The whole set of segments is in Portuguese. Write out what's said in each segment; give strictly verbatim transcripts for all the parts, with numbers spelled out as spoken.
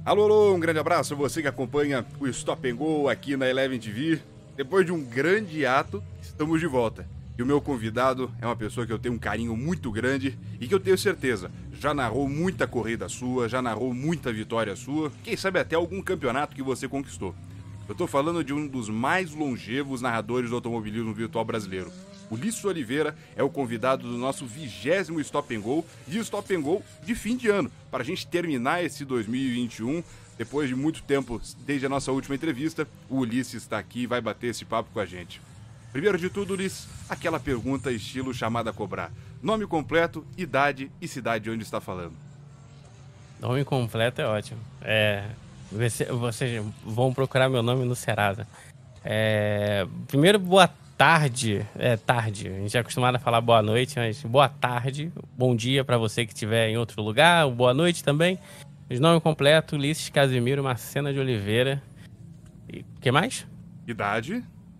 Alô, alô, um grande abraço a você que acompanha o Stop and Go aqui na Eleven T V. Depois de um grande ato, estamos de volta. E o meu convidado é uma pessoa que eu tenho um carinho muito grande e que eu tenho certeza, já narrou muita corrida sua, já narrou muita vitória sua, quem sabe até algum campeonato que você conquistou. Eu tô falando de um dos mais longevos narradores do automobilismo virtual brasileiro. Ulisses Oliveira é o convidado do nosso vigésimo Stop and Go e Stop and Go de fim de ano, para a gente terminar esse dois mil e vinte e um. Depois de muito tempo, desde a nossa última entrevista, o Ulisses está aqui e vai bater esse papo com a gente. Primeiro de tudo, Ulisses, aquela pergunta estilo chamada a cobrar. Nome completo, idade e cidade onde está falando. Nome completo é ótimo. É, vocês vão procurar meu nome no Serasa. É, primeiro, boa tarde. É tarde. A gente é acostumado a falar boa noite, mas boa tarde. Bom dia para você que estiver em outro lugar. Boa noite também. Mas nome completo, Ulisses Casimiro Macena de Oliveira. E o que mais? Idade?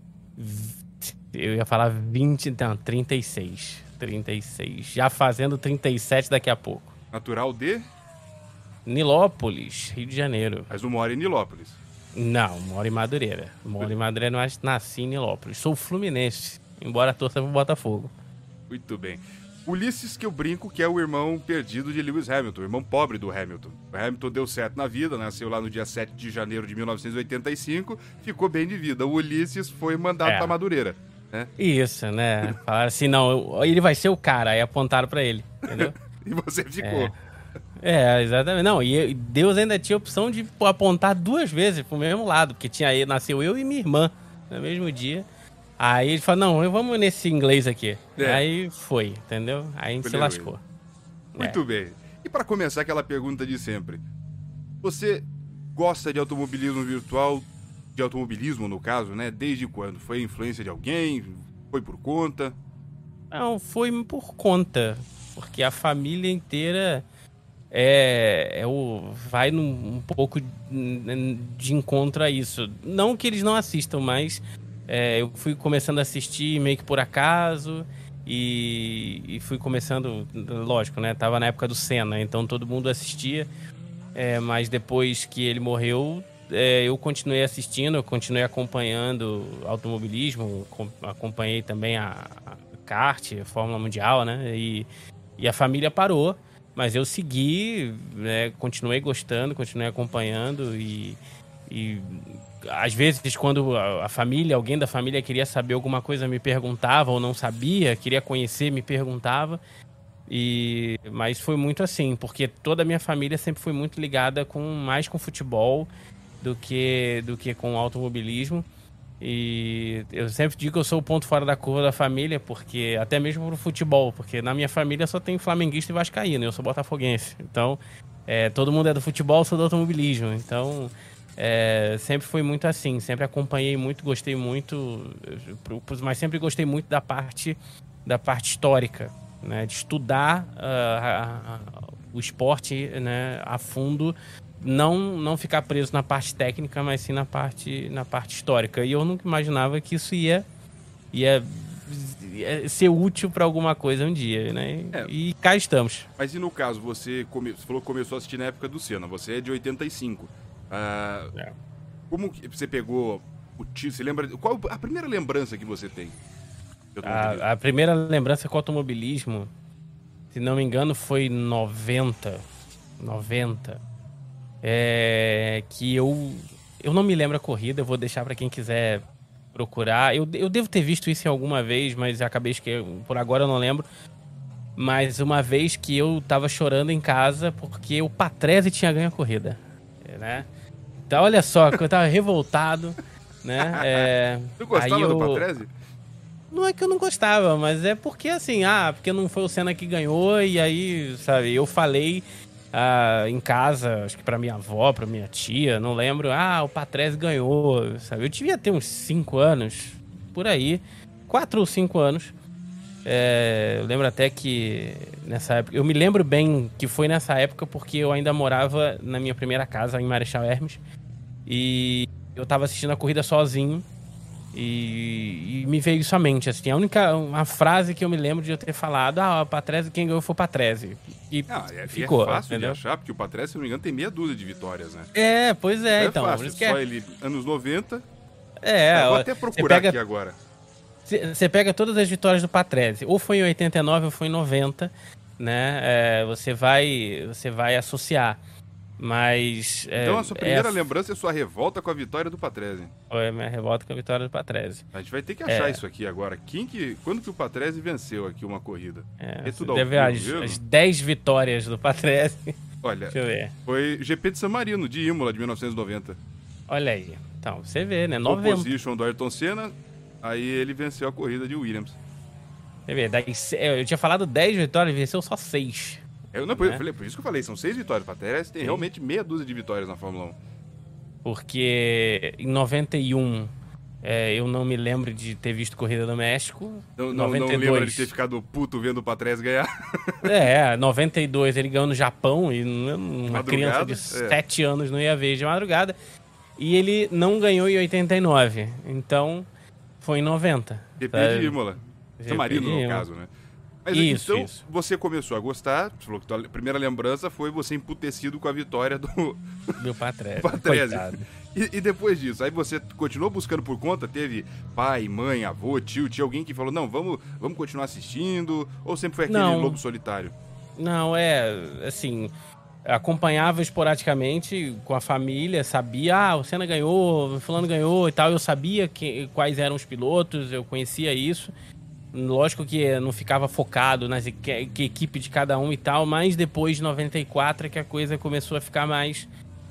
Eu ia falar vinte, não, trinta e seis. trinta e seis. Já fazendo trinta e sete daqui a pouco. Natural de? Nilópolis, Rio de Janeiro. Mas não mora em Nilópolis. Não, moro em Madureira. Moro em Madureira, mas nasci em Nilópolis. Sou fluminense, embora torça pro Botafogo. Muito bem. Ulisses, que eu brinco que é o irmão perdido de Lewis Hamilton, o irmão pobre do Hamilton. O Hamilton deu certo na vida, nasceu lá no dia sete de janeiro de mil novecentos e oitenta e cinco, ficou bem de vida. O Ulisses foi mandado é. pra Madureira. Né? Isso, né? Falaram assim, não, ele vai ser o cara, aí apontaram pra ele, entendeu? E você ficou. É. É, exatamente. Não, e Deus ainda tinha a opção de apontar duas vezes pro mesmo lado, porque tinha, nasceu eu e minha irmã no mesmo dia. Aí ele falou, não, vamos nesse inglês aqui. É. Aí foi, entendeu? Aí a gente se lascou. Muito é. bem. E para começar aquela pergunta de sempre, você gosta de automobilismo virtual, de automobilismo no caso, né? Desde quando? Foi influência de alguém? Foi por conta? Não, foi por conta, porque a família inteira é, é o, vai num, um pouco de encontro a isso. Não que eles não assistam, mas é, eu fui começando a assistir meio que por acaso e, e fui começando, lógico, né? Tava na época do Senna, então todo mundo assistia, é, mas depois que ele morreu, é, eu continuei assistindo, eu continuei acompanhando automobilismo, acompanhei também a, a kart, a Fórmula Mundial, né? E, e a família parou, mas eu segui, né? Continuei gostando, continuei acompanhando e, e às vezes quando a, a família, alguém da família queria saber alguma coisa, me perguntava ou não sabia, queria conhecer, me perguntava. E, mas foi muito assim, porque toda a minha família sempre foi muito ligada com, mais com futebol do que, do que com automobilismo. E eu sempre digo que eu sou o ponto fora da curva da família, porque até mesmo pro futebol, porque na minha família só tem flamenguista e vascaíno, eu sou botafoguense. Então, é, todo mundo é do futebol, eu sou do automobilismo. Então, é, sempre foi muito assim, sempre acompanhei muito, gostei muito, mas sempre gostei muito da parte, da parte histórica, né, de estudar uh, a, a, o esporte, né, a fundo. Não, não ficar preso na parte técnica, mas sim na parte, na parte histórica. E eu nunca imaginava que isso ia, ia, ia ser útil para alguma coisa um dia, né? É. E cá estamos. Mas e no caso, você, come, você falou que começou a assistir na época do Senna, você é de oitenta e cinco. Ah, é. Como que você pegou o título? Você lembra? Qual a primeira lembrança que você tem? A, a primeira lembrança com automobilismo, se não me engano, foi noventa. noventa. É, que eu eu não me lembro a corrida, eu vou deixar para quem quiser procurar. Eu, eu devo ter visto isso em alguma vez, mas acabei esquecendo, por agora eu não lembro. Mas uma vez que eu tava chorando em casa porque o Patrese tinha ganho a corrida, né? Então olha só, que eu tava revoltado, né? É, tu gostava eu... do Patrese? Não é que eu não gostava, mas é porque assim, ah, porque não foi o Senna que ganhou e aí, sabe, eu falei Ah, em casa, acho que pra minha avó, pra minha tia, não lembro. Ah, o Patrese ganhou, sabe? Eu devia ter uns cinco anos, por aí. quatro ou cinco anos. É, eu lembro até que nessa época... Eu me lembro bem que foi nessa época porque eu ainda morava na minha primeira casa, em Marechal Hermes. E eu tava assistindo a corrida sozinho. E, e me veio isso à mente, assim. A única uma frase que eu me lembro de eu ter falado, ah, o Patrese, quem ganhou foi o Patrese. E ah, é, ficou, é fácil entendeu? de achar, porque o Patrese, se não me engano, tem meia dúzia de vitórias, né? É, pois é, é então. Fácil, por isso que só é... ele, anos noventa. É, eu vou ó, até procurar pega, aqui agora. Você pega todas as vitórias do Patrese, ou foi em oitenta e nove ou foi em noventa, né? É, você vai, você vai associar. Mas... Então é, a sua primeira é, lembrança é sua revolta com a vitória do Patrese. Foi a minha revolta com a vitória do Patrese. A gente vai ter que achar É. isso aqui agora. Quem que, quando que o Patrese venceu aqui uma corrida? É, É tudo ao deve vivo, as, viu? as dez vitórias do Patrese. Olha, Deixa eu ver. foi G P de San Marino, de Imola, de mil novecentos e noventa. Olha aí. Então, você vê, né? No noventa. position do Ayrton Senna, aí ele venceu a corrida de Williams. Você vê, das- eu tinha falado dez vitórias, venceu só seis. Eu, não, por, É. eu falei, por isso que eu falei, são seis vitórias. O Patrese tem Sim. realmente meia dúzia de vitórias na Fórmula um. Porque em noventa e um é, eu não me lembro de ter visto corrida do México. Não, não, noventa e não dois, lembra de ter ficado puto vendo o Patrese ganhar? É, noventa e dois ele ganhou no Japão e uma Madrugada, criança de é. sete anos não ia ver de madrugada. E ele não ganhou em oitenta e nove, então foi em noventa. G P sabe? de Imola. San Marino, de no Imola. caso, né? Mas Isso, então, isso. você começou a gostar, você falou que a primeira lembrança foi você emputecido com a vitória do Meu Patrese. Patrese. Coitado. E, e depois disso, aí você continuou buscando por conta? Teve pai, mãe, avô, tio, tinha alguém que falou, não, vamos, vamos continuar assistindo? Ou sempre foi aquele Não. lobo solitário? Não, é, assim, acompanhava esporadicamente com a família, sabia, ah, o Senna ganhou, o fulano ganhou e tal, eu sabia que, quais eram os pilotos, eu conhecia isso. Lógico que não ficava focado nas que, que equipe de cada um e tal, mas depois de noventa e quatro é que a coisa começou a ficar mais,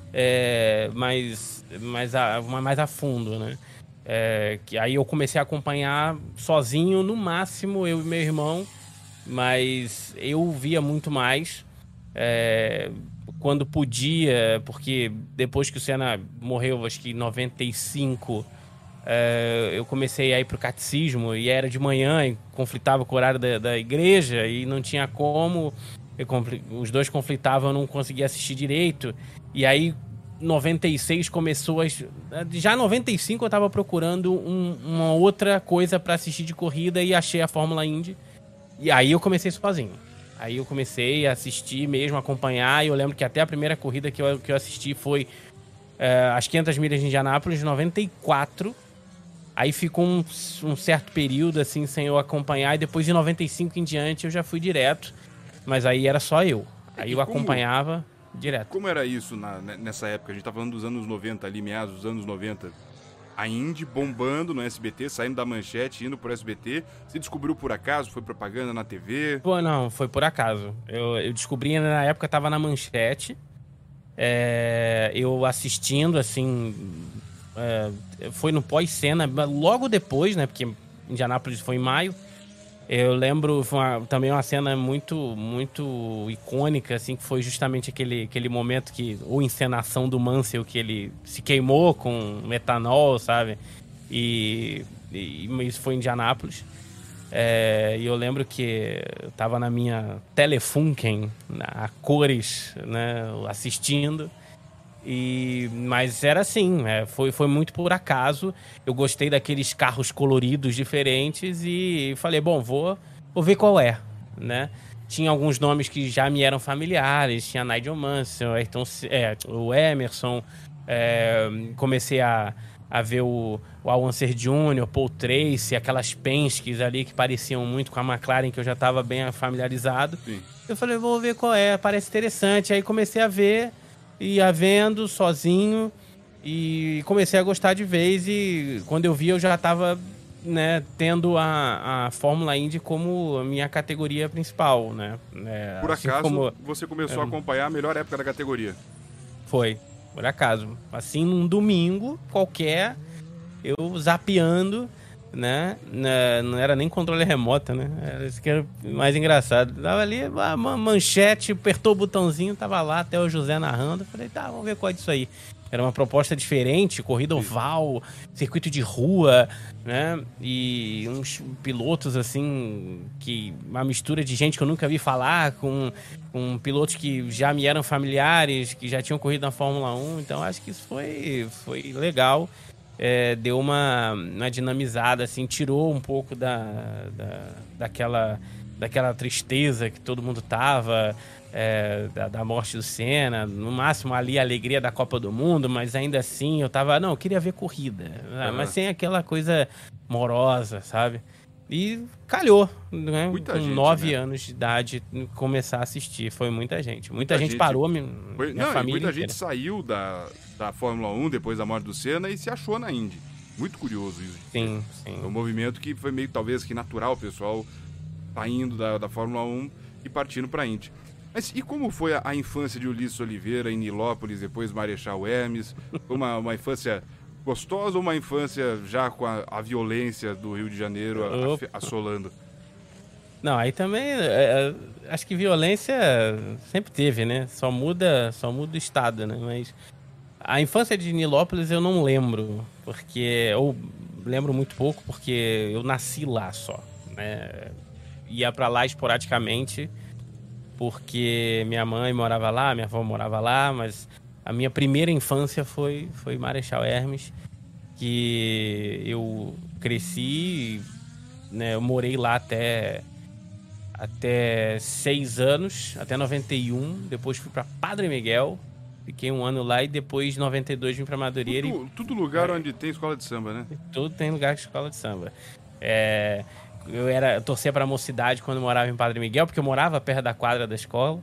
é, mais, mais, a, mais a fundo, né? É, que aí eu comecei a acompanhar sozinho, no máximo, eu e meu irmão, mas eu via muito mais é, quando podia, porque depois que o Senna morreu, acho que em noventa e cinco, é, eu comecei a ir pro catecismo e era de manhã e conflitava com o horário da, da igreja e não tinha como, eu, os dois conflitavam, eu não conseguia assistir direito, e aí noventa e seis começou a, já em noventa e cinco eu estava procurando um, uma outra coisa para assistir de corrida e achei a Fórmula Indy. E aí eu comecei sozinho. Aí eu comecei a assistir mesmo, acompanhar. E eu lembro que até a primeira corrida que eu, que eu assisti foi é, as quinhentas milhas de Indianápolis, de noventa e quatro. Aí ficou um, um certo período assim sem eu acompanhar. E depois de noventa e cinco em diante eu já fui direto. Mas aí era só eu. Aí eu como- acompanhava direto. Como era isso na- nessa época? A gente tá falando dos anos noventa ali, meados dos anos noventa. A Indy bombando no S B T, saindo da manchete, indo pro S B T. Você descobriu por acaso? Foi propaganda na T V? Pô, não, foi por acaso. Eu, eu descobri, na época, tava na manchete. É, eu assistindo, assim. É, foi no pós-cena, logo depois, né? Porque Indianápolis foi em maio. Eu lembro, foi uma- também uma cena muito, muito icônica, assim, que foi justamente aquele, aquele momento que, ou encenação do Mansell, que ele se queimou com metanol, sabe? E, e isso foi em Indianápolis. É, e eu lembro que eu tava na minha Telefunken, a cores, né, assistindo. E, mas era assim, é, foi, foi muito por acaso. Eu gostei daqueles carros coloridos diferentes e falei, bom, vou, vou ver qual é, né? Tinha alguns nomes que já me eram familiares, tinha Nigel Mansell, Ayrton, é, o Emerson, é, comecei a, a ver o, o Al Unser Júnior, Paul Tracy, aquelas Penske's ali que pareciam muito com a McLaren, que eu já estava bem familiarizado. Sim. Eu falei, vou ver qual é, parece interessante. Aí comecei a ver, ia vendo sozinho e comecei a gostar de vez. E quando eu vi, eu já estava, né, tendo a, a Fórmula Indy como a minha categoria principal, né? É, Por assim acaso, como você começou a é, acompanhar a melhor época da categoria. foi, por acaso. Assim, num domingo qualquer, eu zapeando, né? Na- Não era nem controle remoto, né? Era isso que era mais engraçado. Tava ali, a ma- manchete, apertou o botãozinho, tava lá, até o José narrando. Falei, tá, vamos ver qual é disso aí. Era uma proposta diferente, corrida oval, circuito de rua, né? E uns pilotos, assim, que uma mistura de gente que eu nunca vi falar, com, com pilotos que já me eram familiares, que já tinham corrido na Fórmula um. Então, acho que isso foi, foi legal. é, deu uma, uma dinamizada, assim, tirou um pouco da, da, daquela, daquela tristeza que todo mundo tava, é, da, da morte do Senna, no máximo ali a alegria da Copa do Mundo, mas ainda assim eu tava, não, eu queria ver corrida, né? Mas sem aquela coisa morosa, sabe? E calhou, né? Muita com gente, nove né? anos de idade, começar a assistir. Foi muita gente. Muita, Muita gente, gente parou, minha, Foi- minha não, e família muita inteira. gente saiu da, da Fórmula um depois da morte do Senna e se achou na Indy. Muito curioso isso. Sim, É um sim. movimento que foi meio, talvez, que natural, o pessoal saindo da, da Fórmula um e partindo pra Indy. Mas e como foi a, a infância de Ulisses Oliveira em Nilópolis, depois Marechal Hermes? Foi uma, uma infância gostosa ou uma infância já com a, a violência do Rio de Janeiro a- Opa. a- assolando? Não, aí também, é, é, acho que violência sempre teve, né? Só muda, só muda o estado, né? Mas a infância de Nilópolis eu não lembro, porque eu lembro muito pouco, porque eu nasci lá só, né? Ia pra lá esporadicamente, porque minha mãe morava lá, minha avó morava lá, mas a minha primeira infância foi foi Marechal Hermes, que eu cresci, né? Eu morei lá até até seis anos, até noventa e um. Depois fui pra Padre Miguel, fiquei um ano lá e depois, em noventa e dois, vim pra Madureira. Tudo, tudo lugar onde tem escola de samba, né? E tudo tem lugar de escola de samba. É, eu era eu torcia pra Mocidade quando eu morava em Padre Miguel, porque eu morava perto da quadra da escola.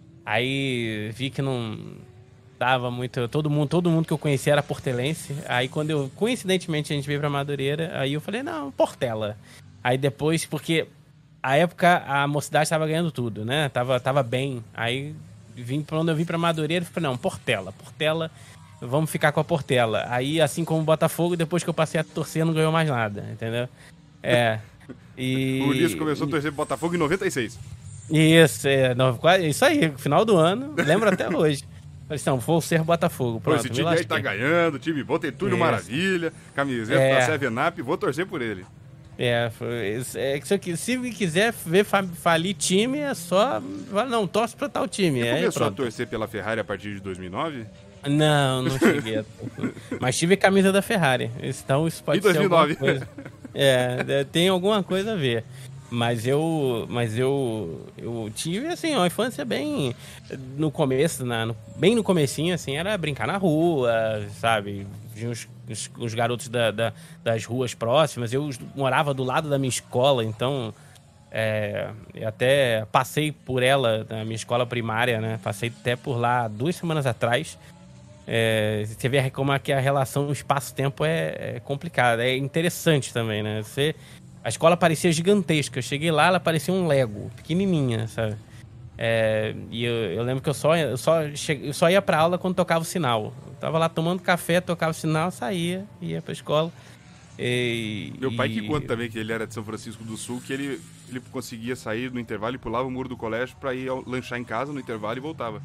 Aí vi que não dava muito. Todo mundo, todo mundo que eu conhecia era portelense. Aí quando eu, coincidentemente, a gente veio pra Madureira, aí eu falei, não, Portela. Aí depois, porque a época a Mocidade estava ganhando tudo, né? Tava, tava bem. Aí vim, quando eu vim pra Madureira, eu falei, não, Portela, Portela, vamos ficar com a Portela. Aí, assim como o Botafogo, depois que eu passei a torcer, não ganhou mais nada, entendeu? É. E. O Ulisses começou a torcer pro Botafogo em noventa e seis. Isso, é, não, quase- isso aí, final do ano, lembro até hoje. Falei assim, não, vou ser Botafogo. Pô, Pronto, esse me time aí lasquei. tá ganhando, time bom, tem Túlio Isso. Maravilha, camiseta É. da Seven Up, vou torcer por ele. É, foi- é, que se, eu qui- se me quiser ver fa- falir time, é só. fala, Não, torce pra tal time. Você Aí começou a pronto. torcer pela Ferrari a partir de dois mil e nove? Não, não cheguei. a- Mas tive camisa da Ferrari. Então isso pode Em ser dois mil e nove. alguma coisa. É, é, tem alguma coisa a ver. Mas eu, mas eu, eu tive assim uma infância bem no começo, na, no- bem no comecinho assim, era brincar na rua, sabe? Vinha os, os, os garotos da, da- das ruas próximas. Eu morava do lado da minha escola, então é, eu até passei por ela na minha escola primária, né? Passei até por lá duas semanas atrás. É, você vê como é que a relação espaço-tempo é, é complicada. É interessante também, né? Você, a escola parecia gigantesca. Eu cheguei lá, ela parecia um Lego, pequenininha, sabe? É, e eu, eu lembro que eu só, eu, só cheguei, eu só ia pra aula quando tocava o sinal. Eu tava lá tomando café, tocava o sinal, saía, ia pra escola. E, Meu pai que e- conta também que ele era de São Francisco do Sul, que ele, ele conseguia sair no intervalo e pulava o muro do colégio pra ir ao- lanchar em casa no intervalo e voltava.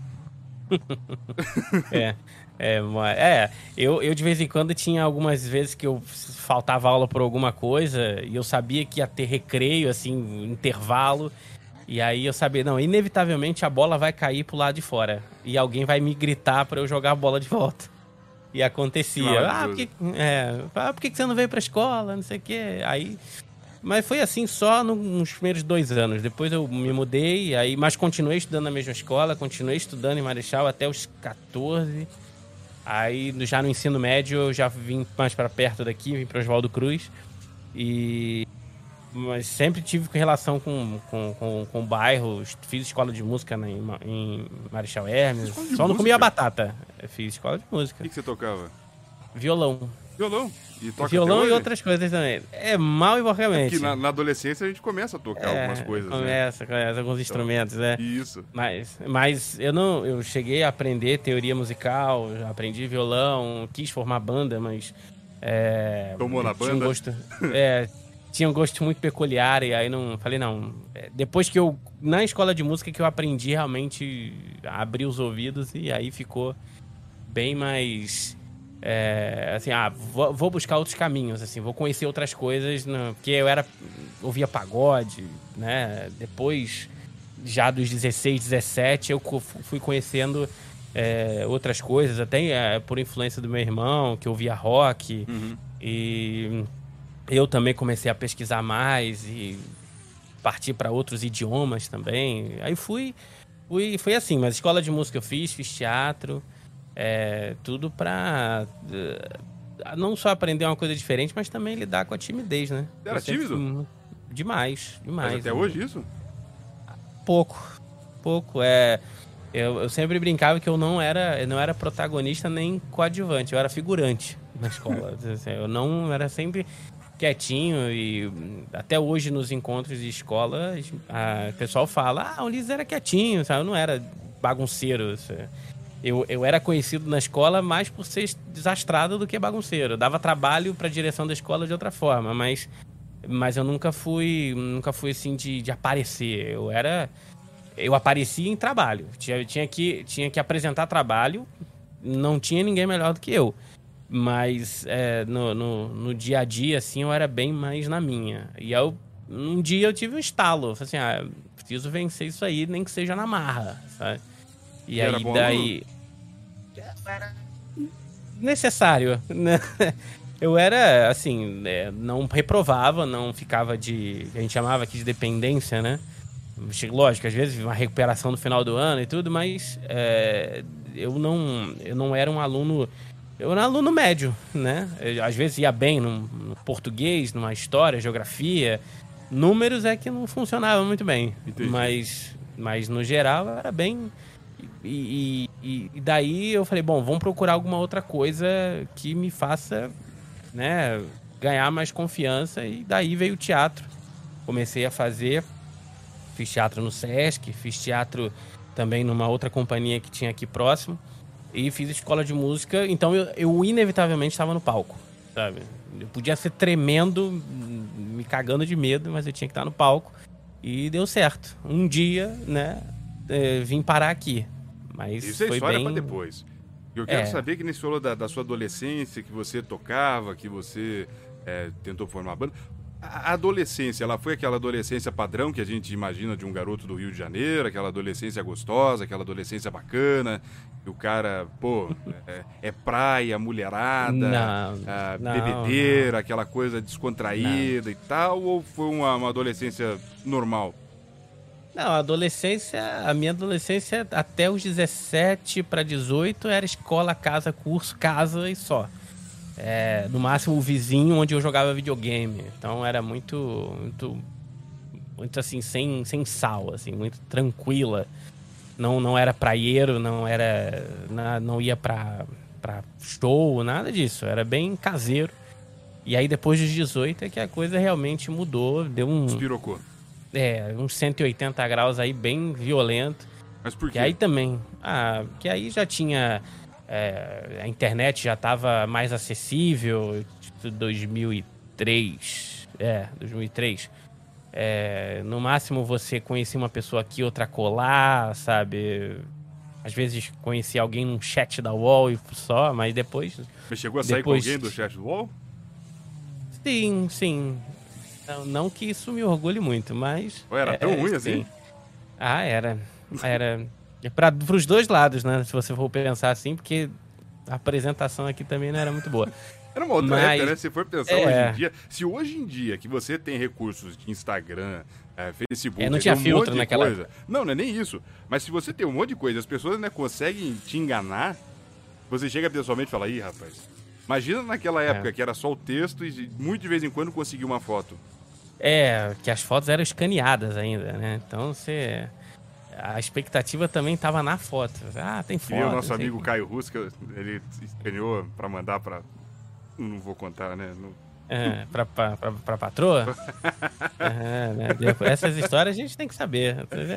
É, é, ma- é eu, eu de vez em quando tinha algumas vezes que eu faltava aula por alguma coisa e eu sabia que ia ter recreio, assim, intervalo. E aí eu sabia, não, inevitavelmente a bola vai cair pro lado de fora. E alguém vai me gritar pra eu jogar a bola de volta. E Que acontecia. Ah, por que, maravilhoso. é, ah, por que que você não veio pra escola? Não sei o quê. Aí. Mas foi assim só no- nos primeiros dois anos. Depois eu me mudei, aí, mas continuei estudando na mesma escola, continuei estudando em Marechal até os quatorze. Aí no- já no ensino médio eu já vim mais pra perto daqui, vim para Oswaldo Cruz. E mas sempre tive relação com, com, com, com o bairro. Fiz escola de música na- em, Ma- em Marechal Hermes. Escola de Só não comia música? batata. Eu fiz escola de O música. que, que você tocava? Violão. Violão. E toca Violão até e hoje? outras coisas também. É mal e porcamente. Que na, na adolescência a gente começa a tocar É, algumas coisas, né? começa, começa alguns instrumentos, né? Isso. Mas, mas eu não, eu cheguei a aprender teoria musical, já aprendi violão, quis formar banda, mas é, Tomou na tinha um banda? gosto, é, tinha um gosto muito peculiar e aí não falei não. É, depois que eu na escola de música que eu aprendi realmente a abrir os ouvidos e aí ficou bem mais é, assim, ah, vou, vou buscar outros caminhos, assim, vou conhecer outras coisas, né? Porque eu era ouvia pagode, né? Depois, já dos dezesseis, dezessete, eu co- fui conhecendo é, outras coisas, até é, por influência do meu irmão, que ouvia rock. Uhum. E eu também comecei a pesquisar mais e partir para outros idiomas também. Aí fui, fui, foi assim, mas escola de música eu fiz, fiz teatro, é, tudo para não só aprender uma coisa diferente, mas também lidar com a timidez, né? Você era sempre, tímido? Demais, demais. Mas até né? hoje isso? Pouco, pouco. É, eu, eu sempre brincava que eu não era, eu não era protagonista nem coadjuvante, eu era figurante na escola. Eu não era sempre quietinho e até hoje nos encontros de escola a, o pessoal fala, ah, o Ulisses era quietinho, sabe? Eu não era bagunceiro. Eu, eu era conhecido na escola mais por ser desastrado do que bagunceiro. Eu dava trabalho para a direção da escola de outra forma, mas, mas eu nunca fui, nunca fui assim de, de aparecer. Eu era, eu aparecia em trabalho. Tinha, tinha, que, tinha que apresentar trabalho, não tinha ninguém melhor do que eu. Mas é, no, no, no dia a dia, assim, eu era bem mais na minha. E eu, um dia eu tive um estalo. Falei assim, ah, preciso vencer isso aí, nem que seja na marra, sabe? E Era aí, bom daí... Era necessário, né? Eu era, assim, é, não reprovava, não ficava de... A gente chamava aqui de dependência, né? Lógico, às vezes uma recuperação no final do ano e tudo, mas é, eu, não, eu não era um aluno... Eu era um aluno médio, né? Eu, às vezes ia bem no, no português, numa história, geografia. Números é que não funcionava muito bem. Mas, mas, no geral, eu era bem... E, e, e daí eu falei, bom, vamos procurar alguma outra coisa que me faça, né, ganhar mais confiança. E daí veio o teatro. Comecei a fazer... Fiz teatro no Sesc, fiz teatro também numa outra companhia que tinha aqui próximo. E fiz escola de música, então eu, eu inevitavelmente estava no palco, sabe? Eu podia ser tremendo, me cagando de medo, mas eu tinha que estar no palco. E deu certo. Um dia, né, é, vim parar aqui. Mas isso é foi história bem... pra depois. Eu quero é. saber que nesse falou da, da sua adolescência, que você tocava, que você é, tentou formar banda. A adolescência, ela foi aquela adolescência padrão que a gente imagina de um garoto do Rio de Janeiro, aquela adolescência gostosa, aquela adolescência bacana, que o cara, pô, é, é praia, mulherada, não, a, não, bebedeira, não. aquela coisa descontraída não. e tal, ou foi uma, uma adolescência normal? Não, a adolescência, a minha adolescência até os dezessete para dezoito era escola, casa, curso, casa e só. É, no máximo o vizinho onde eu jogava videogame. Então era muito, muito, muito assim, sem, sem sal, assim, muito tranquila. Não, não era praieiro, não era, não, não ia pra, pra show, nada disso. Era bem caseiro. E aí depois dos dezoito é que a coisa realmente mudou, deu um... Despirocou. É, uns cento e oitenta graus aí, bem violento. Mas por quê? E aí também, ah, que aí já tinha... É, a internet já estava mais acessível, dois mil e três, é, dois mil e três. É, no máximo você conhecia uma pessoa aqui, outra colar, sabe? Às vezes conhecia alguém num chat da U O L e só, mas depois... Você chegou a sair depois... com alguém do chat do U O L? Sim, sim. Não, não que isso me orgulhe muito, mas... Ou era é, tão ruim sim. assim? Ah, era. Era... É para os dois lados, né? Se você for pensar assim, porque a apresentação aqui também não era muito boa. Era uma outra Mas, época, né? Se for pensar é... hoje em dia... Se hoje em dia que você tem recursos de Instagram, é, Facebook... É, não tinha um filtro monte de naquela coisa. Não, não é nem isso. Mas se você tem um monte de coisa, as pessoas, né, conseguem te enganar, você chega pessoalmente e fala, ih, rapaz... Imagina naquela época é. que era só o texto e muito de vez em quando conseguia uma foto. É, que as fotos eram escaneadas ainda, né? Então você... A expectativa também tava na foto. Ah, tem foto. E o nosso amigo que... Caio Rusca, ele escaneou pra mandar pra... Não vou contar, né? Não... É, pra, pra, pra, pra patroa? é, né? Essas histórias a gente tem que saber.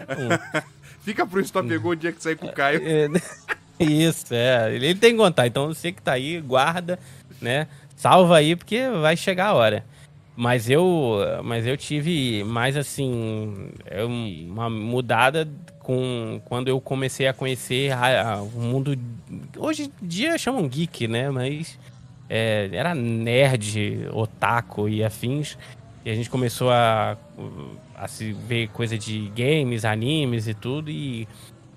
Fica pro Stop Pegou o dia que sair com o Caio. Isso, é. Ele tem que contar. Então você que tá aí, guarda, né? Salva aí, porque vai chegar a hora. Mas eu, mas eu tive mais assim, uma mudada com quando eu comecei a conhecer a, a, o mundo. Hoje em dia chamam geek, né? Mas é, era nerd, otaku e afins. E a gente começou a, a se ver coisa de games, animes e tudo. E,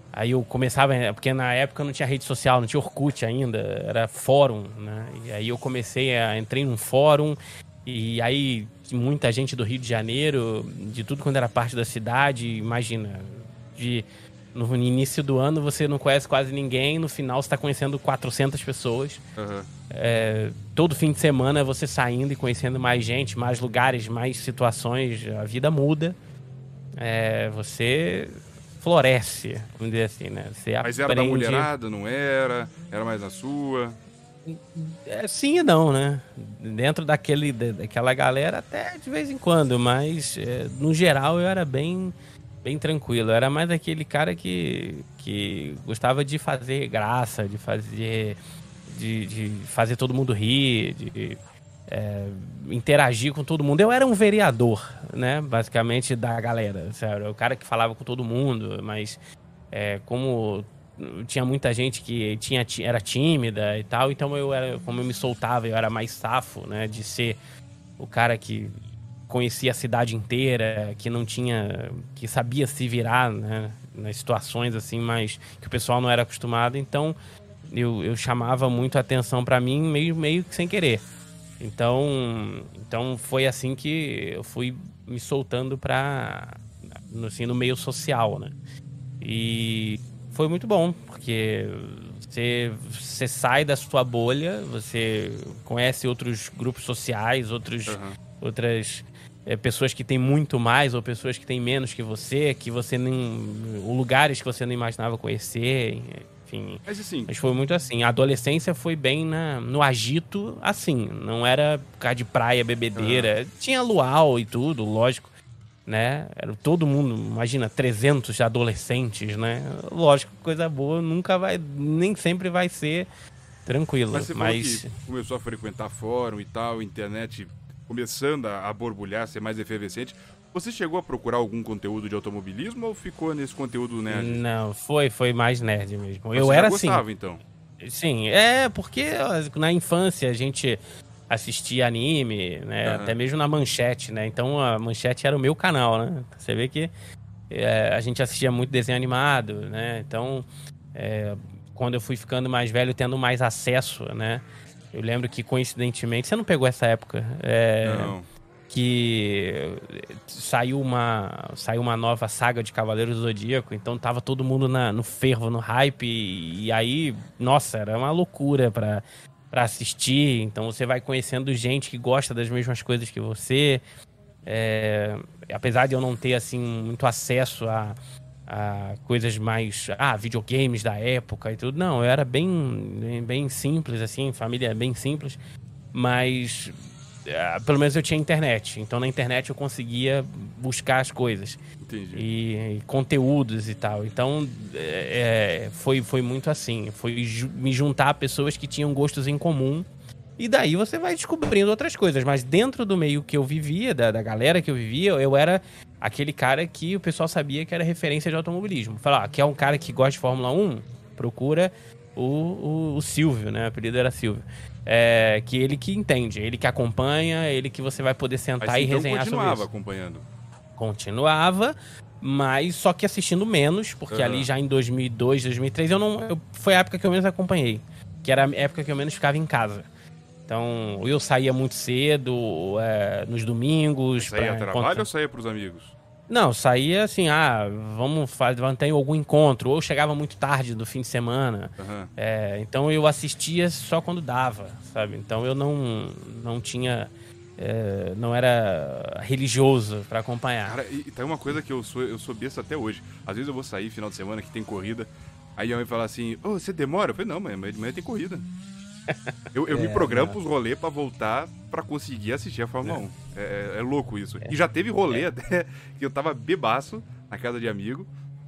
Aí eu começava, porque na época não tinha rede social, não tinha Orkut ainda, era fórum, né? E aí eu comecei a, entrei num fórum, e aí muita gente do Rio de Janeiro, de tudo quando era parte da cidade, imagina, de, no início do ano você não conhece quase ninguém, no final você tá conhecendo quatrocentas pessoas. Uhum. É, todo fim de semana você saindo e conhecendo mais gente, mais lugares, mais situações, a vida muda. É, você... floresce, vamos dizer assim, né? Você Mas aprende... era da mulherada, não era? Era mais na sua? É, sim e não, né? Dentro daquele, daquela galera até de vez em quando, mas é, no geral eu era bem, bem tranquilo. Eu era mais aquele cara que, que gostava de fazer graça, de fazer, de, de fazer todo mundo rir, de é, interagir com todo mundo. Eu era um vereador, né? Basicamente da galera, sério. O cara que falava com todo mundo, mas é, como tinha muita gente que tinha, era tímida e tal, então eu era, como eu me soltava, eu era mais safo, né? De ser o cara que conhecia a cidade inteira, que não tinha, que sabia se virar, né? Nas situações assim, mas que o pessoal não era acostumado. Então eu, eu chamava muito a atenção pra mim, meio, meio que sem querer. Então, então foi assim que eu fui me soltando pra, assim, no meio social, né? E foi muito bom, porque você, você sai da sua bolha, você conhece outros grupos sociais, outros, uhum. outras é, pessoas que têm muito mais ou pessoas que têm menos que você, que você nem... lugares que você não imaginava conhecer... Enfim, mas, assim, mas foi muito assim. A adolescência foi bem na, no agito, assim. Não era ficar de praia, bebedeira. Uhum. Tinha luau e tudo, lógico, né? Era todo mundo, imagina, trezentos adolescentes, né? Lógico, coisa boa nunca vai, nem sempre vai ser tranquilo. Mas você mas... falou que começou a frequentar fórum e tal, internet começando a borbulhar, ser mais efervescente. Você chegou a procurar algum conteúdo de automobilismo ou ficou nesse conteúdo nerd? Não, foi, foi mais nerd mesmo. Mas eu você era já gostava, assim. Então? Sim, é porque na infância a gente assistia anime, né? Uhum. Até mesmo na Manchete, né? Então a Manchete era o meu canal, né? Você vê que é, a gente assistia muito desenho animado, né? Então, é, quando eu fui ficando mais velho, tendo mais acesso, né? Eu lembro que, coincidentemente, você não pegou essa época? É, não. Que saiu uma, saiu uma nova saga de Cavaleiros do Zodíaco, então tava todo mundo na, no fervo, no hype, e, e aí, nossa, era uma loucura pra, pra assistir. Então você vai conhecendo gente que gosta das mesmas coisas que você. É, apesar de eu não ter, assim, muito acesso a, a coisas mais... Ah, videogames da época e tudo. Não, eu era bem, bem simples, assim, família bem simples, mas... pelo menos eu tinha internet, então na internet eu conseguia buscar as coisas. Entendi. E, e conteúdos e tal. Então é, foi, foi muito assim, foi ju- me juntar a pessoas que tinham gostos em comum, e daí você vai descobrindo outras coisas. Mas dentro do meio que eu vivia, da, da galera que eu vivia, eu era aquele cara que o pessoal sabia que era referência de automobilismo. Falar, ah, quer um cara que gosta de Fórmula um? Procura o, o, o Silvio, né? O apelido era Silvio. É, que ele que entende, ele que acompanha, ele que você vai poder sentar mas, e então, resenhar sobre isso. continuava acompanhando? Continuava, mas só que assistindo menos, porque uhum. ali já em dois mil e dois, dois mil e três, eu não, eu, foi a época que eu menos acompanhei, que era a época que eu menos ficava em casa. Então, eu saía muito cedo, é, nos domingos. Saía a trabalho encontrar... ou saía pros amigos? Não, saía assim, ah, vamos fazer, tem algum encontro, ou chegava muito tarde no fim de semana. Uhum. É, então eu assistia só quando dava, sabe? Então eu não, não tinha, é, não era religioso pra acompanhar. Cara, e, e tem uma coisa que eu sou, eu sou besta até hoje. Às vezes eu vou sair final de semana que tem corrida, aí a mãe fala assim, ô, oh, você demora? Eu falei, não, mãe, mas de manhã tem corrida. Eu, eu é, me programo não. pros rolês pra voltar pra conseguir assistir a Fórmula é. um. É, é louco isso. É. E já teve rolê é. até que eu tava bebaço na casa de amigo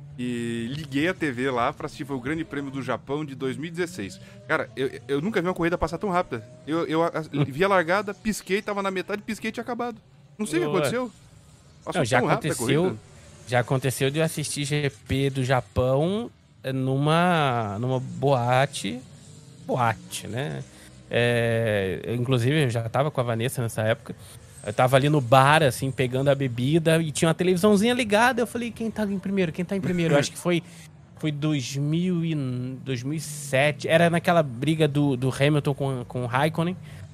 e liguei a T V lá pra assistir. Foi o Grande Prêmio do Japão de dois mil e dezesseis. Cara, eu, eu nunca vi uma corrida passar tão rápida. Eu, eu a, vi a largada, pisquei, tava na metade, pisquei e tinha acabado. Não sei o que aconteceu. Passou não, já aconteceu. Já aconteceu de eu assistir G P do Japão numa, numa boate. boate, né? É, inclusive, eu já tava com a Vanessa nessa época. Eu tava ali no bar, assim, pegando a bebida e tinha uma televisãozinha ligada. Eu falei, quem tá em primeiro? Quem tá em primeiro? Eu acho que foi foi dois mil e, dois mil e sete, era naquela briga do, do Hamilton com, com o Raikkonen,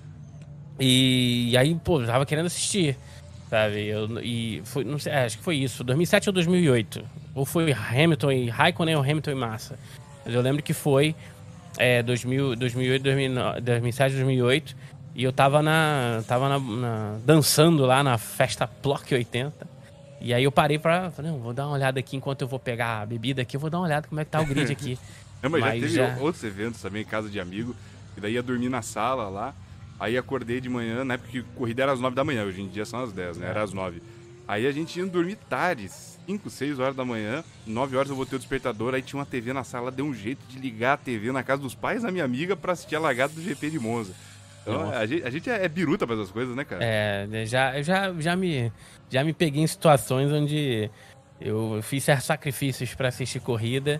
e, e aí, pô, eu tava querendo assistir, sabe, eu, e foi, não sei, acho que foi isso, dois mil e sete ou dois mil e oito, ou foi Hamilton e Raikkonen ou Hamilton e Massa, mas eu lembro que foi é, dois mil, dois mil e oito, dois mil e nove, dois mil e sete, dois mil e oito, e eu tava, na, tava na, na, dançando lá na festa Plock oitenta. E aí eu parei pra... Falei, não, vou dar uma olhada aqui enquanto eu vou pegar a bebida aqui. Eu vou dar uma olhada como é que tá o grid aqui. Não, mas, mas já teve já... outros eventos também, casa de amigo. E daí ia dormir na sala lá. Aí acordei de manhã, na época que corrida era às nove da manhã. Hoje em dia são às dez, né? Era às nove. Aí a gente ia dormir tarde, cinco, seis horas da manhã. nove horas eu botei o despertador. Aí tinha uma T V na sala. Deu um jeito de ligar a T V na casa dos pais da minha amiga pra assistir a largada do G P de Monza. Então, a gente, a gente é biruta pra essas coisas, né, cara? É, já, já, já, me, já me peguei em situações onde eu fiz certos sacrifícios pra assistir corrida.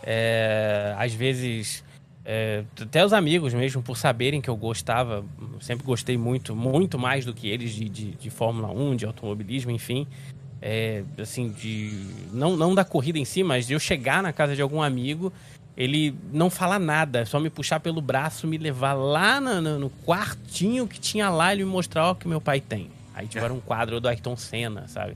É, às vezes, é, até os amigos mesmo, por saberem que eu gostava, sempre gostei muito, muito mais do que eles de, de, de Fórmula um, de automobilismo, enfim. É, assim, de, não, não da corrida em si, mas de eu chegar na casa de algum amigo... Ele não falar nada, só me puxar pelo braço, me levar lá no, no, no quartinho que tinha lá e me mostrar o que meu pai tem. Aí tiveram um quadro do Ayrton Senna, sabe?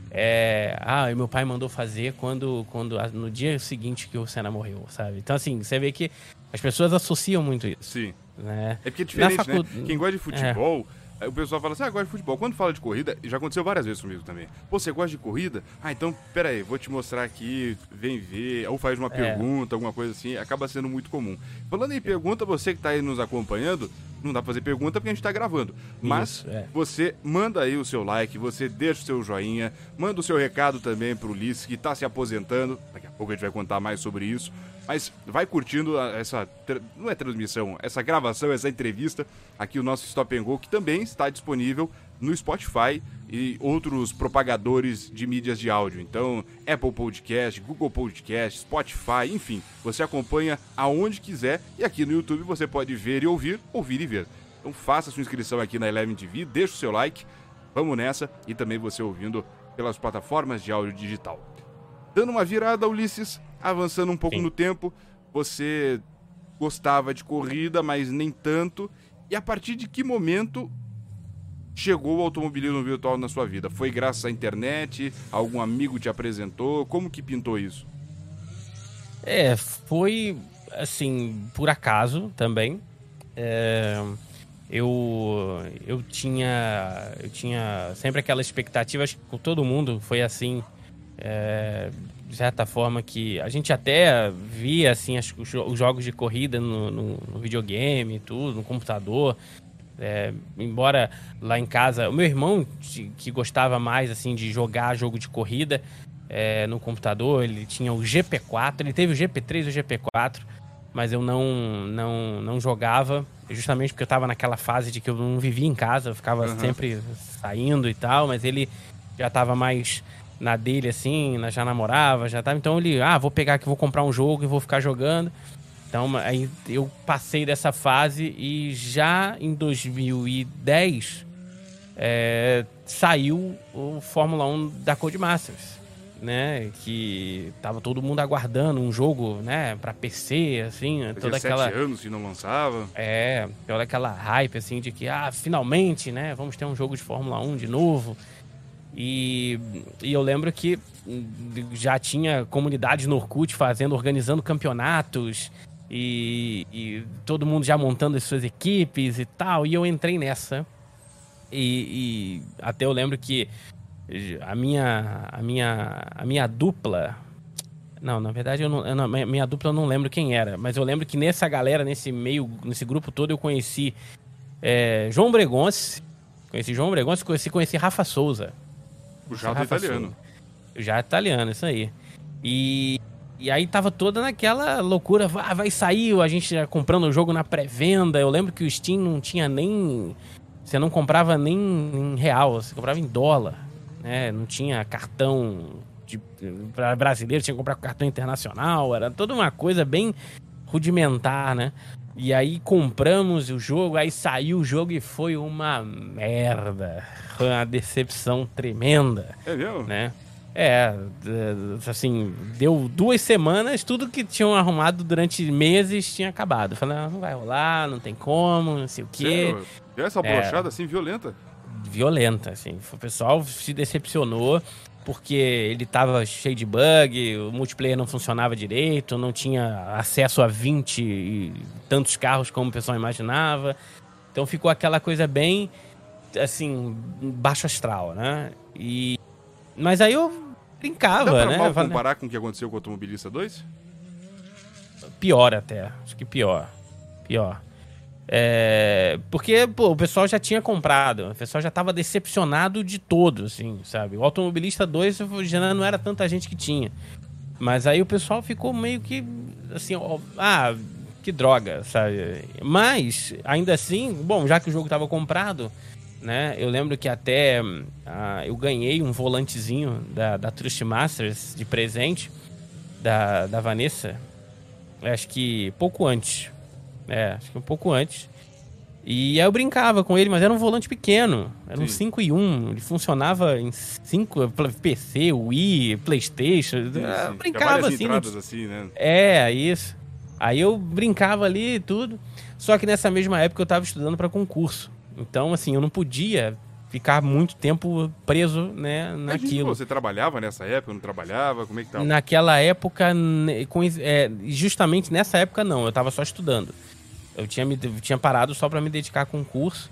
É, ah, e meu pai mandou fazer quando, quando, no dia seguinte que o Senna morreu, sabe? Então, assim, você vê que as pessoas associam muito isso. Sim. Né? É porque é diferente, facu... né? Quem gosta de futebol... É. O pessoal fala assim, ah, gosta de futebol. Quando fala de corrida, já aconteceu várias vezes comigo também. Pô, você gosta de corrida? Ah, então, pera aí, vou te mostrar aqui, vem ver, ou faz uma é. pergunta, alguma coisa assim, acaba sendo muito comum. Falando em pergunta, você que tá aí nos acompanhando, não dá pra fazer pergunta porque a gente tá gravando. Mas Isso, é. você manda aí o seu like, você deixa o seu joinha, manda o seu recado também pro Ulisses, que tá se aposentando. Daqui a pouco a gente vai contar mais sobre isso. Mas vai curtindo essa, não é transmissão, essa gravação, essa entrevista, aqui o nosso Stop and Go, que também está disponível no Spotify e outros propagadores de mídias de áudio. Então, Apple Podcast, Google Podcast, Spotify, enfim, você acompanha aonde quiser e aqui no YouTube você pode ver e ouvir, ouvir e ver. Então faça sua inscrição aqui na Eleven T V, deixa o seu like, vamos nessa, e também você ouvindo pelas plataformas de áudio digital. Dando uma virada, Ulisses, avançando um pouco Sim. no tempo, você gostava de corrida, mas nem tanto. E a partir de que momento chegou o automobilismo virtual na sua vida? Foi graças à internet? Algum amigo te apresentou? Como que pintou isso? É, foi, assim, por acaso também. É, eu, eu, tinha, eu tinha sempre aquela expectativa, acho que com todo mundo foi assim... É, de certa forma que a gente até via assim, as, os, os jogos de corrida no, no, no videogame e tudo, no computador. É, embora lá em casa, o meu irmão que, que gostava mais assim de jogar jogo de corrida é, no computador, ele tinha o G P quatro, ele teve o G P três e o G P quatro, mas eu não, não, não jogava, justamente porque eu estava naquela fase de que eu não vivia em casa, eu ficava uhum. sempre saindo e tal, mas ele já estava mais... na dele, assim, já namorava, já tava. Então ele, ah, vou pegar aqui, vou comprar um jogo e vou ficar jogando. Então aí eu passei dessa fase e já em dois mil e dez é, saiu o Fórmula um da Codemasters, né? Que tava todo mundo aguardando um jogo, né? Pra P C, assim, Fazia toda aquela... sete anos que não lançava. É, toda aquela hype, assim, de que, ah, finalmente, né? Vamos ter um jogo de Fórmula um de novo. E, e eu lembro que já tinha comunidades no Orkut fazendo, organizando campeonatos e, e todo mundo já montando as suas equipes e tal, e eu entrei nessa e, e até eu lembro que a minha, a minha, a minha dupla, não, na verdade eu não, eu não, minha dupla eu não lembro quem era, mas eu lembro que nessa galera, nesse meio, nesse grupo todo eu conheci é, João Bregonce, conheci João Bregonce, conheci, conheci Rafa Souza. O jato italiano. O jato italiano, isso aí. E, e aí tava toda naquela loucura, vai, vai sair, a gente já comprando o jogo na pré-venda. Eu lembro que o Steam não tinha nem... Você não comprava nem em real, você comprava em dólar, né? Não tinha cartão de, pra brasileiro, tinha que comprar com cartão internacional. Era toda uma coisa bem rudimentar, né? E aí compramos o jogo, aí saiu o jogo e foi uma merda. Foi uma decepção tremenda. É mesmo? Né? É, assim, deu duas semanas, tudo que tinham arrumado durante meses tinha acabado. Eu falei, não, não vai rolar, não tem como, não sei o quê. Sério? Deu essa brochada é, assim, violenta? Violenta, assim. O pessoal se decepcionou porque ele tava cheio de bug, o multiplayer não funcionava direito, não tinha acesso a vinte e tantos carros como o pessoal imaginava. Então ficou aquela coisa bem, assim, baixo astral, né? E... Mas aí eu brincava, Dá pra né? mal comparar com o que aconteceu com o Automobilista dois? Pior até, acho que pior. Pior. É, porque, pô, o pessoal já tinha comprado, o pessoal já tava decepcionado de todo, assim, sabe? O Automobilista dois já não era tanta gente que tinha. Mas aí o pessoal ficou meio que, assim, ó, ah, que droga, sabe? Mas, ainda assim, bom, já que o jogo tava comprado, né? Eu lembro que até ah, eu ganhei um volantezinho da, da Trust Masters de presente, da, da Vanessa, acho que pouco antes. É, acho que um pouco antes. E aí eu brincava com ele, mas era um volante pequeno. Era sim. Um cinco e um. Ele funcionava em cinco P C, Wii, PlayStation. Sim, sim. Eu brincava assim. Entradas assim, né? É, isso. Aí eu brincava ali e tudo. Só que nessa mesma época eu tava estudando para concurso. Então, assim, eu não podia ficar muito tempo preso, né, naquilo. Mas, você trabalhava nessa época, não trabalhava? Como é que tava? Naquela época, é, justamente nessa época não, eu tava só estudando. Eu tinha, me, eu tinha parado só para me dedicar a concurso.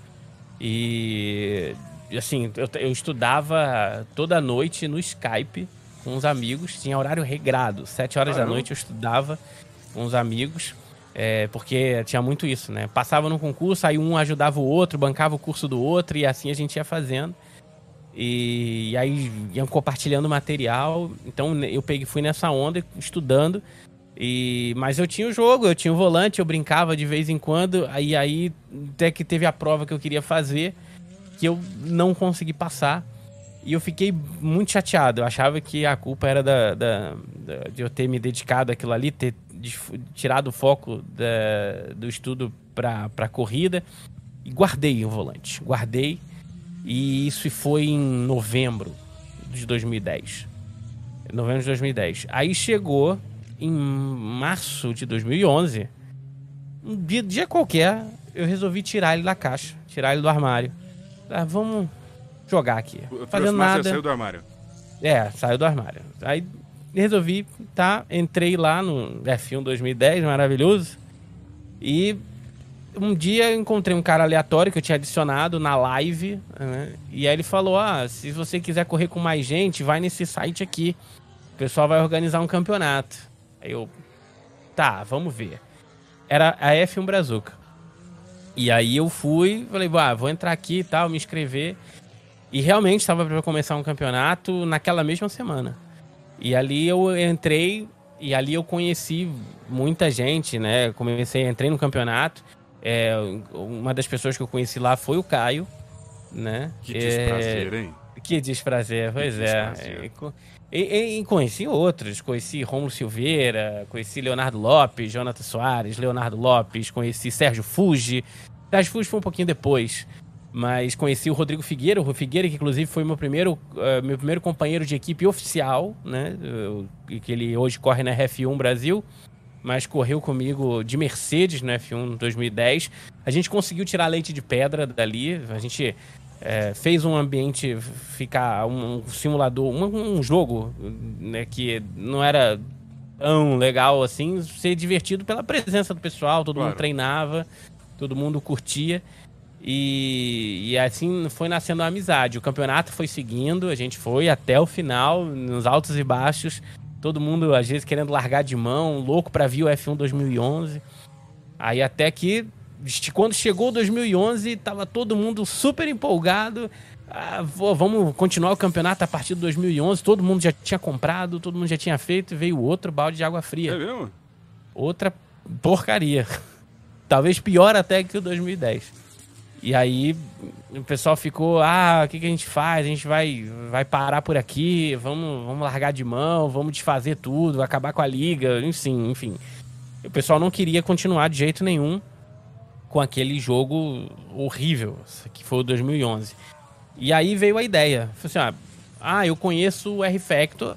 E, assim, eu, eu estudava toda noite no Skype com uns amigos. Tinha horário regrado. Sete horas ah, da noite eu estudava com uns amigos. É, porque tinha muito isso, né? Passava no concurso, aí um ajudava o outro, bancava o curso do outro. E assim a gente ia fazendo. E, e aí iam compartilhando material. Então eu peguei, fui nessa onda, estudando. E, mas eu tinha o jogo, eu tinha o volante, eu brincava de vez em quando. Aí, aí até que teve a prova que eu queria fazer, que eu não consegui passar. E eu fiquei muito chateado. Eu achava que a culpa era da, da, da, de eu ter me dedicado àquilo ali, ter tirado o foco da, do estudo para a corrida. E guardei o volante, guardei. E isso foi em novembro de dois mil e dez. Novembro de dois mil e dez. Aí chegou... Em março de dois mil e onze, um dia, dia qualquer, eu resolvi tirar ele da caixa, tirar ele do armário. Ah, vamos jogar aqui. O Fazendo nada. Saiu do armário? É, saiu do armário. Aí resolvi, tá, entrei lá no F um dois mil e dez, maravilhoso. E um dia eu encontrei um cara aleatório que eu tinha adicionado na live, né? E aí ele falou, ah, se você quiser correr com mais gente, vai nesse site aqui. O pessoal vai organizar um campeonato. Aí eu, tá, vamos ver. Era a F um Brazuca. E aí eu fui, falei, ah, vou entrar aqui e tal, me inscrever. E realmente estava para começar um campeonato naquela mesma semana. E ali eu entrei, e ali eu conheci muita gente, né? Comecei, entrei no campeonato. É, uma das pessoas que eu conheci lá foi o Caio, né? Que desprazer, hein? É, que desprazer, pois que é. Desprazer. E, e, e conheci outros, conheci Rômulo Silveira, conheci Leonardo Lopes, Jonathan Soares, Leonardo Lopes, conheci Sérgio Fuji. Sérgio Fuji foi um pouquinho depois, mas conheci o Rodrigo Figueira, o Figueira que inclusive foi meu primeiro, uh, meu primeiro companheiro de equipe oficial, né? Eu, que ele hoje corre na F um Brasil, mas correu comigo de Mercedes no F um dois mil e dez. A gente conseguiu tirar leite de pedra dali, a gente... É, fez um ambiente ficar um, um simulador, um, um jogo, né, que não era tão legal assim, ser divertido pela presença do pessoal, todo claro. Mundo treinava, todo mundo curtia e, e assim foi nascendo a amizade. O campeonato foi seguindo, a gente foi até o final, nos altos e baixos, todo mundo às vezes querendo largar de mão, louco pra vir o F um dois mil e onze, aí até que quando chegou dois mil e onze, tava todo mundo super empolgado. Ah, vamos continuar o campeonato a partir de dois mil e onze. Todo mundo já tinha comprado, todo mundo já tinha feito. E veio outro balde de água fria. É mesmo? Outra porcaria. Talvez pior até que o dois mil e dez. E aí o pessoal ficou, ah, o que, que a gente faz? A gente vai, vai parar por aqui, vamos, vamos largar de mão, vamos desfazer tudo, acabar com a liga, enfim, enfim. O pessoal não queria continuar de jeito nenhum com aquele jogo horrível, que foi o dois mil e onze. E aí veio a ideia. Falei assim, ah, ah, eu conheço o R-Factor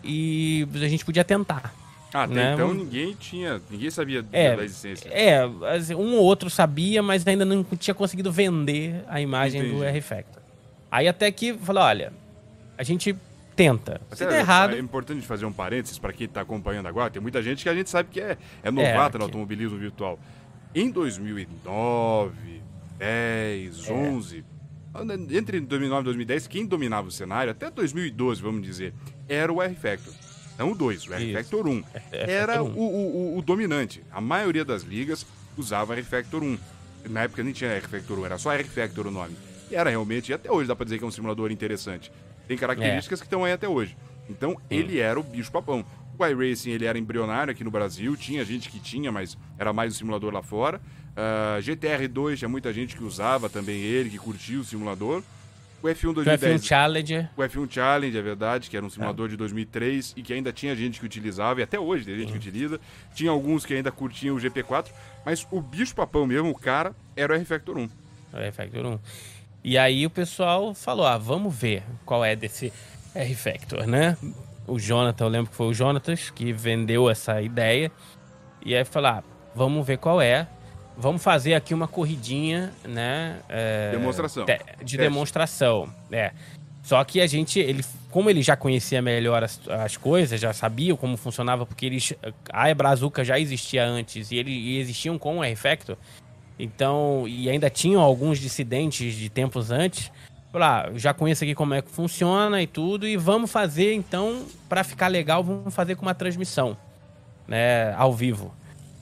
e a gente podia tentar. Ah, até né? então ninguém tinha, ninguém sabia é, da existência. É, um ou outro sabia, mas ainda não tinha conseguido vender a imagem Entendi. do R-Factor. Aí até que falou, olha, a gente tenta. Se Até der errado... É importante fazer um parênteses para quem tá acompanhando agora. Tem muita gente que a gente sabe que é, é novata É, no que... automobilismo virtual. Em dois mil e nove, dez, É. onze... Entre dois mil e nove e dois mil e dez, quem dominava o cenário, até dois mil e doze, vamos dizer, era o R-Factor. Não o dois, o R-Factor um. Era o, o, o, o dominante. A maioria das ligas usava R-Factor um. Na época nem tinha R-Factor um, era só R-Factor o nome. E era realmente, e até hoje dá pra dizer que é um simulador interessante. Tem características é. que estão aí até hoje. Então, hum. ele era o bicho-papão. O iRacing, ele era embrionário aqui no Brasil, tinha gente que tinha, mas era mais um simulador lá fora. Uh, G T R dois, tinha muita gente que usava também ele, que curtia o simulador. O F um dois mil e dez... O F um Challenger. O F um Challenge, é verdade, que era um simulador é. de dois mil e três e que ainda tinha gente que utilizava, e até hoje tem gente uhum. que utiliza. Tinha alguns que ainda curtiam o G P quatro, mas o bicho-papão mesmo, o cara, era o R-Factor um. O R-Factor um. E aí o pessoal falou, ah, vamos ver qual é desse R-Factor, né? O Jonathan, eu lembro que foi o Jonatas que vendeu essa ideia. E aí falou, ah, vamos ver qual é. Vamos fazer aqui uma corridinha, né? É, demonstração. De Teste. demonstração, é. Só que a gente, ele, como ele já conhecia melhor as, as coisas, já sabia como funcionava, porque eles, a Brazuca já existia antes e eles e existiam com o R-Factor, então, e ainda tinham alguns dissidentes de tempos antes. Falei, ah, já conheço aqui como é que funciona e tudo, e vamos fazer, então, para ficar legal, vamos fazer com uma transmissão, né, ao vivo.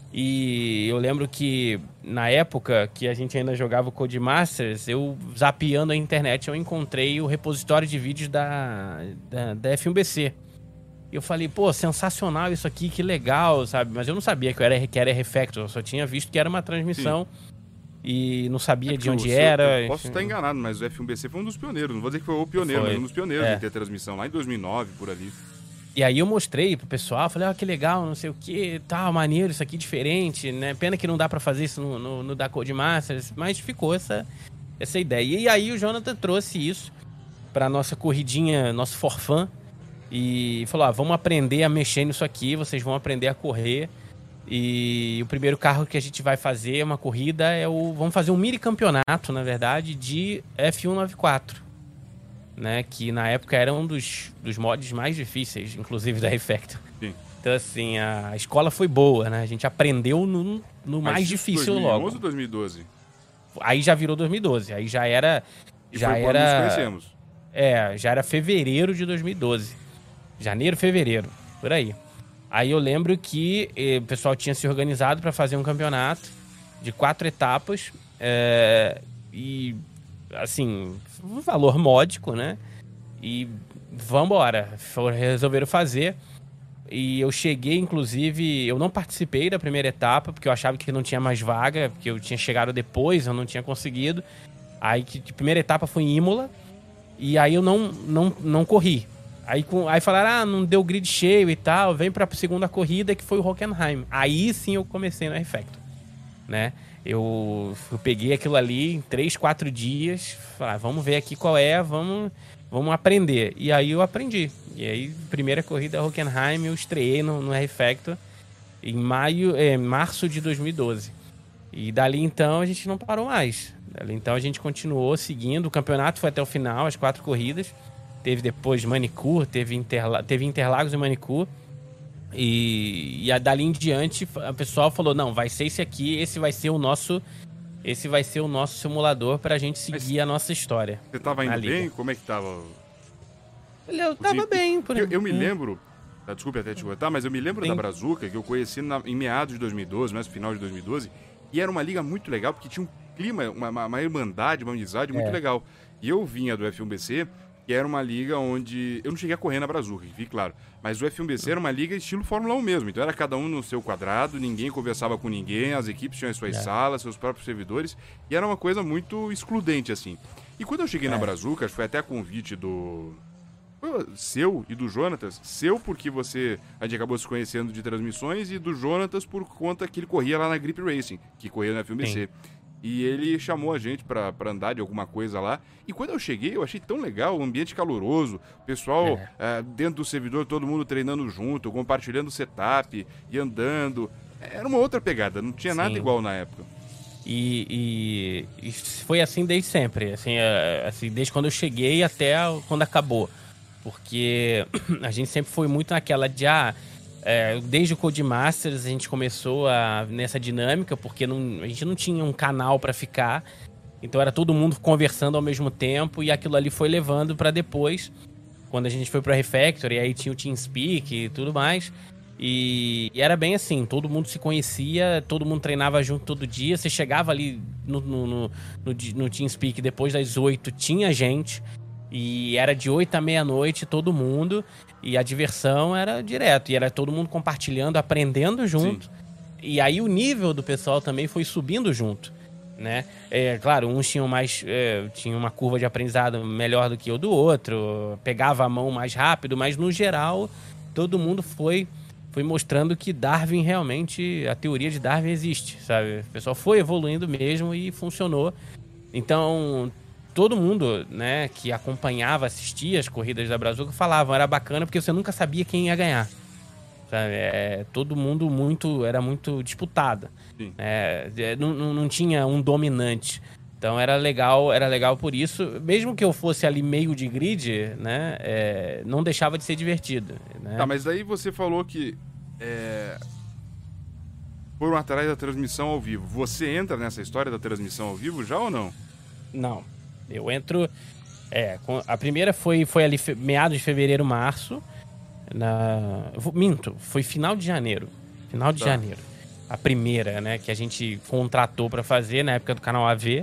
E eu lembro que na época que a gente ainda jogava o Codemasters, eu zapeando a internet, eu encontrei o repositório de vídeos da, da, da F um B C. E eu falei, pô, sensacional isso aqui, que legal, sabe? Mas eu não sabia que era, que era R-Factor, eu só tinha visto que era uma transmissão. Sim. E não sabia é de onde era. Eu posso estar enganado, mas o F um B C foi um dos pioneiros. Não vou dizer que foi o pioneiro, foi. mas um dos pioneiros é. em ter transmissão, lá em dois mil e nove, por ali. E aí eu mostrei pro pessoal, falei, ah, que legal, não sei o que, tal, maneiro, isso aqui diferente, né? Pena que não dá pra fazer isso no, no, no da Codemasters, mas ficou essa, essa ideia. E aí o Jonathan trouxe isso pra nossa corridinha, nosso forfã, e falou, ah, vamos aprender a mexer nisso aqui, vocês vão aprender a correr. E o primeiro carro que a gente vai fazer, uma corrida, é o... Vamos fazer um mini campeonato, na verdade, de F cento e noventa e quatro. Né, que na época era um dos, dos mods mais difíceis, inclusive da R-Factor. Então, assim, a escola foi boa, né? A gente aprendeu no, no mais difícil logo. dois mil e onze ou dois mil e doze? Aí já virou dois mil e doze. Aí já era... E já foi era, quando nos conhecemos. É, já era fevereiro de dois mil e doze. Janeiro, fevereiro, por aí. Aí eu lembro que eh, o pessoal tinha se organizado para fazer um campeonato de quatro etapas. É, e... assim, um valor módico, né? E vambora. Resolveram fazer. E eu cheguei, inclusive... Eu não participei da primeira etapa, porque eu achava que não tinha mais vaga, porque eu tinha chegado depois, eu não tinha conseguido. Aí, que a primeira etapa foi em Imola. E aí eu não, não, não corri. Aí, com, aí falaram, ah, não deu grid cheio e tal, vem pra segunda corrida, que foi o Hockenheim. Aí sim eu comecei no R-Factor, né? Eu, eu peguei aquilo ali em três, quatro dias, falei, ah, vamos ver aqui qual é, vamos, vamos aprender. E aí eu aprendi. E aí, primeira corrida Hockenheim, eu estreiei no, no R-Factor em maio, é, março de dois mil e doze. E dali então a gente não parou mais. Dali então a gente continuou seguindo, o campeonato foi até o final, as quatro corridas. Teve depois Manicur, teve, Interla teve Interlagos e Manicur. E, e a, dali em diante, o pessoal falou, não, vai ser esse aqui, esse vai ser o nosso... Esse vai ser o nosso simulador pra gente seguir Mas a nossa história. Você tava indo bem? Como é que tava? Eu tava Porque, bem, por exemplo. Eu, eu me lembro... Tá, desculpe até te cortar, mas eu me lembro Sim. da Brazuca, que eu conheci na, em meados de dois mil e doze, mais no final de dois mil e doze. E era uma liga muito legal, porque tinha um clima, uma, uma, uma irmandade, uma amizade muito é. legal. E eu vinha do F um B C... que era uma liga onde... Eu não cheguei a correr na Brazuca, fique claro. Mas o F um B C era uma liga estilo Fórmula um mesmo. Então era cada um no seu quadrado, ninguém conversava com ninguém, as equipes tinham as suas é. salas, seus próprios servidores. E era uma coisa muito excludente, assim. E quando eu cheguei é. na Brazuca, foi até a convite do... seu e do Jonatas. Seu porque você... A gente acabou se conhecendo de transmissões, e do Jonatas por conta que ele corria lá na Grip Racing, que corria no F um B C. Sim. E ele chamou a gente pra, pra andar de alguma coisa lá. E quando eu cheguei, eu achei tão legal, o ambiente caloroso, o pessoal É. eh, dentro do servidor, todo mundo treinando junto, compartilhando o setup e andando. Era uma outra pegada, não tinha nada Sim. igual na época. E, e, e foi assim desde sempre, assim, é, assim, desde quando eu cheguei até quando acabou. Porque a gente sempre foi muito naquela de, ah, é, desde o Codemasters a gente começou a, nessa dinâmica, porque não, a gente não tinha um canal pra ficar, então era todo mundo conversando ao mesmo tempo, e aquilo ali foi levando pra depois, quando a gente foi pra Refactory, aí tinha o TeamSpeak e tudo mais. E, e era bem assim, todo mundo se conhecia, todo mundo treinava junto todo dia. Você chegava ali no, no, no, no, no TeamSpeak depois das oito, tinha gente. E era de oito à meia-noite, todo mundo. E a diversão era direto. E era todo mundo compartilhando, aprendendo junto. Sim. E aí o nível do pessoal também foi subindo junto, né? É, claro, uns tinham mais... É, tinham uma curva de aprendizado melhor do que o do outro. Pegava a mão mais rápido, mas no geral, todo mundo foi... foi mostrando que Darwin realmente, a teoria de Darwin existe, sabe? O pessoal foi evoluindo mesmo e funcionou. Então, todo mundo, né, que acompanhava, assistia as corridas da Brazuca, falavam, era bacana porque você nunca sabia quem ia ganhar. Sabe? É, todo mundo muito, era muito disputado. É, não, não tinha um dominante. Então era legal, era legal por isso. Mesmo que eu fosse ali meio de grid, né? É, não deixava de ser divertido. Né? Tá, mas daí você falou que é, foram atrás da transmissão ao vivo. Você entra nessa história da transmissão ao vivo já ou não? Não. Eu entro... É, a primeira foi, foi ali meados de fevereiro, março. Na, minto, foi final de janeiro. Final de tá. janeiro. A primeira, né? Que a gente contratou pra fazer na época do canal A V.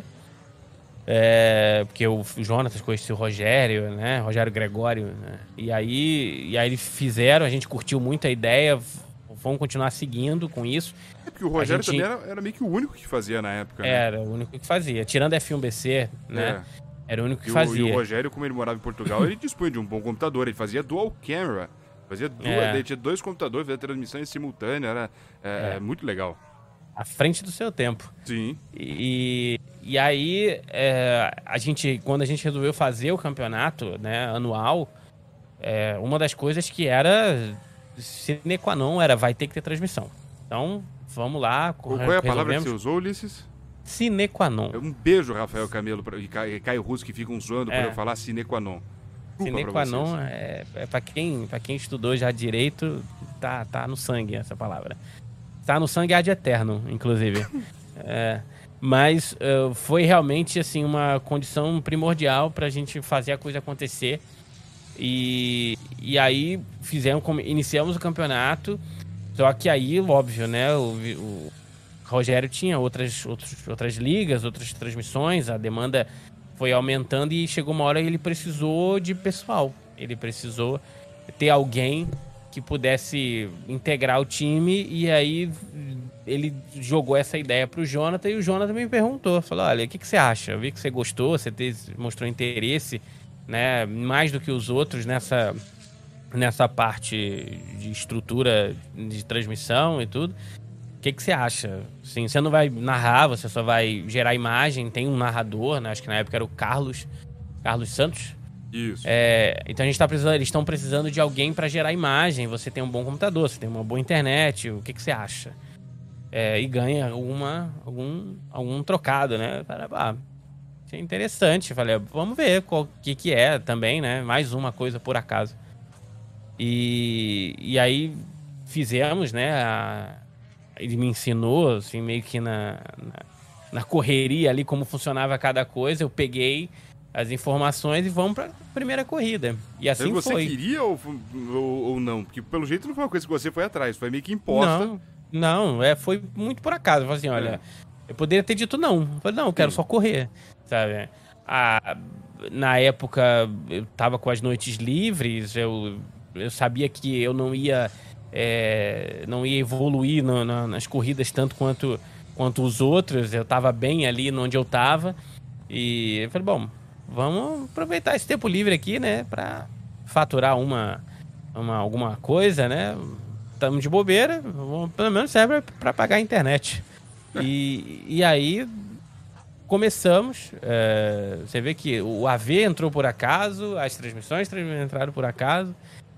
É, porque o Jonatas conhecia o Rogério, né? Rogério Gregório, né? E aí, e aí eles fizeram, a gente curtiu muito a ideia, vamos continuar seguindo com isso. É porque o Rogério gente... também era, era meio que o único que fazia na época, né? Era o único que fazia. Tirando F um B C, né? É. Era o único que e fazia. O, e o Rogério, como ele morava em Portugal, ele dispunha de um bom computador, ele fazia dual camera. Fazia duas, é. Ele tinha dois computadores, fazia transmissão em simultânea, era é, é. muito legal. À frente do seu tempo. Sim. E, e aí, é, a gente, quando a gente resolveu fazer o campeonato, né, anual, é, uma das coisas que era sine qua non era vai ter que ter transmissão. Então, vamos lá. Qual é a palavra que você usou, Ulisses? Sine qua non. Um beijo, Rafael Camelo e Caio Russo, que ficam zoando é. por eu falar sine qua non. Sine qua non é, é para quem, pra quem estudou já direito, tá, tá no sangue essa palavra. Tá no sangue ad eterno, inclusive. é, mas uh, foi realmente assim, uma condição primordial pra gente fazer a coisa acontecer. E, e aí fizemos, iniciamos o campeonato. Só que aí, óbvio, né? O, o Rogério tinha outras, outros, outras ligas, outras transmissões, a demanda foi aumentando e chegou uma hora que ele precisou de pessoal. Ele precisou ter alguém que pudesse integrar o time, e aí ele jogou essa ideia pro Jonathan, e o Jonathan me perguntou, falou, olha, o que, que você acha? Eu vi que você gostou, você te, mostrou interesse, né, mais do que os outros nessa, nessa parte de estrutura de transmissão e tudo. O que, que você acha? Assim, você não vai narrar, você só vai gerar imagem, tem um narrador, né, acho que na época era o Carlos, Carlos Santos. Isso. É, então a gente tá precisando, eles estão precisando de alguém para gerar imagem. Você tem um bom computador, você tem uma boa internet, o que, que você acha? É, e ganha alguma, algum, algum trocado, né? Ah, achei interessante. Falei, vamos ver o que, que é também, né? Mais uma coisa por acaso. E, e aí fizemos, né? A, ele me ensinou, assim, meio que na, na, na correria ali como funcionava cada coisa. Eu peguei as informações e vamos pra primeira corrida. E assim você foi. Você queria ou, ou, ou não? Porque pelo jeito não foi uma coisa que você foi atrás, foi meio que imposta. Não, não é, foi muito por acaso. Eu falei assim, olha, é. eu poderia ter dito não. Eu falei, não, eu quero Sim. só correr, sabe? A, na época, eu tava com as noites livres, eu, eu sabia que eu não ia, é, não ia evoluir no, no, nas corridas tanto quanto, quanto os outros. Eu tava bem ali onde eu tava. E eu falei, bom, vamos aproveitar esse tempo livre aqui, né? Pra faturar uma, uma, alguma coisa, né? Estamos de bobeira, vamos, pelo menos serve pra pagar a internet. E, e aí começamos, é, você vê que o A V entrou por acaso, as transmissões entraram por acaso,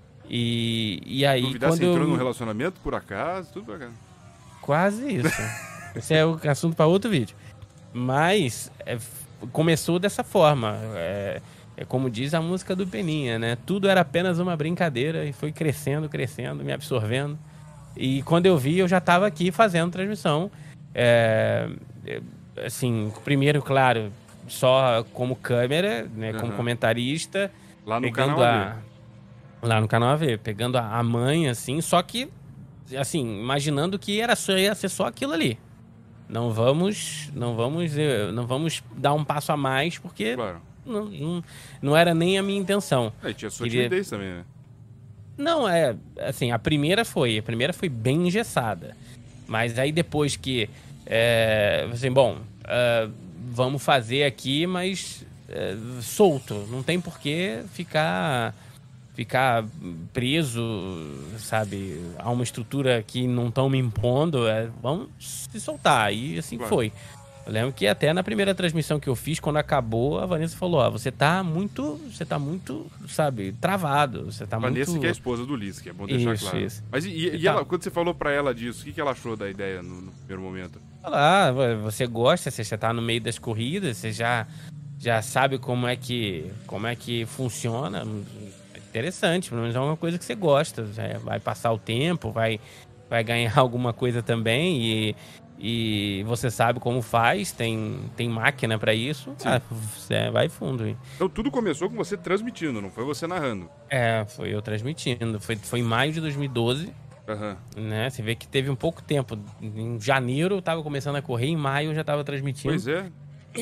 e, e aí Duvidar quando se entrou eu... num relacionamento por acaso, tudo por acaso. Quase isso. Esse é o assunto para outro vídeo. Mas é, começou dessa forma, é, é como diz a música do Peninha, né? Tudo era apenas uma brincadeira e foi crescendo, crescendo, me absorvendo. E quando eu vi, eu já estava aqui fazendo transmissão. É, assim, primeiro, claro, só como câmera, né, como Uhum. comentarista. Lá no pegando canal a, A V. Lá no canal A V, pegando a, a mãe, assim, só que, assim, imaginando que era só, ia ser só aquilo ali. Não vamos, não vamos, não vamos dar um passo a mais, porque Claro. não, não, não era nem a minha intenção. É, tinha sua Queria- timidez também, né? Não, é, assim, a primeira foi, a primeira foi bem engessada. Mas aí depois que, é, assim, bom, é, vamos fazer aqui, mas é, solto. Não tem por que ficar, ficar preso, sabe, a uma estrutura que não estão me impondo. É, vamos se soltar. E assim Claro. foi. Eu lembro que até na primeira transmissão que eu fiz, quando acabou, a Vanessa falou, ó, você tá muito, você tá muito, sabe, travado, você tá Vanessa, muito... que é a esposa do Liz, que é bom deixar Isso, claro. isso. Mas e, e Então. ela, quando você falou pra ela disso, o que, que ela achou da ideia no, no primeiro momento? Ah, você gosta, você já tá no meio das corridas, você já, já sabe como é que, como é que funciona. É interessante, pelo menos é uma coisa que você gosta. Já vai passar o tempo, vai, vai ganhar alguma coisa também e, e você sabe como faz, tem, tem máquina pra isso. Ah, você vai fundo. hein? Então tudo começou com você transmitindo, não foi você narrando. É, foi eu transmitindo. Foi, foi em maio de dois mil e doze. Aham. Né? Você vê que teve um pouco tempo. Em janeiro eu tava começando a correr, em maio eu já tava transmitindo. Pois é.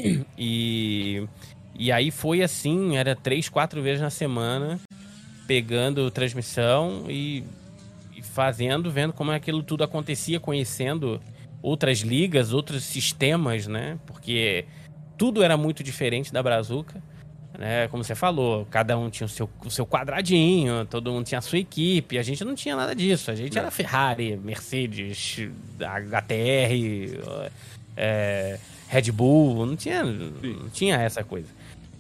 E, e aí foi assim, era três, quatro vezes na semana, pegando transmissão e, e fazendo, vendo como aquilo tudo acontecia, conhecendo outras ligas, outros sistemas, né? Porque tudo era muito diferente da Brazuca. Né? Como você falou, cada um tinha o seu, o seu quadradinho, todo mundo tinha a sua equipe, a gente não tinha nada disso, a gente É. era Ferrari, Mercedes, H T R, é, Red Bull, não tinha, não tinha essa coisa.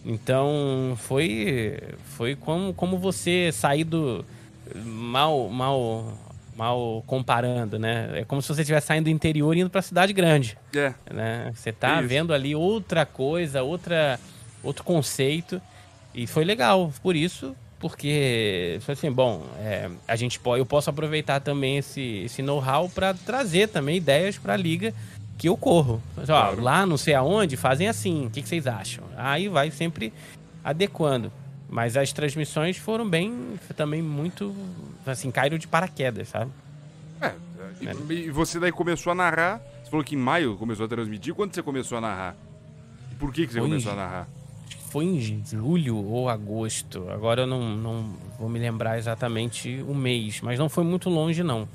Então foi, foi como, como você sair do mal, mal, mal comparando, né? É como se você estivesse saindo do interior e indo para a cidade grande. É. Né? Você tá É isso. vendo ali outra coisa, outra, outro conceito. E foi legal, por isso, porque foi assim, bom, é, a gente pode, eu posso aproveitar também esse, esse know-how para trazer também ideias para a liga que eu corro. Ó, Claro. Lá não sei aonde, fazem assim, o que, que vocês acham? Aí vai sempre adequando. Mas as transmissões foram bem, também muito, assim, caíram de paraquedas, sabe? É. E, e você daí começou a narrar. Você falou que em maio começou a transmitir. Quando você começou a narrar? E por que, que você Foi em começou a ju- narrar? Foi em julho ou agosto. Agora eu não, não vou me lembrar exatamente o mês, mas não foi muito longe, não.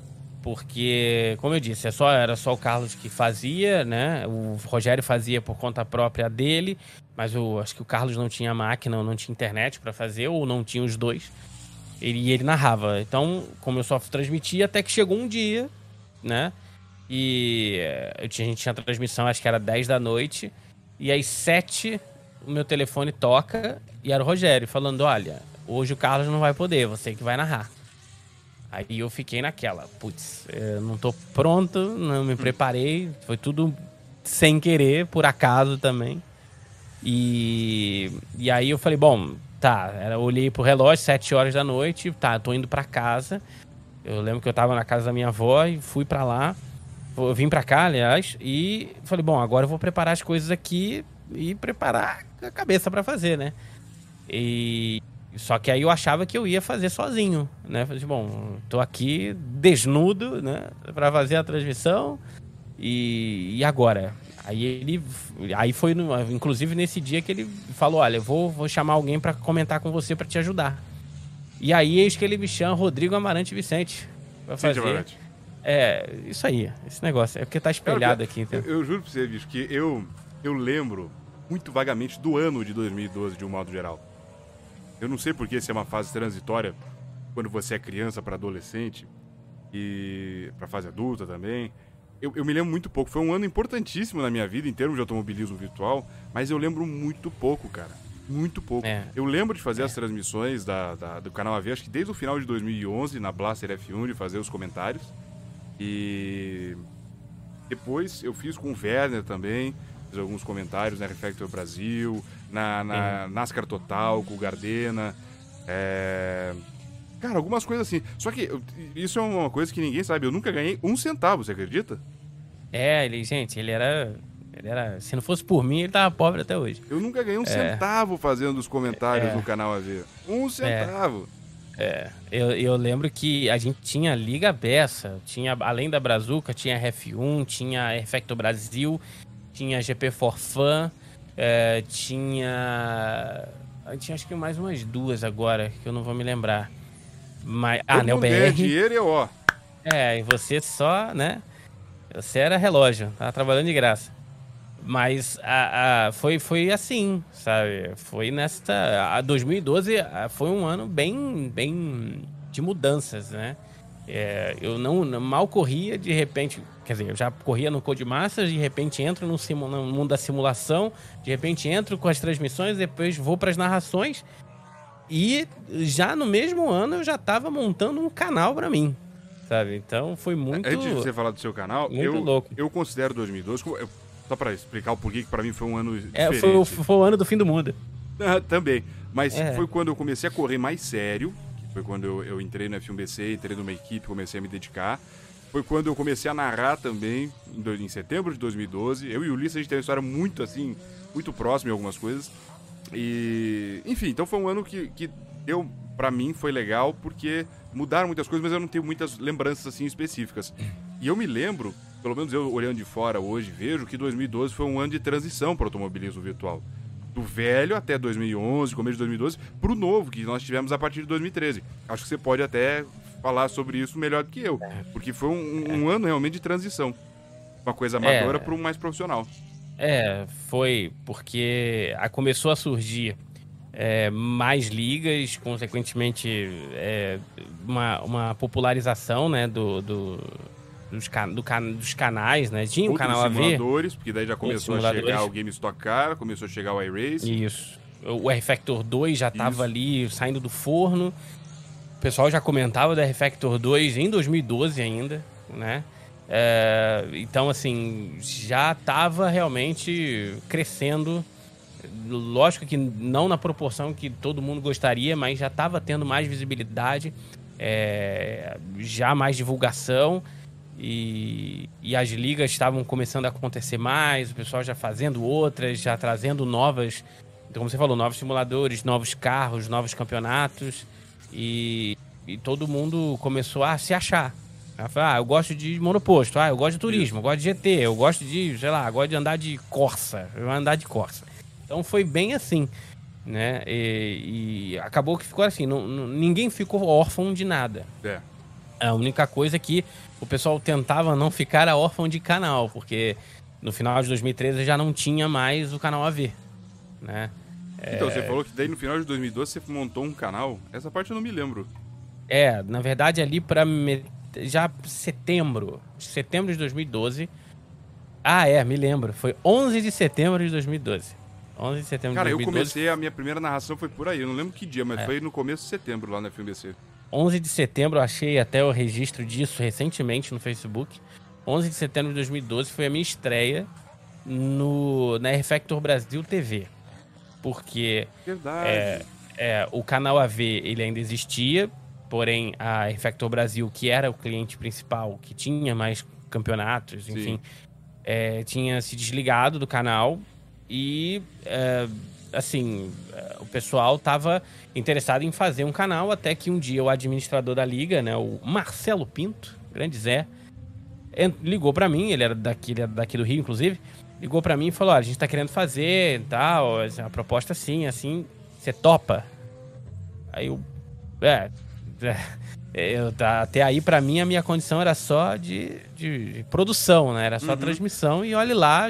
Porque, como eu disse, é só, era só o Carlos que fazia, né? O Rogério fazia por conta própria dele, mas eu acho que o Carlos não tinha máquina, ou não tinha internet para fazer, ou não tinha os dois. Ele, e ele narrava. Então, como eu só transmitia, até que chegou um dia, né? E eh, eu tinha, a gente tinha transmissão, acho que era dez da noite, e às sete o meu telefone toca e era o Rogério falando: olha, hoje o Carlos não vai poder, você que vai narrar. Aí eu fiquei naquela, putz, eu não tô pronto, não me preparei, foi tudo sem querer, por acaso também. E, e aí eu falei, bom, tá, eu olhei pro relógio, sete horas da noite, tá, tô indo pra casa. Eu lembro que eu tava na casa da minha avó e fui pra lá, eu vim pra cá, aliás, e falei, bom, agora eu vou preparar as coisas aqui e preparar a cabeça pra fazer, né? E... Só que aí eu achava que eu ia fazer sozinho, né? Falei, bom, tô aqui desnudo, né? Pra fazer a transmissão. E, e agora? Aí ele... Aí foi, no, inclusive, nesse dia que ele falou, olha, eu vou, vou chamar alguém pra comentar com você pra te ajudar. E aí, eis que ele me chama Rodrigo Amarante Vicente pra Cíntia fazer... Amarante. É, isso aí, esse negócio. É porque tá espelhado aqui, Eu, entendeu? eu juro pra você, bicho, que eu, eu lembro muito vagamente do ano de dois mil e doze, de um modo geral. Eu não sei porque se é uma fase transitória quando você é criança para adolescente e para fase adulta também. eu, eu me lembro muito pouco. Foi um ano importantíssimo na minha vida, em termos de automobilismo virtual, mas eu lembro muito pouco, cara. Muito pouco. É. Eu lembro de fazer é. as transmissões da, da, do canal A V, acho que desde o final de dois mil e onze, na Blaster F um, de fazer os comentários. E depois eu fiz com o Werner também, fiz alguns comentários na Refactor Brasil, na, na NASCAR Total, com o Gardena. É... Cara, algumas coisas assim. Só que isso é uma coisa que ninguém sabe. Eu nunca ganhei um centavo, você acredita? É, ele, gente, ele era... Ele era, se não fosse por mim, ele tava pobre até hoje. Eu nunca ganhei um é. centavo fazendo os comentários é. no canal A V. Um centavo. É, é. Eu, eu lembro que a gente tinha Liga Bessa, tinha, além da Brazuca, tinha R F um, tinha Refactor Brasil, tinha G P for Fun, é, tinha... A gente tinha acho que mais umas duas agora, que eu não vou me lembrar. Mas, ah, Neo B R. Dinheiro e ó. É, e você só, né? Você era relógio, tava trabalhando de graça. Mas a, a, foi, foi assim, sabe? Foi nesta... A dois mil e doze foi um ano bem, bem de mudanças, né? É, eu não, mal corria, de repente... Quer dizer, eu já corria no Codemasters, de repente entro no, simu, no mundo da simulação, de repente entro com as transmissões, depois vou para as narrações. E já no mesmo ano eu já estava montando um canal para mim, sabe? Então foi muito... Antes de você falar do seu canal, muito eu, louco. eu considero dois mil e doze... Eu, só para explicar o porquê que para mim foi um ano é, diferente. Foi o, foi o ano do fim do mundo. Ah, também. Mas é. foi quando eu comecei a correr mais sério, que foi quando eu, eu entrei no F um B C, entrei numa equipe, comecei a me dedicar. Foi quando eu comecei a narrar também, em, em setembro de dois mil e doze. Eu e o Ulisses, a gente tem uma história muito, assim, muito próxima em algumas coisas. E, enfim, então foi um ano que, que deu, pra mim, foi legal, porque mudaram muitas coisas, mas eu não tenho muitas lembranças, assim, específicas. E eu me lembro, pelo menos eu olhando de fora hoje, vejo que dois mil e doze foi um ano de transição para o automobilismo virtual. Do velho até dois mil e onze, começo de dois mil e doze, pro novo, que nós tivemos a partir de dois mil e treze. Acho que você pode até falar sobre isso melhor do que eu, porque foi um, um ano realmente de transição. Uma coisa amadora é, para um mais profissional. É, foi porque a, começou a surgir é, mais ligas, consequentemente é, uma, uma popularização, né, do... do... Dos, can, do can, dos canais, né? Tinha o um canal A V. simuladores, porque daí já começou a chegar o Game Stock Car, começou a chegar o iRacing. Isso. O R-Factor dois já estava ali saindo do forno. O pessoal já comentava da R-Factor dois em dois mil e doze ainda, né? É, então, assim, já estava realmente crescendo. Lógico que não na proporção que todo mundo gostaria, mas já estava tendo mais visibilidade, é, já mais divulgação. E, e as ligas estavam começando a acontecer mais, o pessoal já fazendo outras, já trazendo novas, então, como você falou, novos simuladores, novos carros, novos campeonatos, e, e todo mundo começou a se achar. A falar, ah, eu gosto de monoposto, ah, eu gosto de turismo, eu gosto de G T, eu gosto de, sei lá, eu gosto de andar de Corsa, eu vou andar de Corsa. Então foi bem assim, né? E, e acabou que ficou assim, não, não, ninguém ficou órfão de nada. É. A única coisa é que o pessoal tentava não ficar órfão de canal, porque no final de dois mil e treze já não tinha mais o canal A V, né? Então, é... você falou que daí no final de dois mil e doze você montou um canal. Essa parte eu não me lembro. É, na verdade ali pra me... já setembro, setembro de dois mil e doze. Ah, é, me lembro. Foi onze de setembro de dois mil e doze. onze de setembro Cara, de dois mil e doze. Cara, eu comecei, a minha primeira narração foi por aí. Eu não lembro que dia, mas é. foi no começo de setembro lá na F um B C. onze de setembro, eu achei até o registro disso recentemente no Facebook. onze de setembro de dois mil e doze foi a minha estreia no, na R-Factor Brasil T V. Porque Verdade. É, é, o canal A V ele ainda existia, porém a R-Factor Brasil, que era o cliente principal, que tinha mais campeonatos, enfim, é, tinha se desligado do canal e... É, assim, o pessoal estava interessado em fazer um canal, até que um dia o administrador da liga, né, o Marcelo Pinto, grande Zé, ligou para mim, ele era daqui, ele era daqui do Rio, inclusive, ligou para mim e falou, ó, a gente tá querendo fazer, tal, a proposta assim, assim, você topa? Aí eu, é, eu, até aí para mim a minha condição era só de, de, de produção, né, era só uhum. transmissão e olhe lá,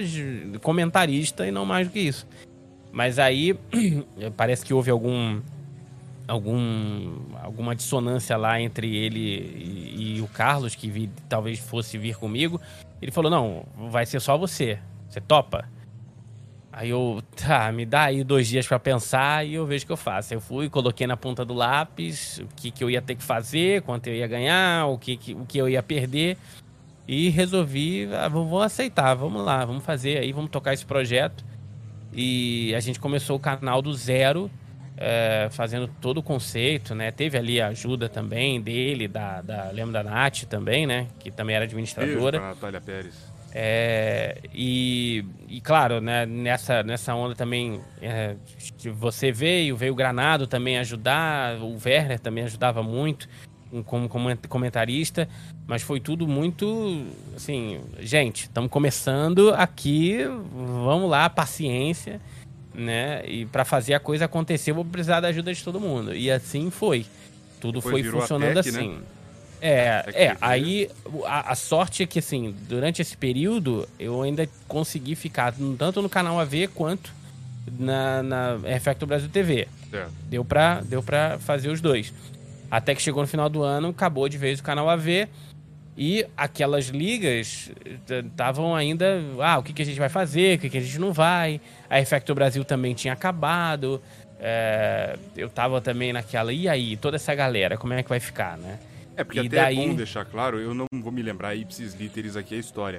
comentarista e não mais do que isso. Mas aí, parece que houve algum, algum, alguma dissonância lá entre ele e, e o Carlos, que vi, talvez fosse vir comigo. Ele falou, não, vai ser só você. Você topa? Aí eu, tá, me dá aí dois dias pra pensar e eu vejo o que eu faço. Eu fui, coloquei na ponta do lápis o que, que eu ia ter que fazer, quanto eu ia ganhar, o que, que, o que eu ia perder. E resolvi, ah, vou aceitar, vamos lá, vamos fazer aí, vamos tocar esse projeto. E a gente começou o canal do zero, é, fazendo todo o conceito, né? Teve ali a ajuda também dele, da, da lembro da Nath também, né? Que também era administradora. Beijo pra Natália Pérez. É, e, e claro, né, nessa, nessa onda também, é, você veio, veio o Granado também ajudar, o Werner também ajudava muito como comentarista, mas foi tudo muito, assim, gente, estamos começando aqui, vamos lá, paciência, né, e para fazer a coisa acontecer eu vou precisar da ajuda de todo mundo, e assim foi, tudo Depois foi funcionando Tech, assim. Né? É, é, aí a, a sorte é que, assim, durante esse período, eu ainda consegui ficar tanto no canal A V quanto na, na Effecto Brasil T V. É. Deu pra, deu pra fazer os dois. Até que chegou no final do ano, acabou de vez o canal A V e aquelas ligas estavam ainda, ah, o que, que a gente vai fazer, o que, que a gente não vai. A Effecto Brasil também tinha acabado. É, eu tava também naquela, e aí, toda essa galera, como é que vai ficar, né? É, porque e até daí... é bom deixar claro, eu não vou me lembrar ipsis literis aqui a história,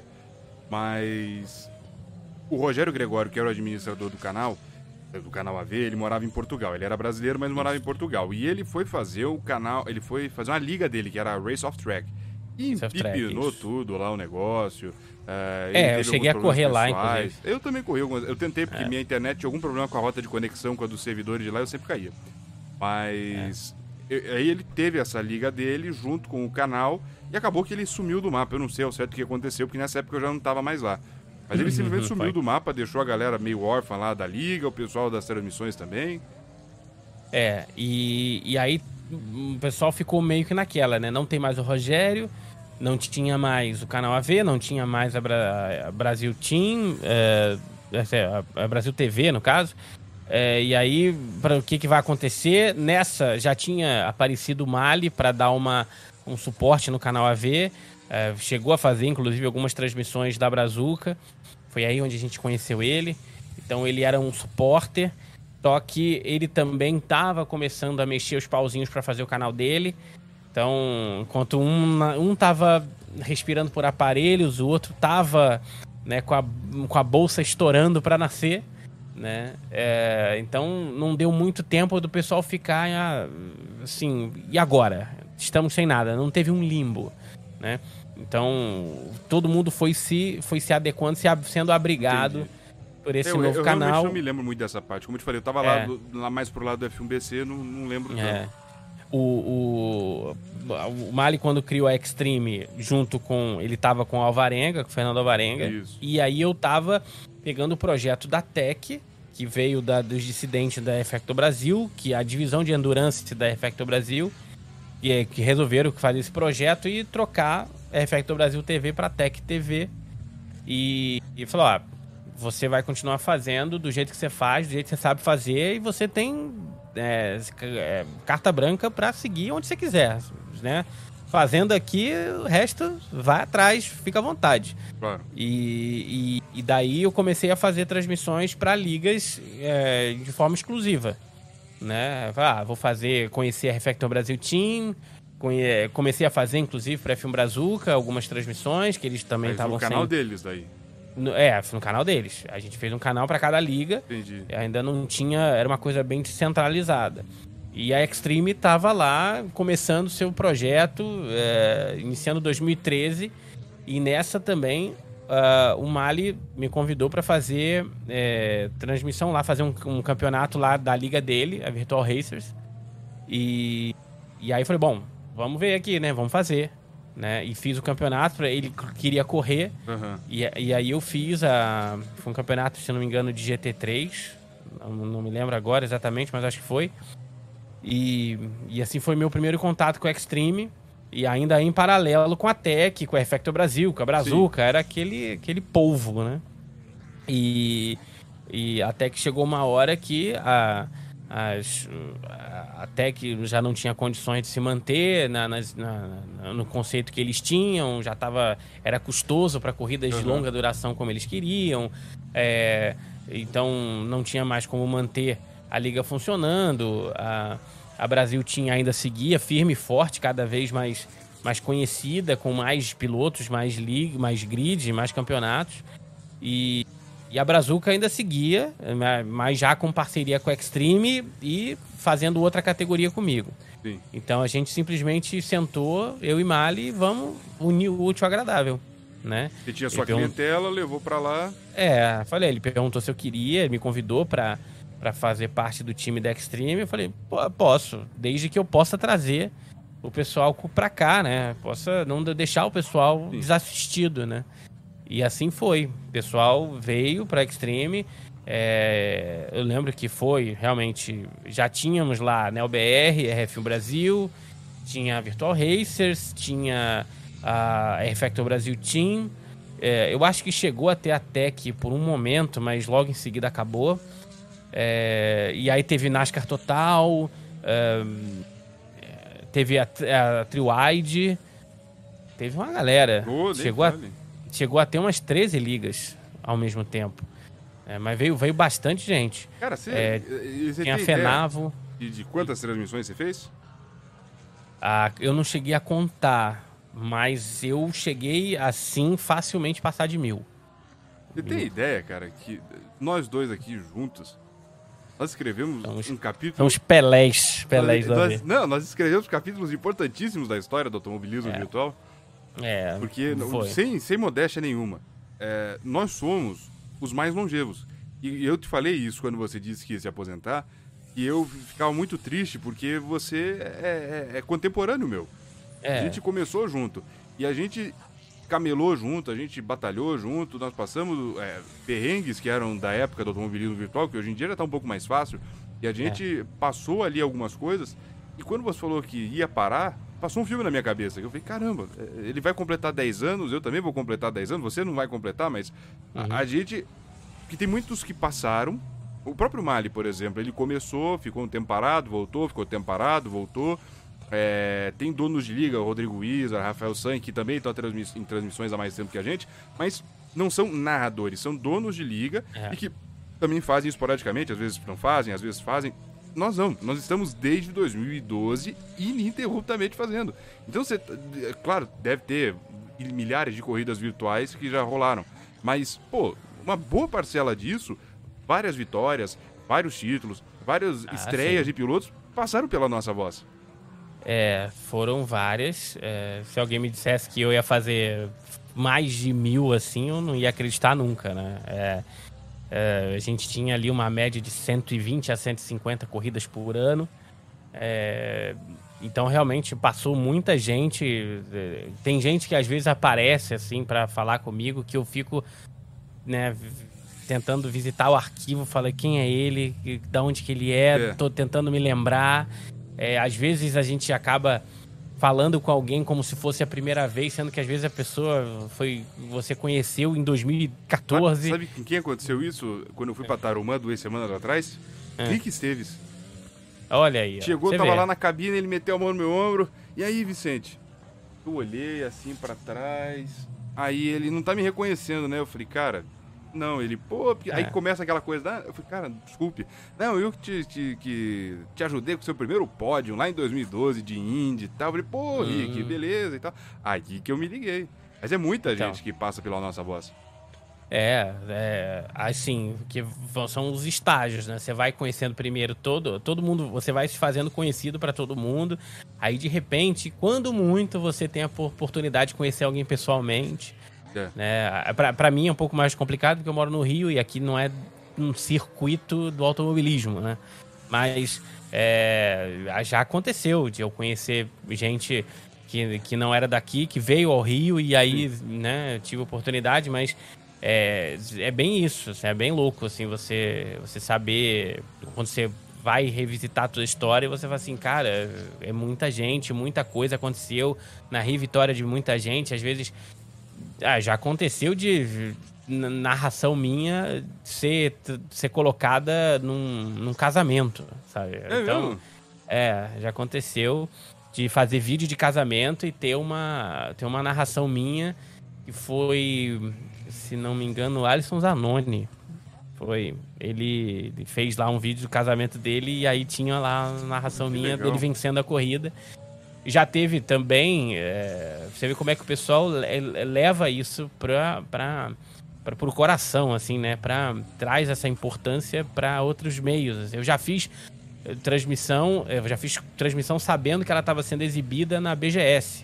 mas o Rogério Gregório, que era o administrador do canal, do canal A V, ele morava em Portugal. Ele era brasileiro, mas morava em Portugal. E ele foi fazer o canal, ele foi fazer uma liga dele, que era a Race of Track. E empipinou tudo lá o negócio. Uh, é, eu cheguei a correr lá, pessoais. inclusive. Eu também corri algumas. Eu tentei, porque é. minha internet tinha algum problema com a rota de conexão, com a dos servidores de lá, eu sempre caía. Mas... É. Aí ele teve essa liga dele junto com o canal e acabou que ele sumiu do mapa. Eu não sei ao certo o que aconteceu, porque nessa época eu já não tava mais lá. Mas ele simplesmente sumiu do mapa, deixou a galera meio órfã lá da liga, o pessoal das transmissões também. É, e, e aí o pessoal ficou meio que naquela, né? Não tem mais o Rogério, não tinha mais o canal A V, não tinha mais a, Bra a Brasil Team, é, a, a Brasil T V, no caso. É, e aí, para o que, que vai acontecer? Nessa já tinha aparecido o Mali para dar uma, um suporte no canal A V. É, chegou a fazer, inclusive, algumas transmissões da Brazuca. Foi aí onde a gente conheceu ele. Então, ele era um supporter. Só que ele também estava começando a mexer os pauzinhos para fazer o canal dele. Então, enquanto um, um tava respirando por aparelhos, o outro tava, né, com, a, com a bolsa estourando para nascer. Né? É, então não deu muito tempo do pessoal ficar assim, e agora? Estamos sem nada, não teve um limbo, né? Então todo mundo foi se, foi se adequando, se, sendo abrigado. Entendi. Por esse eu, novo eu canal. Eu realmente não me lembro muito dessa parte. Como eu te falei, eu tava é. lá, lá mais pro lado do F um B C, não, não lembro tanto. É. O, o, o Mali, quando criou a Extreme, junto com... Ele tava com o Alvarenga, com o Fernando Alvarenga. Isso. E aí eu tava pegando o projeto da Tech, que veio da, dos dissidentes da Effecto Brasil, que é a divisão de Endurance da Effecto Brasil, que, é, que resolveram fazer esse projeto e trocar a Effecto Brasil T V para Tech T V. E, e falou, ah, você vai continuar fazendo do jeito que você faz, do jeito que você sabe fazer, e você tem é, é, carta branca para seguir onde você quiser, né? Fazendo aqui, o resto vai atrás, fica à vontade. Claro. E, e, e daí eu comecei a fazer transmissões para ligas é, de forma exclusiva, né? Ah, vou fazer, conhecer a Refactor Brasil Team, conhe, comecei a fazer, inclusive, para F um Brazuca, algumas transmissões, que eles também estavam no canal sem... deles daí. No, é, no canal deles. A gente fez um canal para cada liga. Entendi. Ainda não tinha, era uma coisa bem descentralizada. E a Extreme estava lá, começando seu projeto, é, iniciando dois mil e treze. E nessa também, uh, o Mali me convidou para fazer é, transmissão lá, fazer um, um campeonato lá da liga dele, a Virtual Racers. E, e aí eu falei, bom, vamos ver aqui, né? Vamos fazer. Né? E fiz o campeonato, ele queria correr. Uhum. E, e aí eu fiz a, foi um campeonato, se não me engano, de G T três. Não, não me lembro agora exatamente, mas acho que foi. E, e assim foi meu primeiro contato com a Extreme. E ainda em paralelo com a Tech, com a Effecto Brasil, com a Brazuca. Sim. Era aquele, aquele polvo, né? E, e até que chegou uma hora que a, as, até que já não tinha condições de se manter na, na, na, no conceito que eles tinham, já tava, era custoso para corridas uhum. de longa duração como eles queriam, é, então não tinha mais como manter a liga funcionando. A, a Brasil tinha ainda seguia firme e forte, cada vez mais, mais conhecida, com mais pilotos, mais liga, mais grid, mais campeonatos, e E a Brazuca ainda seguia, mas já com parceria com a Extreme e fazendo outra categoria comigo. Sim. Então a gente simplesmente sentou, eu e Mali, vamos unir o útil ao agradável, né? Você tinha sua clientela, levou pra lá. É, falei, ele perguntou se eu queria, ele me convidou pra, pra fazer parte do time da Extreme. Eu falei, posso, desde que eu possa trazer o pessoal pra cá, né? Possa não deixar o pessoal Sim. desassistido, né? E assim foi. O pessoal veio para Extreme. É, eu lembro que foi realmente. Já tínhamos lá, né, o B R, R F um Brasil, tinha a Virtual Racers, tinha a R Factor Brasil Team. É, eu acho que chegou até a Tech por um momento, mas logo em seguida acabou. É, e aí teve NASCAR Total, é, teve a, a Triwide, teve uma galera. Oh, chegou a. Chegou a ter umas treze ligas ao mesmo tempo. É, mas veio, veio bastante gente. Cara, você, é, você tem a Fenavo. De, de quantas transmissões você fez? Ah, eu não cheguei a contar, mas eu cheguei, assim, facilmente passar de mil. Você mil. Tem ideia, cara, que nós dois aqui juntos, nós escrevemos os, um capítulo... São os Pelés. Pelés nós, nós, não, nós escrevemos capítulos importantíssimos da história do automobilismo é. virtual. É, porque, sem, sem modéstia nenhuma, é, nós somos os mais longevos. E eu te falei isso quando você disse que ia se aposentar, e eu ficava muito triste porque você é, é, é contemporâneo meu. É. A gente começou junto. E a gente camelou junto, a gente batalhou junto, nós passamos é, perrengues que eram da época do automobilismo virtual, que hoje em dia já está um pouco mais fácil, e a gente é. passou ali algumas coisas, e quando você falou que ia parar, passou um filme na minha cabeça, que eu falei, caramba, ele vai completar dez anos, eu também vou completar dez anos, você não vai completar, mas uhum. a, a gente... Porque tem muitos que passaram, o próprio Mali, por exemplo, ele começou, ficou um tempo parado, voltou, ficou um tempo parado, voltou. É, tem donos de liga, o Rodrigo Wizard, Rafael San, que também estão em transmissões há mais tempo que a gente, mas não são narradores, são donos de liga é. e que também fazem esporadicamente, às vezes não fazem, às vezes fazem. Nós não, nós estamos desde dois mil e doze ininterruptamente fazendo. Então, você, claro, deve ter milhares de corridas virtuais que já rolaram, mas, pô, uma boa parcela disso, várias vitórias, vários títulos, várias ah, estreias sim. de pilotos passaram pela nossa voz. É, foram várias. É, se alguém me dissesse que eu ia fazer mais de mil, assim, eu não ia acreditar nunca, né? É, é, a gente tinha ali uma média de cento e vinte a cento e cinquenta corridas por ano. É, então, realmente, passou muita gente. Tem gente que às vezes aparece, assim, para falar comigo, que eu fico, né, tentando visitar o arquivo, falei quem é ele, de onde que ele é, é. tô tentando me lembrar. É, às vezes a gente acaba falando com alguém como se fosse a primeira vez, sendo que às vezes a pessoa foi, você conheceu em dois mil e quatorze. Sabe com quem aconteceu isso? Quando eu fui pra Tarumã duas semanas atrás? É. Rick Esteves. Olha aí. Chegou, tava vê. lá na cabine, ele meteu a mão no meu ombro. E aí, Vicente? Eu olhei assim pra trás. Aí ele não tá me reconhecendo, né? Eu falei, cara... Não, ele, pô, é. aí começa aquela coisa, ah, eu falei, cara, desculpe, não, eu que te, te, que te ajudei com o seu primeiro pódio lá em dois mil e doze de Indy e tal, eu falei, pô, Rick, hum. beleza e tal, aí que eu me liguei, mas é muita então, gente que passa pela nossa voz. É, é, assim, que são os estágios, né, você vai conhecendo primeiro todo, todo mundo, você vai se fazendo conhecido para todo mundo, aí de repente, quando muito, você tem a oportunidade de conhecer alguém pessoalmente. É. Né? Pra, pra mim é um pouco mais complicado porque eu moro no Rio e aqui não é um circuito do automobilismo, né? Mas é, já aconteceu de eu conhecer gente que, que não era daqui, que veio ao Rio e aí, né, tive oportunidade, mas é, é bem isso, é bem louco, assim, você, você saber, quando você vai revisitar toda a história e você fala assim, cara, é muita gente, muita coisa aconteceu, narrei vitória de muita gente, às vezes... Ah, já aconteceu de narração minha ser, ser colocada num, num casamento, sabe? É então, mesmo? é, já aconteceu de fazer vídeo de casamento e ter uma, ter uma narração minha que foi, se não me engano, o Alisson Zanoni. Foi. Ele fez lá um vídeo do casamento dele e aí tinha lá a narração Que minha legal. dele vencendo a corrida. Já teve também, é, você vê como é que o pessoal le- leva isso para para pro coração, assim, né? Pra, traz essa importância para outros meios. Eu já fiz eh, transmissão, eu já fiz transmissão sabendo que ela estava sendo exibida na B G S.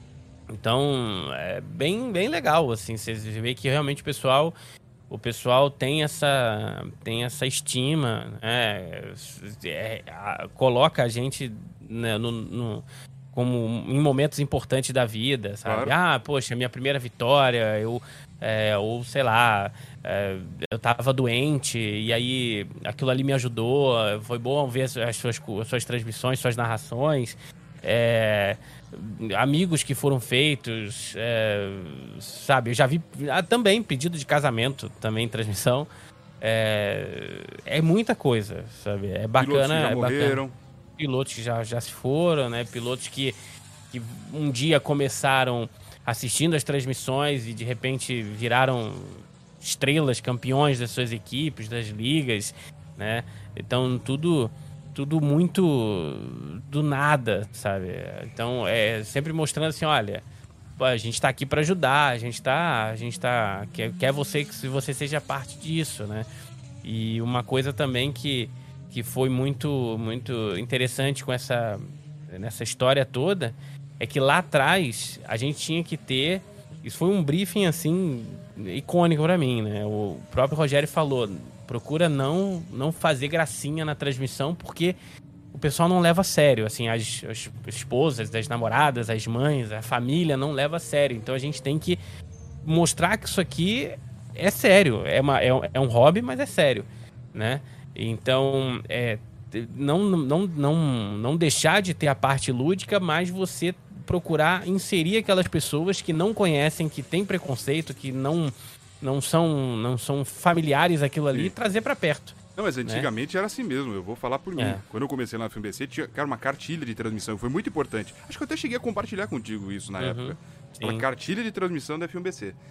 Então, é bem, bem legal, assim, você vê que realmente o pessoal, o pessoal tem essa, tem essa estima, né? É, a- coloca a gente, né, no, no- como em momentos importantes da vida, sabe? Claro. Ah, poxa, minha primeira vitória, eu, é, ou sei lá, é, eu tava doente e aí aquilo ali me ajudou, foi bom ver as, as suas, as suas transmissões, suas narrações, é, amigos que foram feitos, é, sabe? Eu já vi ah, também pedido de casamento, também em transmissão. É, é muita coisa, sabe? É Pilotos bacana. que já é bacana. morreram. Pilotos que já, já se foram, né? Pilotos que, que um dia começaram assistindo as transmissões e de repente viraram estrelas, campeões das suas equipes, das ligas, né? Então, tudo, tudo muito do nada, sabe? Então, é sempre mostrando assim, olha, pô, a gente tá aqui para ajudar, a gente tá, a gente tá, quer, quer você que você seja parte disso, né? E uma coisa também que que foi muito, muito interessante com essa, nessa história toda, é que lá atrás a gente tinha que ter... Isso foi um briefing, assim, icônico pra mim, né? O próprio Rogério falou, procura não, não fazer gracinha na transmissão, porque o pessoal não leva a sério, assim, as, as esposas, as namoradas, as mães, a família não leva a sério. Então a gente tem que mostrar que isso aqui é sério, é, uma, é, um, é um hobby, mas é sério, né? Então, é, não, não, não, não deixar de ter a parte lúdica, mas você procurar inserir aquelas pessoas que não conhecem, que têm preconceito, que não, não, são, não são familiares aquilo ali, Sim. e trazer para perto. Não, mas antigamente era assim mesmo, eu vou falar por mim. É. Quando eu comecei na F M B C, tinha cara, uma cartilha de transmissão, foi muito importante. Acho que eu até cheguei a compartilhar contigo isso na Uhum, época. sim. Uma cartilha de transmissão da F M B C.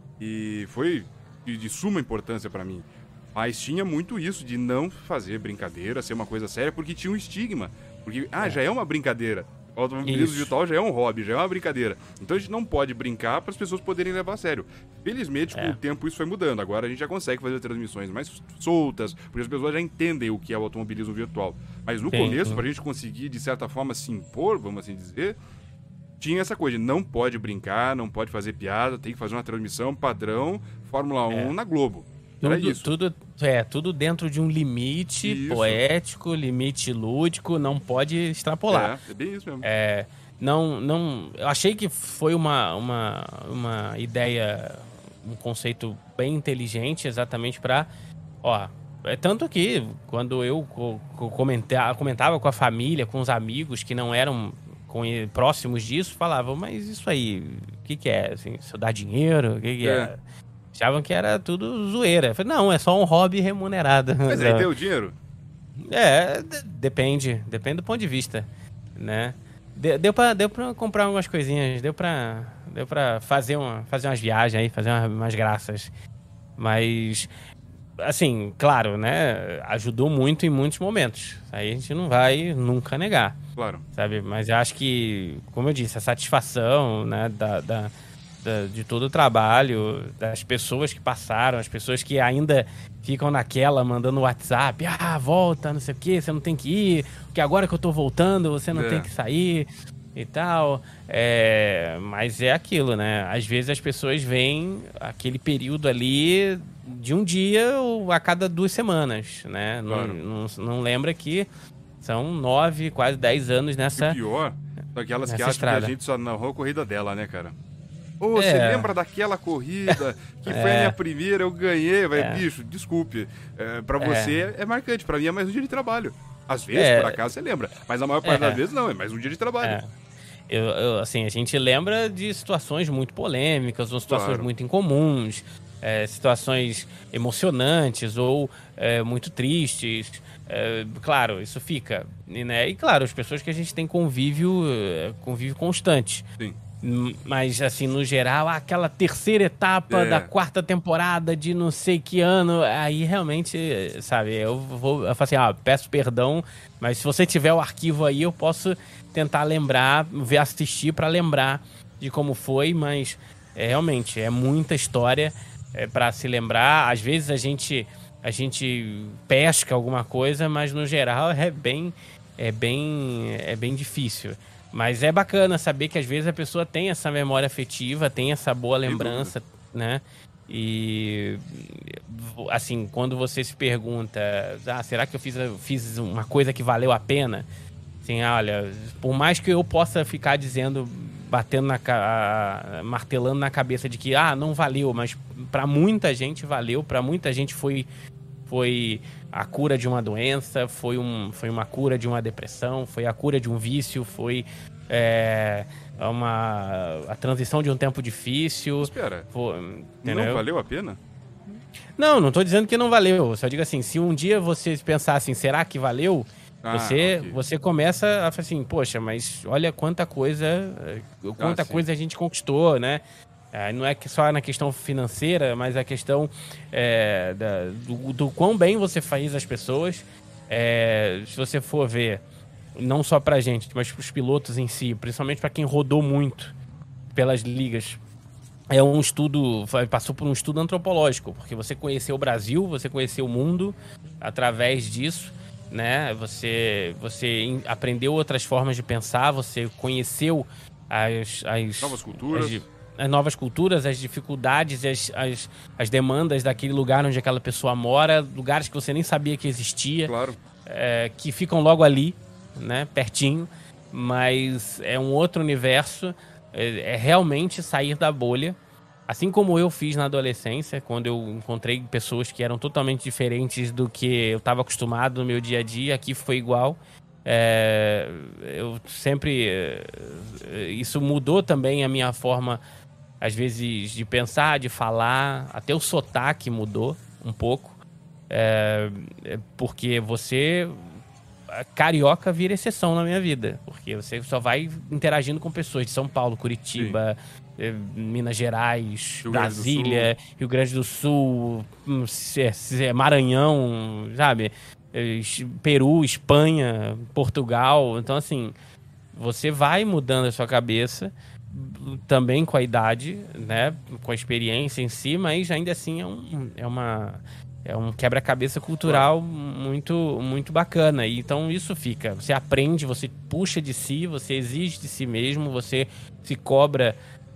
E foi de, de suma importância pra mim. Mas tinha muito isso de não fazer brincadeira, ser uma coisa séria, porque tinha um estigma. Porque, ah, É. já é uma brincadeira. O automobilismo Isso. virtual já é um hobby, já é uma brincadeira. Então a gente não pode brincar para as pessoas poderem levar a sério. Felizmente, com É. o tempo, isso foi mudando. Agora a gente já consegue fazer transmissões mais soltas, porque as pessoas já entendem o que é o automobilismo virtual. Mas no Sim, começo, sim. para a gente conseguir, de certa forma, se impor, vamos assim dizer, tinha essa coisa de não pode brincar, não pode fazer piada, tem que fazer uma transmissão padrão Fórmula um É. na Globo. Era Tudo, isso. tudo, é, tudo dentro de um limite Isso. poético, limite lúdico, não pode extrapolar. É, é bem isso mesmo. É, não, não, eu achei que foi uma, uma, uma ideia, um conceito bem inteligente, exatamente para, ó, é tanto que quando eu co- co- comenta- comentava com a família, com os amigos que não eram com- próximos disso, falavam, mas isso aí, o que que é? Assim, isso dá dinheiro? O que que é? É. Achavam que era tudo zoeira. Eu falei, não, é só um hobby remunerado. Mas aí deu dinheiro? É, de- depende. Depende do ponto de vista, né? De- deu, pra, deu pra comprar umas coisinhas, deu pra, deu pra fazer, uma, fazer umas viagens aí, fazer umas, umas graças. Mas, assim, claro, né? Ajudou muito em muitos momentos. Aí a gente não vai nunca negar, Claro. sabe? Mas eu acho que, como eu disse, a satisfação, né, da... da da- de todo o trabalho, das pessoas que passaram, as pessoas que ainda ficam naquela, mandando WhatsApp, ah, volta, não sei o que, você não tem que ir, porque agora que eu tô voltando, você não É. tem que sair e tal. É, mas é aquilo, né? Às vezes as pessoas veem aquele período ali de um dia ou a cada duas semanas, né? Claro. Não, não, não lembra que são nove, quase dez anos E nessa... o pior, são aquelas que nessa acham estrada. que a gente só narrou a corrida dela, né, cara? Ô, você É. lembra daquela corrida que foi a É. minha primeira, eu ganhei, vai, É. bicho, desculpe. É, pra É. você é marcante, pra mim é mais um dia de trabalho. Às vezes, É. por acaso, você lembra. Mas a maior parte É. das vezes não, é mais um dia de trabalho. É. Eu, eu, assim, a gente lembra de situações muito polêmicas ou situações Claro. muito incomuns. é, situações emocionantes ou é, muito tristes. É, claro, isso fica, né? E claro, as pessoas que a gente tem convívio, convívio constante. Sim. Mas, assim, no geral, aquela terceira etapa É. da quarta temporada de não sei que ano, aí realmente, sabe, eu vou eu falo assim, ah, peço perdão, mas se você tiver o arquivo aí, eu posso tentar lembrar, ver, assistir pra lembrar de como foi, mas é, realmente é muita história é, para se lembrar. Às vezes a gente, a gente pesca alguma coisa, mas no geral é bem, é bem, é bem difícil. Mas é bacana saber que às vezes a pessoa tem essa memória afetiva, tem essa boa lembrança, né? E, assim, quando você se pergunta, ah, será que eu fiz, fiz uma coisa que valeu a pena? Assim, olha, por mais que eu possa ficar dizendo, batendo na, martelando na cabeça de que, ah, não valeu, mas para muita gente valeu, para muita gente foi... Foi a cura de uma doença, foi, um, foi uma cura de uma depressão, foi a cura de um vício, foi é, uma, a transição de um tempo difícil. Espera, foi, não valeu a pena? Não, não tô dizendo que não valeu. Eu só digo assim, se um dia você pensar assim, será que valeu? Ah, você, okay. você começa a falar assim, poxa, mas olha quanta coisa, quanta ah, coisa a gente conquistou, né? Não é só na questão financeira, mas a questão é, da, do, do quão bem você faz as pessoas. É, se você for ver, não só pra gente, mas pros pilotos em si, principalmente para quem rodou muito pelas ligas. É um estudo, passou por um estudo antropológico, porque você conheceu o Brasil, você conheceu o mundo através disso, né? Você, você aprendeu outras formas de pensar, você conheceu as... as novas culturas. As, as novas culturas, as dificuldades, as, as, as demandas daquele lugar onde aquela pessoa mora, lugares que você nem sabia que existia, claro. é, que ficam logo ali, né, pertinho, mas é um outro universo, é, é realmente sair da bolha, assim como eu fiz na adolescência, quando eu encontrei pessoas que eram totalmente diferentes do que eu estava acostumado no meu dia a dia, aqui foi igual. É, eu sempre... Isso mudou também a minha forma, às vezes, de pensar, de falar. Até o sotaque mudou um pouco. É, porque você... Carioca vira exceção na minha vida. Porque você só vai interagindo com pessoas de São Paulo, Curitiba, Sim. Minas Gerais, Rio Brasília, Grande Rio Grande do Sul, Maranhão, sabe? Peru, Espanha, Portugal. Então, assim, você vai mudando a sua cabeça também com a idade, né? Com a experiência em si, mas ainda assim é, um, é, uma, é um quebra-cabeça cultural muito, muito bacana. E, então isso fica. Você aprende, você puxa de si, você exige de si mesmo, você se cobra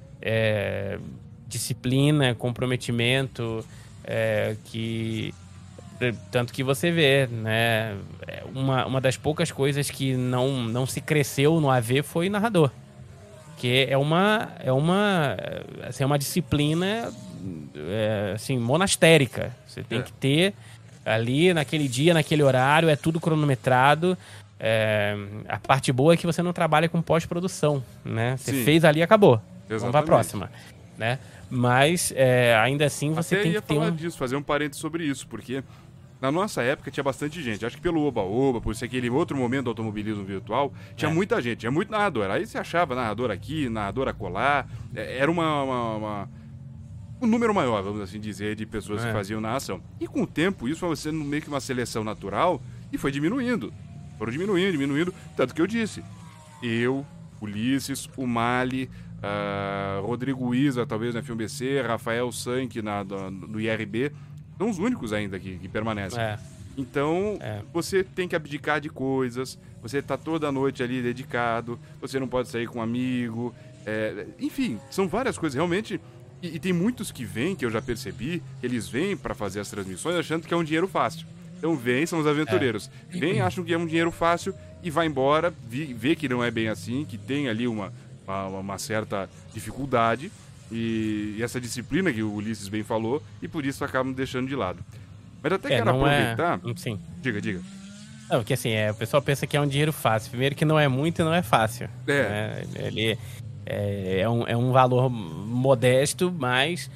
é, disciplina, comprometimento, é, que... Tanto que você vê, né? Uma, uma das poucas coisas que não, não se cresceu no A V foi narrador. Que é uma, é uma, assim, é uma disciplina é, assim, monastérica. Você tem é. que ter ali, naquele dia, naquele horário, é tudo cronometrado. É, a parte boa é que você não trabalha com pós-produção, né? Você Sim. fez ali e acabou. Exatamente. Vamos para a próxima, né? Mas, é, ainda assim, você Até tem ia que ter falar um... disso, fazer um parênteses sobre isso, porque na nossa época tinha bastante gente. Acho que pelo Oba-Oba, por ser aquele outro momento do automobilismo virtual, tinha é. muita gente, tinha muito narrador. Aí você achava narrador aqui, narrador acolá. Era uma, uma, uma... um número maior, vamos assim dizer, de pessoas é. que faziam narração. E com o tempo, isso foi sendo meio que uma seleção natural e foi diminuindo. Foram diminuindo, diminuindo. Tanto que eu disse, eu, Ulisses, o Mali, uh, Rodrigo Isa, talvez na F um B C, Rafael Sank na, do, do I R B... são os únicos ainda que, que permanecem. É. Então, é. você tem que abdicar de coisas, você tá toda noite ali dedicado, você não pode sair com um amigo, é, enfim, são várias coisas, realmente, e, e tem muitos que vêm, que eu já percebi, eles vêm para fazer as transmissões achando que é um dinheiro fácil. Então vêm, são os aventureiros. É. Vêm, acham que é um dinheiro fácil e vai embora, vi, vê que não é bem assim, que tem ali uma, uma, uma certa dificuldade, E, e essa disciplina que o Ulisses bem falou, e por isso acabam deixando de lado. Mas até é, quero aproveitar... É... Sim. Diga, diga. Não, porque assim, é, o pessoal pensa que é um dinheiro fácil. Primeiro que não é muito e não é fácil. É. Né? Ele é, é, um, é um valor modesto, mas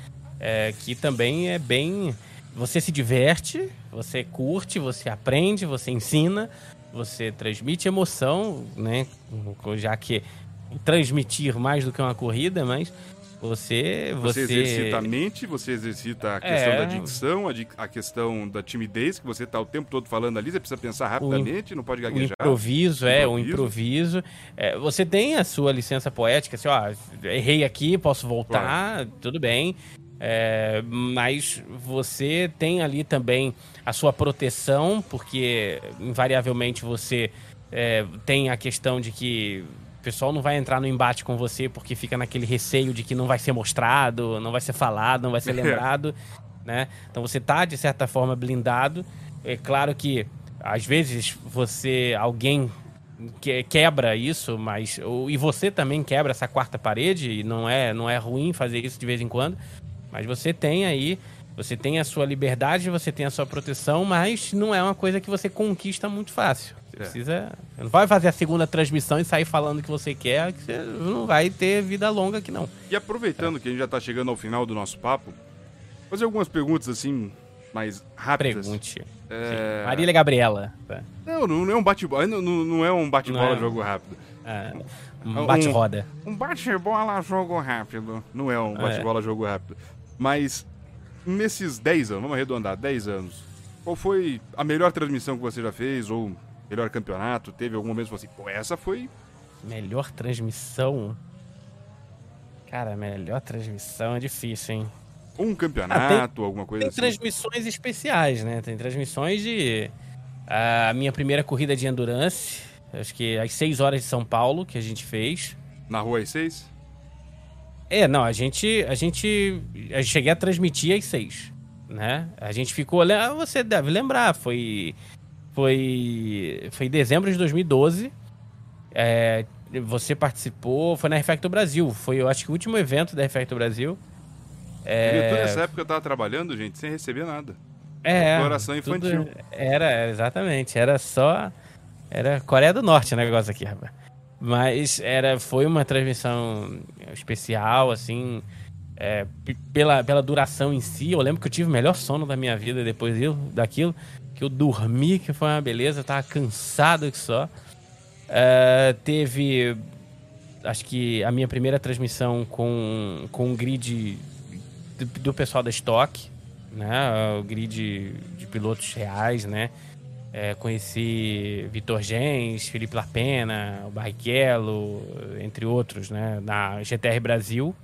é, que também é bem... Você se diverte, você curte, você aprende, você ensina, você transmite emoção, né? Já que transmitir mais do que uma corrida, mas você... Você, você... exercita a mente, você exercita a questão É. da dicção, a, di- a questão da timidez, que você tá o tempo todo falando ali, você precisa pensar rapidamente, não pode O gaguejar. improviso, é, o Improviso. improviso. É, você tem a sua licença poética, assim, ó, errei aqui, posso voltar, tudo bem. É, mas você tem ali também a sua proteção, porque invariavelmente você é, tem a questão de que o pessoal não vai entrar no embate com você porque fica naquele receio de que não vai ser mostrado, não vai ser falado, não vai ser lembrado, né? Então você tá, de certa forma, blindado. É claro que, às vezes, você, alguém que- quebra isso, mas... ou- e você também quebra essa quarta parede, e não é, não é ruim fazer isso de vez em quando. Mas você tem aí, você tem a sua liberdade, você tem a sua proteção, mas não é uma coisa que você conquista muito fácil. Você É. precisa... Você não vai fazer a segunda transmissão e sair falando o que você quer, que você não vai ter vida longa aqui, não. E aproveitando que a gente já tá chegando ao final do nosso papo, fazer algumas perguntas assim, mais rápidas. Pergunte. É... Sim. Marília Gabriela. Tá. Não, não é um bate-bola, não, não não é um bate-bola Não é. jogo rápido. Ah, Um- um bate-roda. Um bate-bola jogo rápido. Não é um bate-bola jogo rápido. Mas nesses dez anos, vamos arredondar, dez anos, qual foi a melhor transmissão que você já fez? Ou melhor campeonato? Teve algum momento que você falou assim, pô, essa foi... Melhor transmissão? Cara, melhor transmissão é difícil, hein? Ou um campeonato, alguma coisa Tem assim. transmissões especiais, né? Tem transmissões de... A minha primeira corrida de endurance, acho que às seis horas de São Paulo, que a gente fez. Na Rua às seis? É, não, a gente... A gente... Eu cheguei a transmitir às seis, né? A gente ficou... le- Você deve lembrar, foi... Foi... Foi em dezembro de dois mil e doze. É, você participou... Foi na Refacto Brasil. Foi, eu acho que o último evento da Refacto Brasil. É... Toda essa época eu tava trabalhando, gente, sem receber nada. É, Exploração tudo- infantil. Era, era, exatamente. Era só... Era Coreia do Norte o negócio aqui, rapaz. Mas era, foi uma transmissão especial, assim, é, p- pela, pela duração em si. Eu lembro que eu tive o melhor sono da minha vida depois disso- daquilo, que eu dormi, que foi uma beleza, eu tava cansado que só. É, teve, acho que a minha primeira transmissão com, com um grid do, do pessoal da Stock, né? O grid de pilotos reais, né? É, conheci Vitor Gens, Felipe Lapena, o Barrichello, entre outros, né? Na G T R Brasil,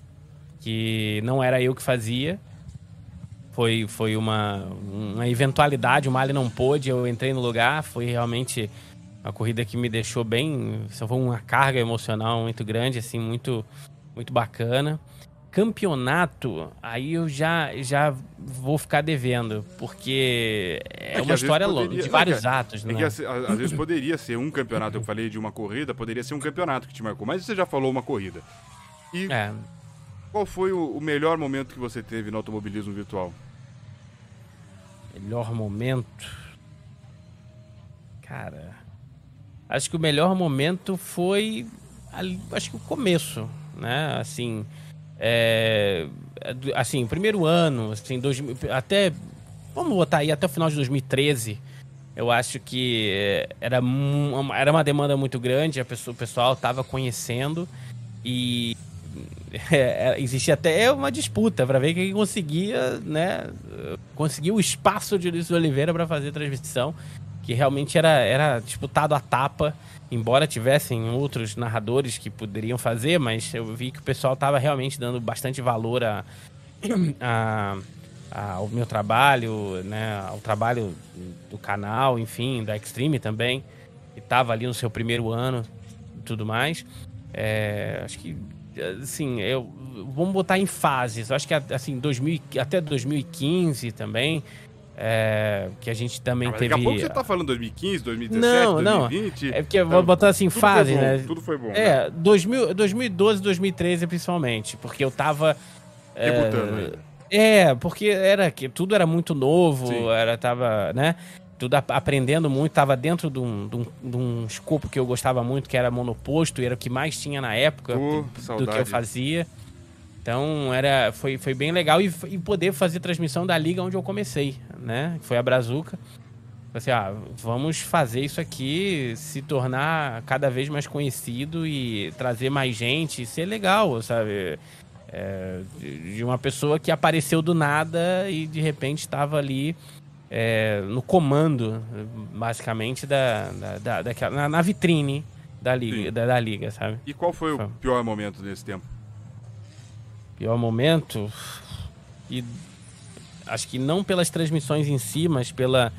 que não era eu que fazia. Foi, foi uma, uma eventualidade, o Mali não pôde, eu entrei no lugar. Foi realmente uma corrida que me deixou bem... Só foi uma carga emocional muito grande, assim, muito, muito bacana. Campeonato, aí eu já, já vou ficar devendo, porque é, É que uma às história vezes longa, poderia- de não, vários que- atos, É né? que às, às vezes poderia ser um campeonato, eu falei de uma corrida, poderia ser um campeonato que te marcou, mas você já falou uma corrida. E É, qual foi o, o melhor momento que você teve no automobilismo virtual? melhor momento... Cara... Acho que o melhor momento foi... ali- acho que o começo, né? Assim... É, assim, primeiro ano, assim, dois, mil até... Vamos botar aí até o final de dois mil e treze. Eu acho que é, era, mu- era uma demanda muito grande, a pessoa, o pessoal estava conhecendo e é, existia até uma disputa para ver quem conseguia, né, conseguir o espaço de Ulisses Oliveira para fazer transmissão, que realmente era, era disputado a tapa, embora tivessem outros narradores que poderiam fazer, mas eu vi que o pessoal estava realmente dando bastante valor a, a, a- ao meu trabalho, né, ao trabalho do canal, enfim, da Extreme também, que estava ali no seu primeiro ano e tudo mais. É, acho que, assim, eu, vamos botar em fases. Eu acho que, assim, dois mil, e- até dois mil e quinze também, é, que a gente também Ah, mas teve... daqui a pouco você tá falando dois mil e quinze, dois mil e dezessete, Não, não. dois mil e vinte... É porque eu vou botar assim, tudo fase, foi bom, né? Tudo foi bom. né? É, dois mil, dois mil e doze, dois mil e treze principalmente, porque eu tava... Debutando é, ainda. É, porque era que tudo era muito novo, Sim. era tava, né? Tudo ap- aprendendo muito, tava dentro de um, de, um, de um escopo que eu gostava muito, que era monoposto, e era o que mais tinha na época Pô, do que saudade. eu fazia. Então era, foi, foi bem legal e, e poder fazer transmissão da liga onde eu comecei, né? Foi a Brazuca. Assim, ah, vamos fazer isso aqui se tornar cada vez mais conhecido e trazer mais gente, ser legal, sabe? É, de uma pessoa que apareceu do nada e de repente estava ali é, no comando, basicamente, da, da, da, daquela, na, na vitrine da liga, da, da liga, sabe? E qual foi o pior momento desse tempo? Pior momento? E acho que não pelas transmissões em si, mas pela,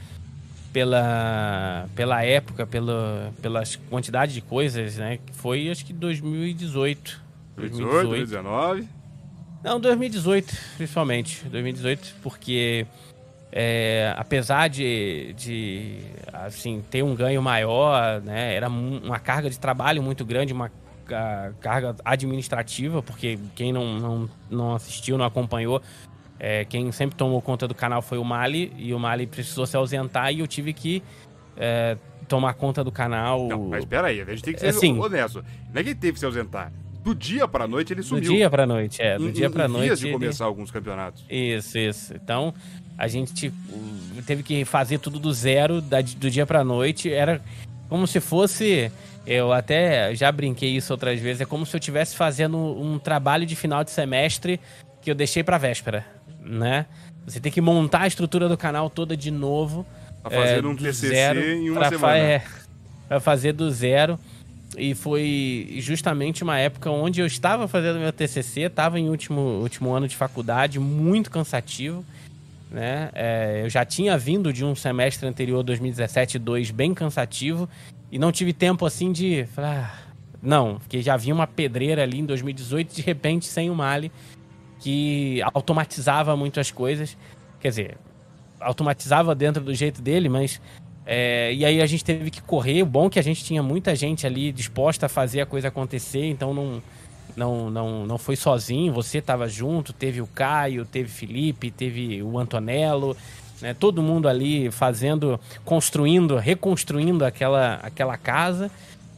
pela, pela época, pela, pelas quantidade de coisas, né? Que foi, acho que dois mil e dezoito. dois mil e dezoito, dois mil e dezenove? Não, dois mil e dezoito, principalmente. dois mil e dezoito, porque é, apesar de, de assim, ter um ganho maior, né? Era uma carga de trabalho muito grande, uma carga administrativa, porque quem não, não, não assistiu, não acompanhou, é, quem sempre tomou conta do canal foi o Mali, e o Mali precisou se ausentar e eu tive que é, tomar conta do canal. Não, mas espera aí, a gente tem que ser assim, honesto. Não é que ele teve que se ausentar. Do dia pra noite ele sumiu. Do dia pra noite, é. Do em, dia pra em noite. Dias de ele... começar alguns campeonatos. Isso, isso. Então, a gente teve que fazer tudo do zero, da, do dia pra noite. Era como se fosse... Eu até já brinquei isso outras vezes. É como se eu estivesse fazendo um trabalho de final de semestre que eu deixei pra véspera, né? Você tem que montar a estrutura do canal toda de novo. Tá fazendo é, um T C C zero, em uma pra semana. É, pra fazer do zero. E foi justamente uma época onde eu estava fazendo meu T C C, estava em último, último ano de faculdade, muito cansativo, né? É, eu já tinha vindo de um semestre anterior, dois mil e dezessete, dois, bem cansativo, e não tive tempo assim de falar, ah, não, porque já havia uma pedreira ali em dois mil e dezoito, de repente, sem o Mali, que automatizava muito as coisas, quer dizer, automatizava dentro do jeito dele, mas... É, e aí a gente teve que correr. O bom é que a gente tinha muita gente ali disposta a fazer a coisa acontecer, então não, não, não, não foi sozinho. Você estava junto, teve o Caio, teve o Felipe, teve o Antonello, né? Todo mundo ali fazendo, construindo, reconstruindo aquela, aquela casa.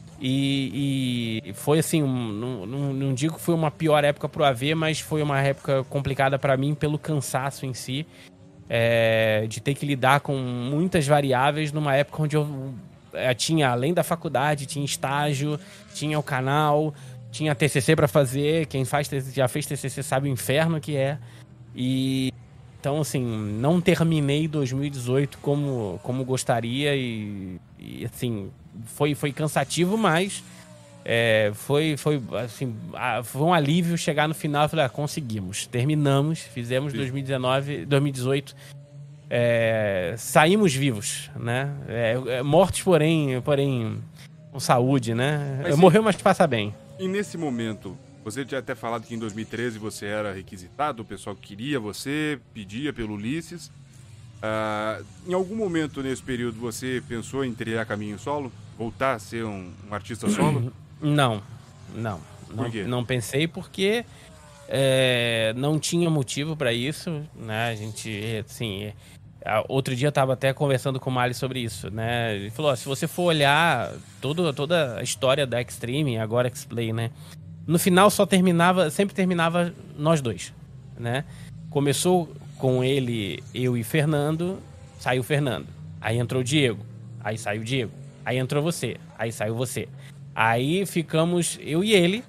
E, e foi assim, um, não, não, não digo que foi uma pior época pro A V, mas foi uma época complicada para mim pelo cansaço em si. É, de ter que lidar com muitas variáveis numa época onde eu é, tinha, além da faculdade, tinha estágio, tinha o canal, tinha T C C para fazer. Quem faz, já fez T C C sabe o inferno que é. E então, assim, não terminei dois mil e dezoito como, como gostaria e, e assim, foi, foi cansativo, mas é, foi, foi, assim, foi um alívio chegar no final e falar, ah, conseguimos, terminamos, fizemos dois mil e dezenove, dois mil e dezoito, é, saímos vivos, né? É, mortos, porém, porém com saúde, né? Mas, morreu, mas passa bem. E nesse momento, você tinha até falado que em dois mil e treze você era requisitado, o pessoal queria você, pedia pelo Ulisses. Uh, em algum momento nesse período você pensou em trilhar caminho solo? Voltar a ser um, um artista solo? Não, não. Por quê? Não, não pensei porque é, não tinha motivo para isso, né? A gente, assim, outro dia eu tava até conversando com o Mali sobre isso, né? Ele falou, ó, se você for olhar todo, toda a história da Extreme, agora X-Play, né? No final só terminava, sempre terminava nós dois, né? Começou com ele, eu e Fernando, saiu o Fernando. Aí entrou o Diego, aí saiu o Diego. Aí entrou você, aí saiu você. Aí ficamos, eu e ele,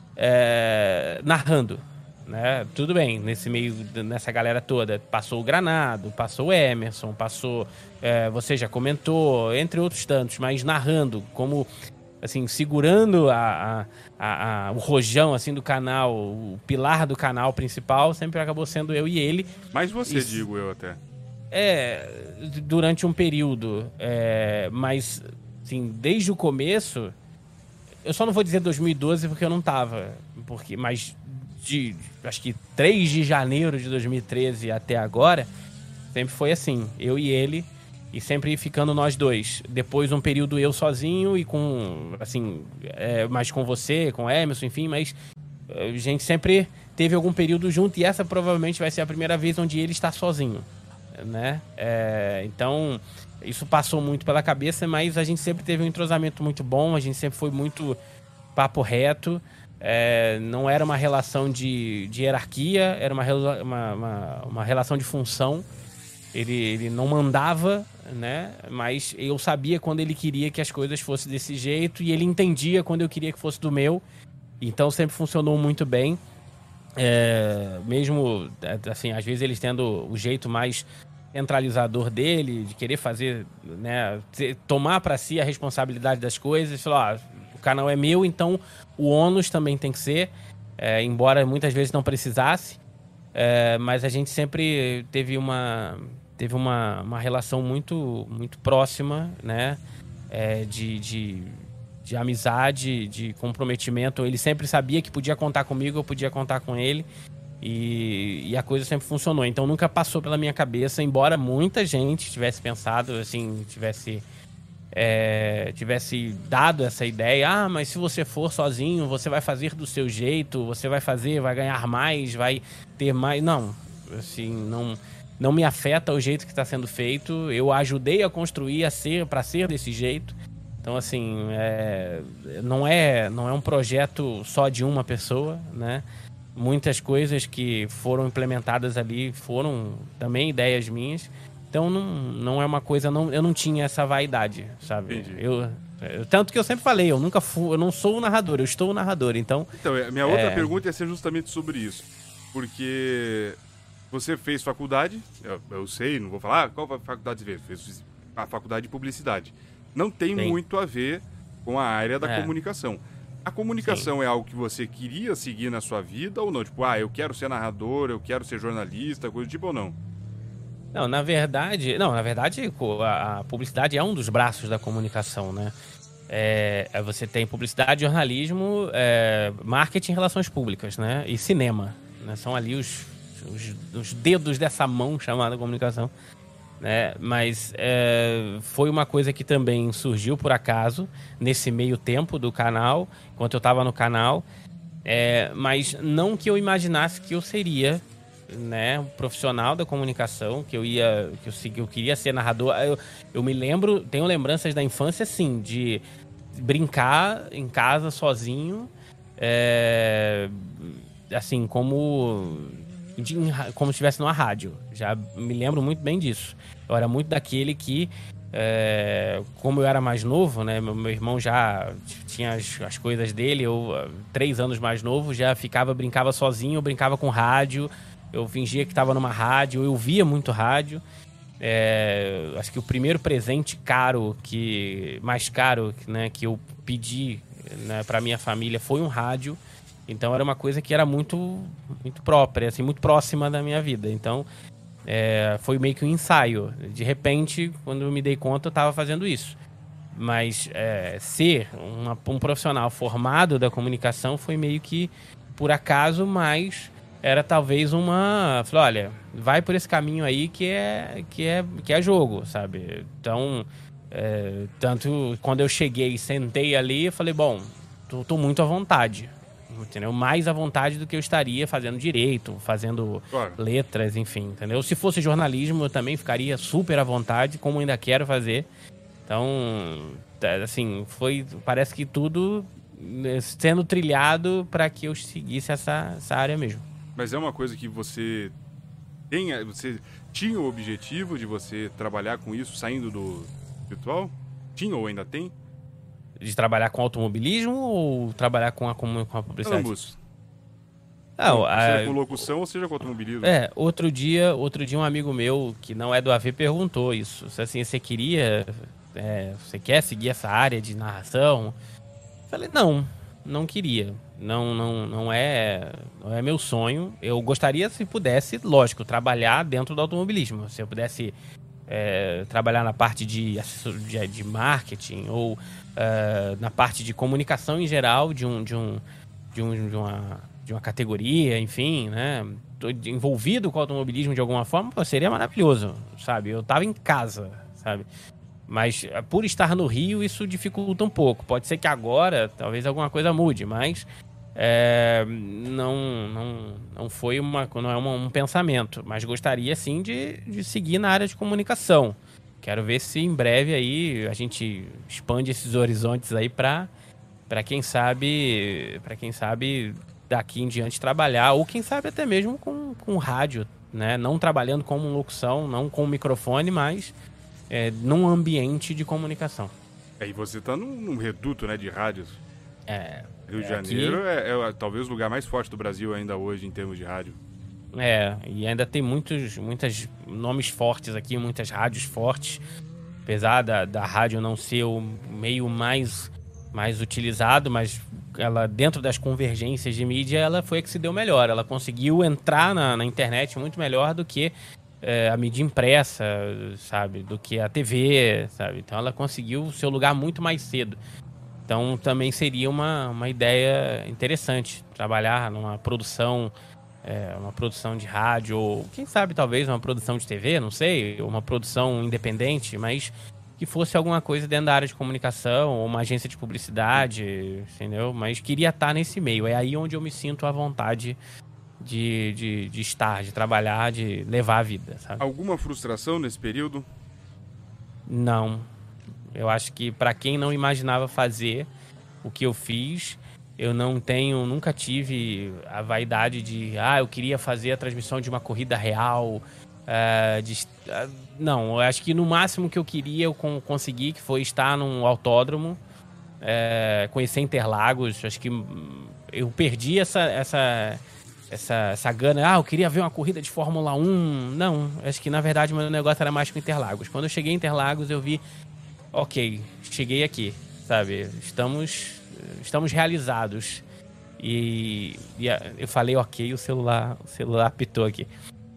é, narrando, né? Tudo bem, nesse meio, nessa galera toda. Passou o Granado, passou o Emerson, passou... É, você já comentou, entre outros tantos, mas narrando, como... assim, segurando a, a, a, o rojão, assim, do canal, o pilar do canal principal, sempre acabou sendo eu e ele. Mas você, Isso, digo eu até. É, durante um período, é, mas, assim, desde o começo... Eu só não vou dizer dois mil e doze porque eu não tava. Porque, mas de, acho que três de janeiro de dois mil e treze até agora, sempre foi assim, eu e ele, e sempre ficando nós dois. Depois um período eu sozinho e com, assim, é, mais com você, com o Emerson, enfim, mas a gente sempre teve algum período junto e essa provavelmente vai ser a primeira vez onde ele está sozinho, né? É, então... Isso passou muito pela cabeça, mas a gente sempre teve um entrosamento muito bom, a gente sempre foi muito papo reto. É, não era uma relação de, de hierarquia, era uma, uma, uma, uma relação de função. Ele, ele não mandava, né? Mas eu sabia quando ele queria que as coisas fossem desse jeito e ele entendia quando eu queria que fosse do meu. Então sempre funcionou muito bem. É, mesmo, assim, às vezes eles tendo o jeito mais centralizador dele, de querer fazer, né? Tomar para si a responsabilidade das coisas. Falar, ó, o canal é meu, então o ônus também tem que ser, é, embora muitas vezes não precisasse. É, mas a gente sempre teve uma... teve uma, uma relação muito, muito próxima, né? É, de, de, de amizade, de comprometimento. Ele sempre sabia que podia contar comigo, eu podia contar com ele. E, e a coisa sempre funcionou. Então nunca passou pela minha cabeça, embora muita gente tivesse pensado, assim, tivesse, é, tivesse dado essa ideia. Ah, mas se você for sozinho, você vai fazer do seu jeito, você vai fazer, vai ganhar mais, vai ter mais... Não, assim, não... Não me afeta o jeito que está sendo feito. Eu ajudei a construir a ser, para ser desse jeito. Então, assim, é, não, é, não é um projeto só de uma pessoa, né? Muitas coisas que foram implementadas ali foram também ideias minhas. Então, não, não é uma coisa... Não, eu não tinha essa vaidade, sabe? Eu, eu, tanto que eu sempre falei, eu nunca fui... Eu não sou o narrador, eu estou o narrador, então... Então, a minha outra é... pergunta ia ser justamente sobre isso. Porque... Você fez faculdade, eu, eu sei, não vou falar qual faculdade você fez, fez a faculdade de publicidade. Não tem Sim. muito a ver com a área da é. comunicação. A comunicação Sim. é algo que você queria seguir na sua vida ou não? Tipo, ah, eu quero ser narrador, eu quero ser jornalista, coisa do tipo ou não? Não, na verdade, não, na verdade a, a publicidade é um dos braços da comunicação, né? É, você tem publicidade, jornalismo, é, marketing, relações públicas, né? E cinema, né? São ali os Os, os dedos dessa mão chamada comunicação, né? Mas é, foi uma coisa que também surgiu por acaso nesse meio tempo do canal, enquanto eu estava no canal, é, mas não que eu imaginasse que eu seria, né, um profissional da comunicação, que eu ia, que eu, que eu queria ser narrador. Eu, eu me lembro, tenho lembranças da infância, sim, de brincar em casa sozinho, é, assim como De, como se estivesse numa rádio. Já me lembro muito bem disso. Eu era muito daquele que, é, como eu era mais novo, né? Meu, meu irmão já tinha as, as coisas dele. Eu, três anos mais novo, já ficava, brincava sozinho. Eu brincava com rádio. Eu fingia que estava numa rádio. Eu via muito rádio. É, acho que o primeiro presente caro, que mais caro, né, que eu pedi, né, para minha família foi um rádio. Então era uma coisa que era muito, muito própria, assim, muito próxima da minha vida. Então é, foi meio que um ensaio. De repente, quando eu me dei conta, eu estava fazendo isso. Mas é, ser uma, um profissional formado da comunicação foi meio que por acaso, mas era talvez uma... Falei, olha, vai por esse caminho aí que é, que é, que é jogo, sabe? Então, é, tanto quando eu cheguei e sentei ali, eu falei, bom, tô, tô muito à vontade. Entendeu? Mais à vontade do que eu estaria fazendo direito, fazendo claro. letras, enfim, entendeu? Se fosse jornalismo, eu também ficaria super à vontade, como ainda quero fazer. Então, assim, foi, parece que tudo sendo trilhado para que eu seguisse essa, essa área mesmo. Mas é uma coisa que você tem, você tinha o objetivo de você trabalhar com isso saindo do virtual? Tinha ou ainda tem? De trabalhar com automobilismo ou trabalhar com a, com a publicidade? Ambos. Não, seja a... com locução ou seja com automobilismo. É, outro dia, outro dia um amigo meu, que não é do A V, perguntou isso. Assim, você queria... É, você quer seguir essa área de narração? Eu falei, não, não queria. Não, não, não, é, não é meu sonho. Eu gostaria, se pudesse, lógico, trabalhar dentro do automobilismo. Se eu pudesse é, trabalhar na parte de, de, de marketing ou... Uh, na parte de comunicação em geral de, um, de, um, de, um, de, uma, de uma categoria, enfim, né? Tô envolvido com o automobilismo de alguma forma, pô, seria maravilhoso, sabe? Eu tava em casa, sabe? Mas por estar no Rio, isso dificulta um pouco. Pode ser que agora, talvez alguma coisa mude, mas é, não, não, não foi uma, não é uma, um pensamento. Mas gostaria, sim, de, de seguir na área de comunicação. Quero ver se em breve aí a gente expande esses horizontes aí para para quem sabe, para quem sabe daqui em diante trabalhar, ou quem sabe até mesmo com, com rádio, né? Não trabalhando como locução, não com microfone, mas é, num ambiente de comunicação. É, e você tá num, num reduto, né, de rádios. É, Rio de é Janeiro aqui, é, é talvez o lugar mais forte do Brasil ainda hoje em termos de rádio. é, e ainda tem muitos, muitos nomes fortes aqui, muitas rádios fortes. Apesar da, da rádio não ser o meio mais, mais utilizado, mas ela, dentro das convergências de mídia, ela foi a que se deu melhor. Ela conseguiu entrar na, na internet muito melhor do que é, a mídia impressa, sabe? Do que a T V, sabe? Então ela conseguiu o seu lugar muito mais cedo. Então também seria uma, uma ideia interessante trabalhar numa produção, é, uma produção de rádio, ou quem sabe talvez uma produção de T V, não sei, uma produção independente, mas que fosse alguma coisa dentro da área de comunicação, ou uma agência de publicidade, entendeu? Mas queria estar nesse meio, é aí onde eu me sinto à vontade de, de, de estar, de trabalhar, de levar a vida, sabe? Alguma frustração nesse período? Não. Eu acho que para quem não imaginava fazer o que eu fiz, eu não tenho, nunca tive a vaidade de, ah, eu queria fazer a transmissão de uma corrida real. Uh, de, uh, não, eu acho que no máximo que eu queria eu con- consegui, que foi estar num autódromo, uh, conhecer Interlagos. Acho que eu perdi essa, essa, essa, essa gana. Ah, eu queria ver uma corrida de Fórmula um. Não, acho que na verdade o meu negócio era mais com Interlagos. Quando eu cheguei em Interlagos, eu vi, ok, cheguei aqui, sabe? Estamos, estamos realizados. E, e eu falei, ok, o celular, o celular apitou aqui.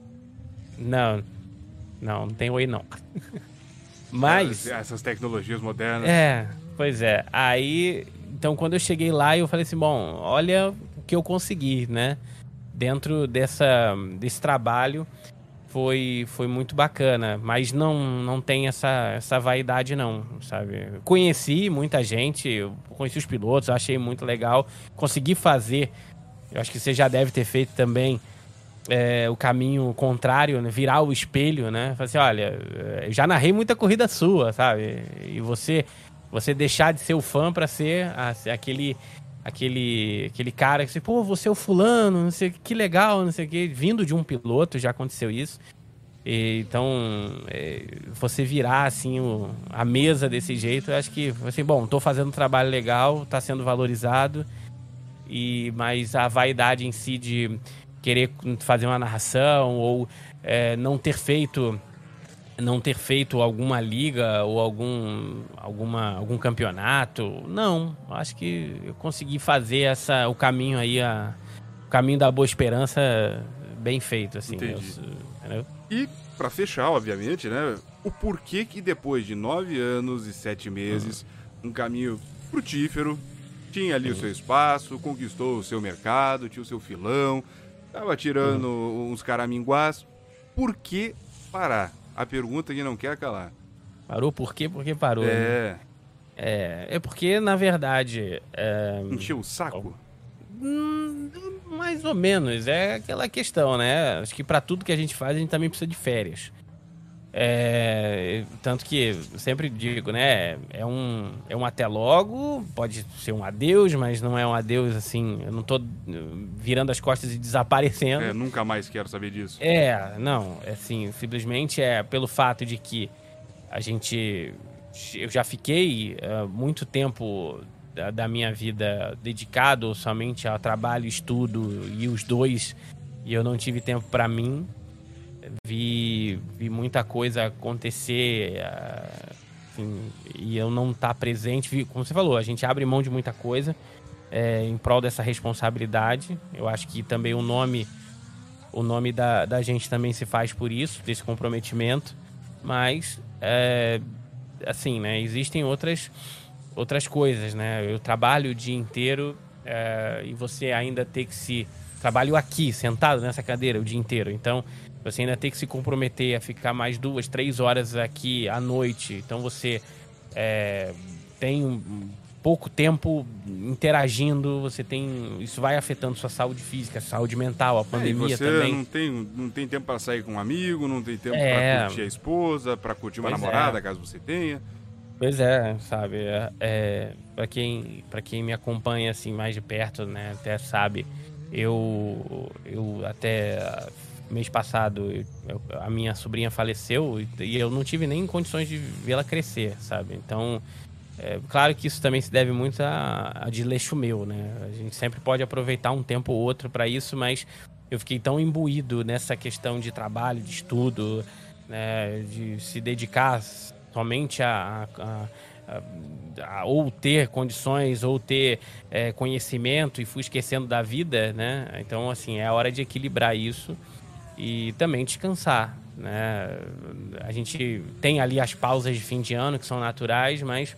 Não, não, não tem oi não. Mas... Essas tecnologias modernas. É, pois é. Aí, então quando eu cheguei lá, eu falei assim, bom, olha o que eu consegui, né? Dentro dessa, desse trabalho, foi, foi muito bacana. Mas não, não tem essa, essa vaidade não, sabe? Conheci muita gente, eu conheci os pilotos, achei muito legal. Consegui fazer, eu acho que você já deve ter feito também, É, o caminho contrário, né? Virar o espelho, né? Falar assim, olha, eu já narrei muita corrida sua, sabe? E você, você deixar de ser o fã pra ser a, aquele, aquele, aquele cara que você, pô, você é o fulano, não sei, que legal, não sei o quê. Vindo de um piloto, já aconteceu isso. E, então, é, você virar, assim, o, a mesa desse jeito, eu acho que, assim, bom, tô fazendo um trabalho legal, tá sendo valorizado, e, mas a vaidade em si de querer fazer uma narração ou é, não ter feito não ter feito alguma liga ou algum, alguma, algum campeonato, não, acho que eu consegui fazer essa, o caminho aí, a, o caminho da boa esperança bem feito, assim. Entendi. Eu, e para fechar, obviamente, né, o porquê que depois de nove anos e sete meses, uhum. um caminho frutífero, tinha ali uhum. o seu espaço, conquistou o seu mercado, tinha o seu filão, tava tirando uhum. uns caraminguás. Por que parar? A pergunta que não quer calar. Parou por quê? Porque parou. É. Né? É, é porque, na verdade... É... Encheu o saco? Hum, mais ou menos. É aquela questão, né? Acho que pra tudo que a gente faz, a gente também precisa de férias. É, tanto que eu sempre digo, né? É um, é um até logo, pode ser um adeus, mas não é um adeus assim. Eu não tô virando as costas e desaparecendo. É, nunca mais quero saber disso. É, não, é assim, simplesmente é pelo fato de que a gente. Eu já fiquei uh, muito tempo da, da minha vida dedicado somente ao trabalho, estudo e os dois, e eu não tive tempo para mim. Vi, vi muita coisa acontecer, assim, e eu não estar presente. Vi, como você falou, a gente abre mão de muita coisa é, em prol dessa responsabilidade. Eu acho que também o nome, o nome da, da gente também se faz por isso, desse comprometimento. Mas, é, assim, né, existem outras, outras coisas, né? Eu trabalho o dia inteiro é, e você ainda tem que se... Trabalho aqui, sentado nessa cadeira o dia inteiro, então... Você ainda tem que se comprometer a ficar mais duas, três horas aqui à noite. Então você é, tem um pouco tempo interagindo. Você tem, isso vai afetando sua saúde física, saúde mental, a pandemia é, você também. Não tem, não tem tempo para sair com um amigo, não tem tempo é, para curtir a esposa, para curtir uma namorada, é. caso você tenha. Pois é, sabe, é, é, para quem, para quem me acompanha assim mais de perto, né, até sabe, eu, eu até ah, mês passado eu- eu- a minha sobrinha faleceu e, e eu não tive nem condições de vê-la crescer, sabe? Então, é, claro que isso também se deve muito a, a desleixo meu, né? A gente sempre pode aproveitar um tempo ou outro para isso, mas eu fiquei tão imbuído nessa questão de trabalho, de estudo, né, de se dedicar somente a, a- a- a- ou ter condições ou ter é, conhecimento e fui esquecendo da vida, né? Então, assim, é a hora de equilibrar isso e também descansar, né? A gente tem ali as pausas de fim de ano que são naturais, mas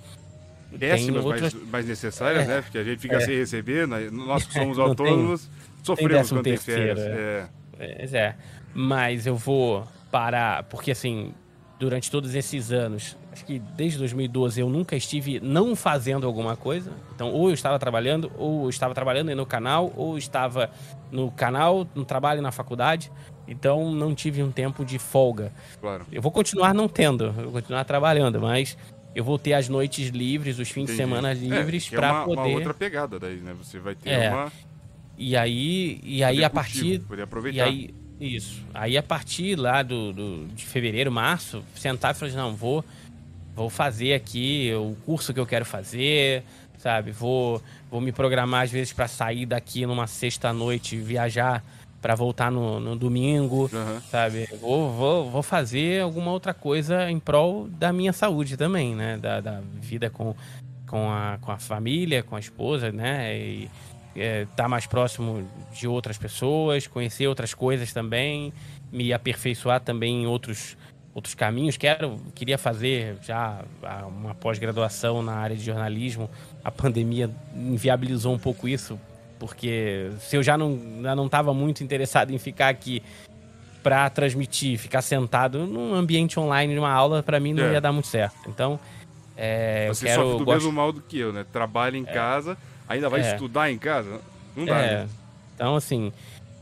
tem Péssimas, mas, outras. mas necessárias, né? Porque a gente fica É, sem receber, né? Nós que somos não tem, autônomos, tem sofremos décimo quando tem terceiro. férias. É. É, Pois é, mas eu vou parar, porque assim, durante todos esses anos, acho que desde dois mil e doze eu nunca estive não fazendo alguma coisa. Então, ou eu estava trabalhando, ou eu estava trabalhando no canal, ou eu estava no canal, no trabalho e na faculdade. Então, não tive um tempo de folga. claro. Eu vou continuar não tendo, eu vou continuar trabalhando, mas eu vou ter as noites livres, os fins de Entendi. semana É, livres que é para uma, uma poder. outra pegada daí, né? Você vai ter É, uma. e aí, e aí Poder a cultivo, partir. poder E aproveitar. aí, isso. Aí a partir lá do, do- de fevereiro, março, sentar e falar assim, não, vou, vou fazer aqui o curso que eu quero fazer, sabe? Vou, vou me programar às vezes para sair daqui numa sexta-noite, viajar para voltar no, no domingo, Aham. sabe? Vou, vou, vou fazer alguma outra coisa em prol da minha saúde também, né? Da, da vida com, com, a, com a família, com a esposa, né? E é, estar mais próximo de outras pessoas, conhecer outras coisas também, me aperfeiçoar também em outros, outros caminhos. Quero, queria fazer já ah, uma pós-graduação na área de jornalismo. A pandemia inviabilizou um pouco isso, porque se eu já não já não estava muito interessado em ficar aqui para transmitir, ficar sentado num ambiente online de uma aula, para mim não É. ia dar muito certo. Então, é, eu Você quero, sofre do gosto, mesmo mal do que eu, né? Trabalha em casa, ainda vai é, estudar em casa? Não dá, é, né? então assim,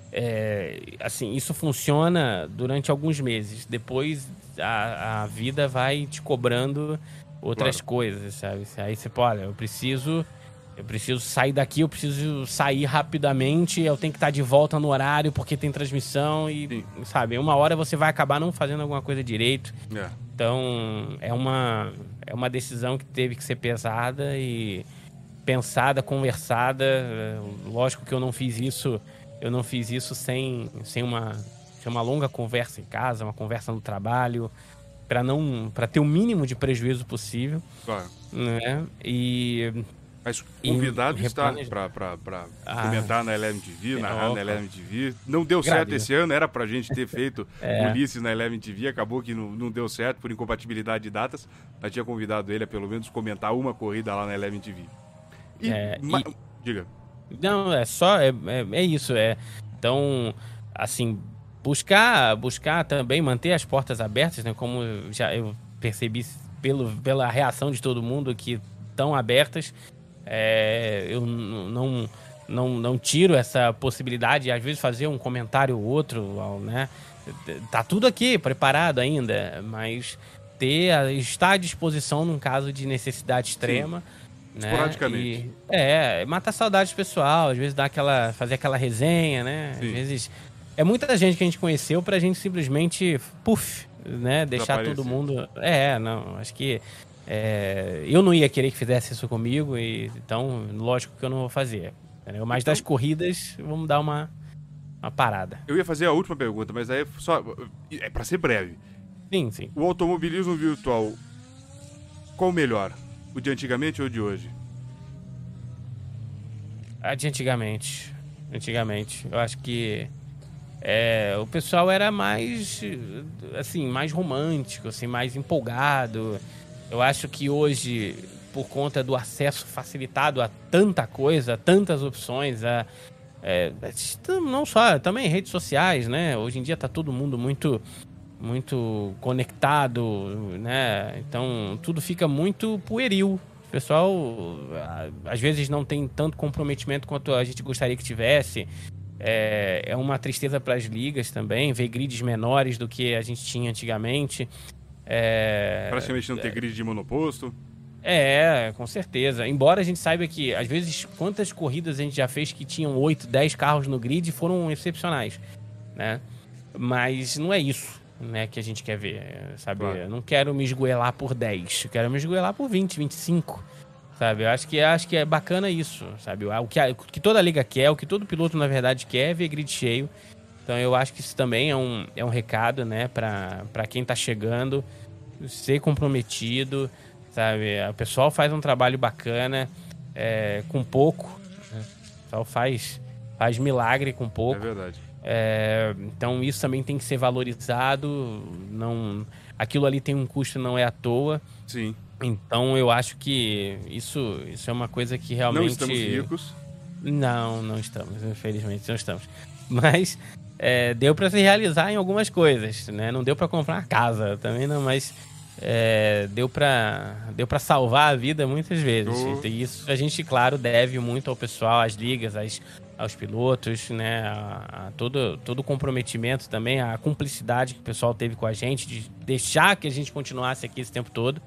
é, assim, isso funciona durante alguns meses. Depois a, a vida vai te cobrando outras Claro. coisas, sabe? Aí você, pô, olha, eu preciso, eu preciso sair daqui, eu preciso sair rapidamente, eu tenho que estar de volta no horário porque tem transmissão e, Sim. sabe, uma hora você vai acabar não fazendo alguma coisa direito. É. Então, é uma, é uma decisão que teve que ser pesada e pensada, conversada. É, Lógico que eu não fiz isso, eu não fiz isso sem, sem uma, sem uma longa conversa em casa, uma conversa no trabalho, para não, para ter o mínimo de prejuízo possível, Claro. né? E, Mas e convidado está replanejar. pra, pra, pra Ah, comentar na Eleven T V, é, narrar na opa. Eleven T V. Não deu certo Agradeço. esse ano, era pra gente ter feito É. Ulisses na Eleven T V, acabou que não, não deu certo por incompatibilidade de datas. Eu tinha convidado ele a pelo menos comentar uma corrida lá na Eleven T V. E, É, ma- e- Diga. Não, é só, é, é, é isso, é. Então, assim, buscar, buscar também manter as portas abertas, né? Como eu já eu percebi pelo, pela reação de todo mundo que estão abertas, é, eu n- não, não, não tiro essa possibilidade, às vezes fazer um comentário ou outro, ao- né? Tá tudo aqui preparado ainda, mas ter, a- estar à disposição num caso de necessidade extrema. Né? Esporadicamente. E, é, matar saudade pessoal, às vezes dar aquela, fazer aquela resenha, né? Sim. Às vezes é muita gente que a gente conheceu pra gente simplesmente, puf, né? Deixar todo Desaparecer. mundo. É, não, acho que é, eu não ia querer que fizesse isso comigo, e então, lógico que eu não vou fazer. Entendeu? Mas Então- das corridas, vamos dar uma, uma parada. Eu ia fazer a última pergunta, mas aí é só. É pra ser breve. Sim, sim. O automobilismo virtual, qual o melhor? O de antigamente ou o de hoje? A de antigamente. Antigamente. Eu acho que é, o pessoal era mais, assim, mais romântico, assim, mais empolgado. Eu acho que hoje, por conta do acesso facilitado a tanta coisa, a tantas opções, a, é, não só, também redes sociais, né? Hoje em dia tá todo mundo muito, muito conectado, né? Então tudo fica muito pueril. O pessoal, a- às vezes, não tem tanto comprometimento quanto a gente gostaria que tivesse. É, é uma tristeza para as ligas também, ver grids menores do que a gente tinha antigamente. É, Praticamente não ter grid de monoposto. É, com certeza. Embora a gente saiba que, às vezes, quantas corridas a gente já fez que tinham oito, dez carros no grid foram excepcionais, né? Mas não é isso, né, que a gente quer ver, sabe? Claro. Eu não quero me esgoelar por dez, eu quero me esgoelar por vinte, vinte e cinco, sabe? Eu acho que, acho que é bacana isso, sabe? O que, a, o que toda liga quer, o que todo piloto, na verdade, quer é ver grid cheio. Então eu acho que isso também é um, é um recado, né, pra, pra quem tá chegando, ser comprometido, sabe? O pessoal faz um trabalho bacana, é, com pouco, né? O pessoal faz, faz milagre com pouco. É verdade. É, então isso também tem que ser valorizado. Não, aquilo ali tem um custo, não é à toa. Sim. Então eu acho que isso, isso é uma coisa que realmente... Não estamos ricos. Não, não estamos, infelizmente não estamos. Mas é, deu para se realizar em algumas coisas, né? Não deu para comprar uma casa também, não, mas é, deu para deu para salvar a vida muitas vezes. Oh. E isso a gente, claro, deve muito ao pessoal, às ligas, às, aos pilotos, né? A, a todo, todo o comprometimento também, a cumplicidade que o pessoal teve com a gente, de deixar que a gente continuasse aqui esse tempo todo.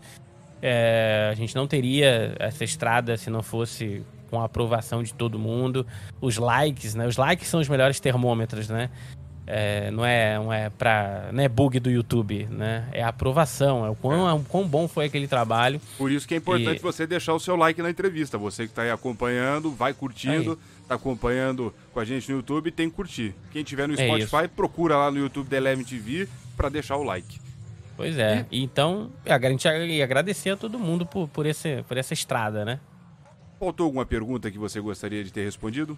É, a gente não teria essa estrada se não fosse com a aprovação de todo mundo. Os likes, né? Os likes são os melhores termômetros, né? É, não é, não é pra, não é bug do YouTube, né? É a aprovação, é o quão, é. o quão bom foi aquele trabalho. Por isso que é importante e... você deixar o seu like na entrevista. Você que tá aí acompanhando, vai curtindo, aí. tá acompanhando com a gente no YouTube, tem que curtir. Quem tiver no É Spotify, isso. procura lá no YouTube da Eleven T V pra deixar o like. Pois é, e... então a gente ia agradecer a todo mundo por, por, esse, por essa estrada, né? Faltou alguma pergunta que você gostaria de ter respondido?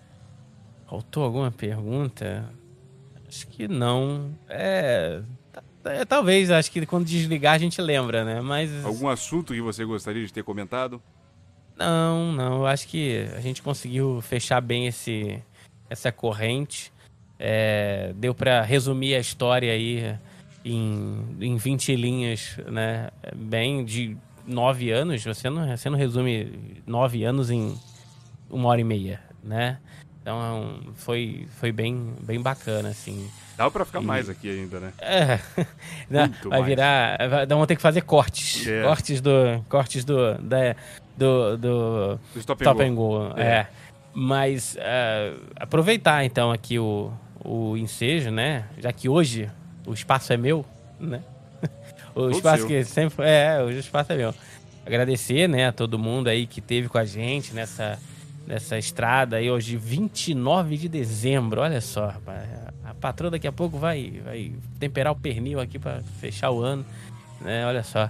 Faltou alguma pergunta? Acho que não. É, é, talvez, acho que quando desligar a gente lembra, né? Mas algum assunto que você gostaria de ter comentado? Não, não. Eu acho que a gente conseguiu fechar bem esse, essa corrente. É, deu para resumir a história aí em, em vinte linhas, né? Bem de nove anos. Você não, você não resume nove anos em uma hora e meia, né? Então foi, foi bem, bem bacana, assim. Dá pra ficar e... mais aqui ainda, né? É. Muito vai mais. virar. Vai, vamos ter que fazer cortes. É. Cortes do. Cortes do. Da, do, do, do Stop, Stop and and Go. É. é. Mas uh, aproveitar então aqui o, o ensejo, né? Já que hoje o espaço é meu, né? O Todo espaço seu. que sempre. É, hoje o espaço é meu. Agradecer, né, a todo mundo aí que esteve com a gente nessa. Nessa estrada aí, hoje, vinte e nove de dezembro. Olha só, rapaz. A patroa daqui a pouco vai, vai temperar o pernil aqui para fechar o ano, né? Olha só.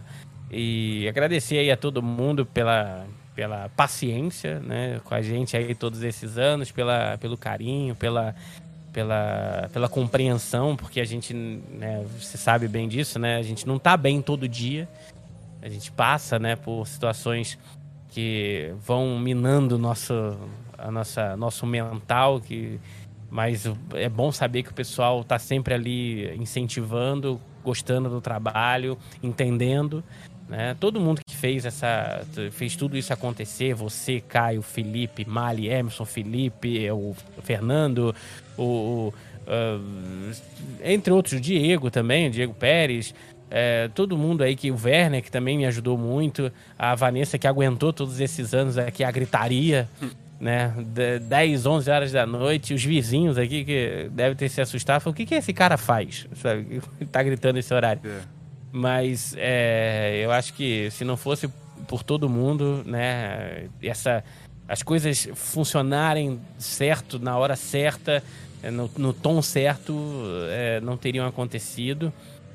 E agradecer aí a todo mundo pela, pela paciência, né? Com a gente aí todos esses anos, pela, pelo carinho, pela, pela, pela compreensão, porque a gente, né, você sabe bem disso, né? A gente não tá bem todo dia. A gente passa, né, por situações que vão minando nosso, a nossa, nosso mental, que, mas é bom saber que o pessoal está sempre ali incentivando, gostando do trabalho, entendendo, né? Todo mundo que fez, essa, fez tudo isso acontecer, você, Caio, Felipe, Mali, Emerson, Felipe, o Fernando, o, o uh, entre outros, o Diego também, o Diego Pérez. É, todo mundo aí, que o Werner, que também me ajudou muito, a Vanessa, que aguentou todos esses anos aqui, a gritaria, né, dez, onze horas da noite, os vizinhos aqui que devem ter se assustado, falaram, o que que esse cara faz? Sabe? Tá gritando esse horário. É. Mas é, eu acho que se não fosse por todo mundo, né, essa, as coisas funcionarem certo, na hora certa, no, no tom certo, é, não teriam acontecido.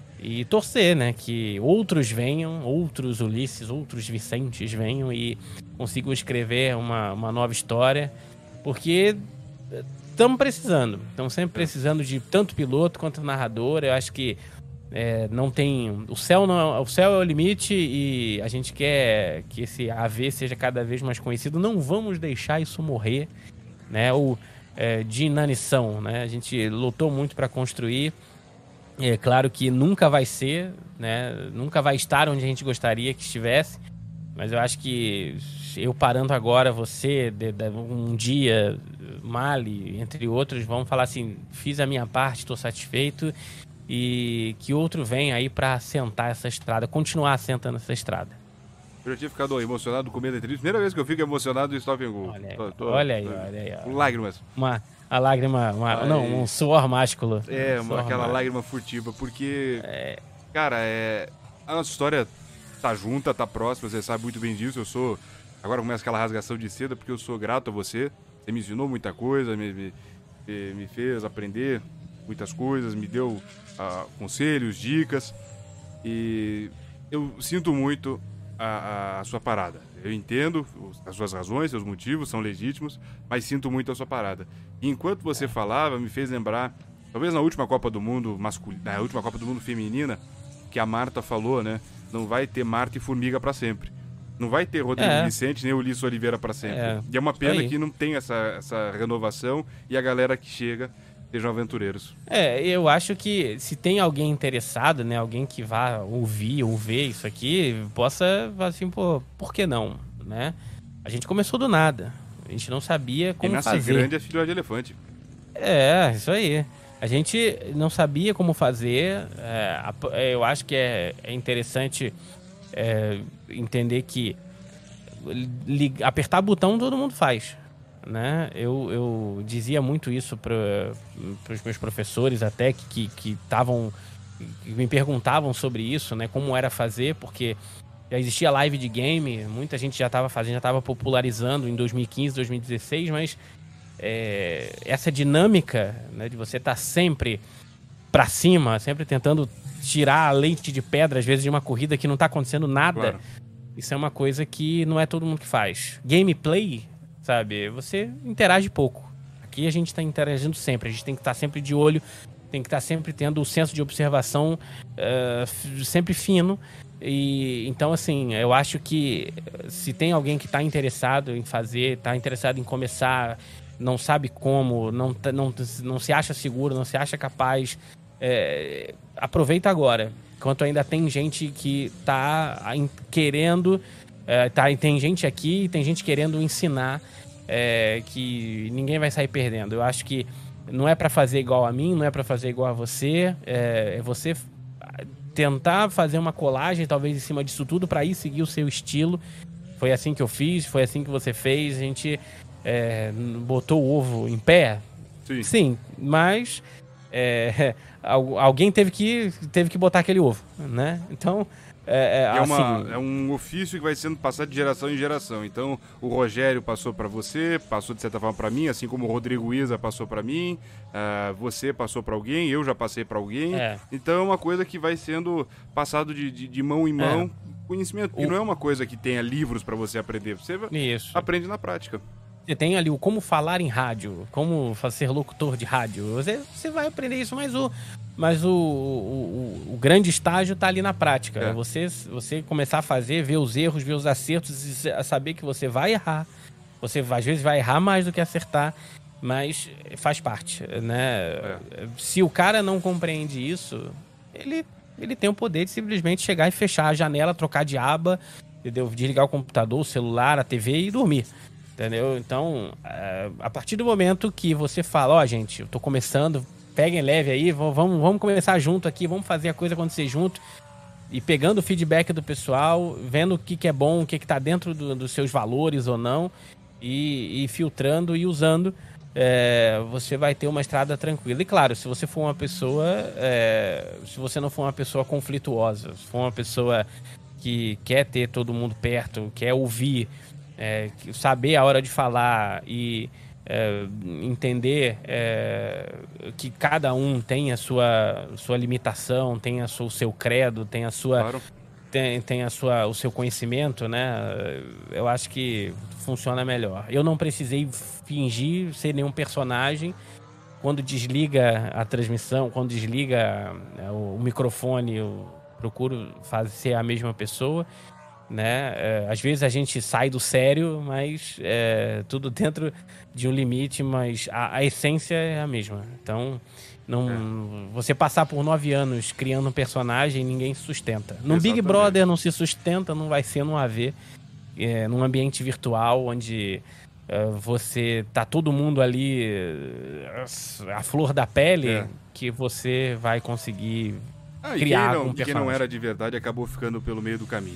E torcer, né, que outros venham, outros Ulisses, outros Vicentes venham e consigam escrever uma, uma nova história, porque estamos precisando, estamos sempre precisando de tanto piloto quanto narrador. Eu acho que é, não tem, o céu não, o céu é o limite e a gente quer que esse A V seja cada vez mais conhecido. Não vamos deixar isso morrer, né, ou é, de inanição, né? A gente lutou muito para construir. É claro que nunca vai ser, né? Nunca vai estar onde a gente gostaria que estivesse, mas eu acho que eu parando agora, você, de, de, um dia, Mali, entre outros, vão falar assim, fiz a minha parte, estou satisfeito, e que outro venha aí para assentar essa estrada, continuar assentando essa estrada. Eu já tinha ficado emocionado com medo da entrevista. Primeira vez que eu fico emocionado do Stop and Go. Olha aí, tô, tô, olha aí, tô, olha aí. Com lágrimas. Uma, a lágrima, uma, não, um suor másculo. É, um uma, aquela másculo. lágrima furtiva, porque, é... cara, é, a nossa história tá junta, tá próxima, você sabe muito bem disso. Eu sou, agora começa aquela rasgação de seda, porque eu sou grato a você. Você me ensinou muita coisa, me, me, me fez aprender muitas coisas, me deu uh, conselhos, dicas. E eu sinto muito a, a sua parada. Eu entendo as suas razões, seus motivos são legítimos, mas sinto muito a sua parada. E enquanto você falava, me fez lembrar, talvez na última Copa do Mundo masculina, na última Copa do Mundo feminina, que a Marta falou, né? Não vai ter Marta e Formiga pra sempre. Não vai ter Rodrigo É. Vicente nem Ulisses Oliveira pra sempre. É. E é uma pena Aí. que não tem essa, essa renovação e a galera que chega sejam aventureiros. É, eu acho que se tem alguém interessado, né, alguém que vá ouvir ou ver isso aqui, possa, assim, pô, por que não, né? A gente começou do nada, a gente não sabia como Quem nasce fazer. grande é filho de elefante. É, isso aí. A gente não sabia como fazer, é, a- eu acho que é, é interessante é, entender que li- apertar botão todo mundo faz. Né? Eu, eu dizia muito isso para os meus professores até que que estavam que me perguntavam sobre isso, né? Como era fazer, porque já existia live de game, muita gente já estava fazendo, já estava popularizando em dois mil e quinze, dois mil e dezesseis, mas é, essa dinâmica, né, de você estar sempre para cima, sempre tentando tirar a leite de pedra, às vezes de uma corrida que não está acontecendo nada, Claro. isso é uma coisa que não é todo mundo que faz. Gameplay, sabe? Você interage pouco. Aqui a gente está interagindo sempre. A gente tem que estar sempre de olho, tem que estar sempre tendo o senso de observação uh, f- sempre fino. E então, assim, eu acho que se tem alguém que está interessado em fazer, está interessado em começar, não sabe como, não, tá- não, não se acha seguro, não se acha capaz, é, aproveita agora. Enquanto ainda tem gente que está querendo. É, tá, e tem gente aqui, tem gente querendo ensinar, é, que ninguém vai sair perdendo. Eu acho que não é pra fazer igual a mim, não é pra fazer igual a você, é, é você f- tentar fazer uma colagem, talvez em cima disso tudo, pra ir seguir o seu estilo. Foi assim que eu fiz, foi assim que você fez. A gente é, botou o ovo em pé, Sim. sim, mas é, al- alguém teve que, teve que botar aquele ovo, né? Então, é, é, É, uma, assim, é um ofício que vai sendo passado de geração em geração. Então, o Rogério passou pra você, passou de certa forma pra mim, assim como o Rodrigo Isa passou pra mim, ah, você passou pra alguém, eu já passei pra alguém. É. Então, é uma coisa que vai sendo passado de, de, de mão em mão, conhecimento. E O- não é uma coisa que tenha livros pra você aprender, você isso. aprende na prática. Você tem ali o como falar em rádio, como fa- ser locutor de rádio. Você, você vai aprender isso, mas o, mas o, o, o- o grande estágio tá ali na prática. É. Né? Você, você começar a fazer, ver os erros, ver os acertos, e se- a saber que você vai errar. Você vai- às vezes vai errar mais do que acertar, mas faz parte, né? Se o cara não compreende isso, ele, ele tem o poder de simplesmente chegar e fechar a janela, trocar de aba, entendeu? Desligar o computador, o celular, a T V e dormir. Entendeu? Então, é, a partir do momento que você fala, ó, gente, eu tô começando, peguem leve aí, v- vamos, vamos começar junto aqui, vamos fazer a coisa acontecer junto, e pegando o feedback do pessoal, vendo o que, que é bom, o que, que tá dentro do- dos seus valores ou não, e, e filtrando e usando, é, você vai ter uma estrada tranquila. E claro, se você for uma pessoa, é, se você não for uma pessoa conflituosa, se for uma pessoa que quer ter todo mundo perto, quer ouvir, é, que- saber a hora de falar e é, entender é, que cada um tem a sua, sua limitação, tem a sua, o seu credo, tem a sua, Claro. tem, tem a sua, o seu conhecimento, né? Eu acho que funciona melhor. Eu não precisei fingir ser nenhum personagem. Quando desliga a transmissão, quando desliga é, o, o microfone, eu procuro fazer a mesma pessoa, né? É, às vezes a gente sai do sério, mas é, tudo dentro de um limite, mas a, a essência é a mesma. Então, não, você passar por nove anos criando um personagem, ninguém se sustenta. No Big Exatamente. Brother não se sustenta, não vai ser no A V, é, num ambiente virtual onde é, você tá todo mundo ali é, a flor da pele, É. que você vai conseguir Ah, e criar quem não, um e quem não personagem. era de verdade acabou ficando pelo meio do caminho.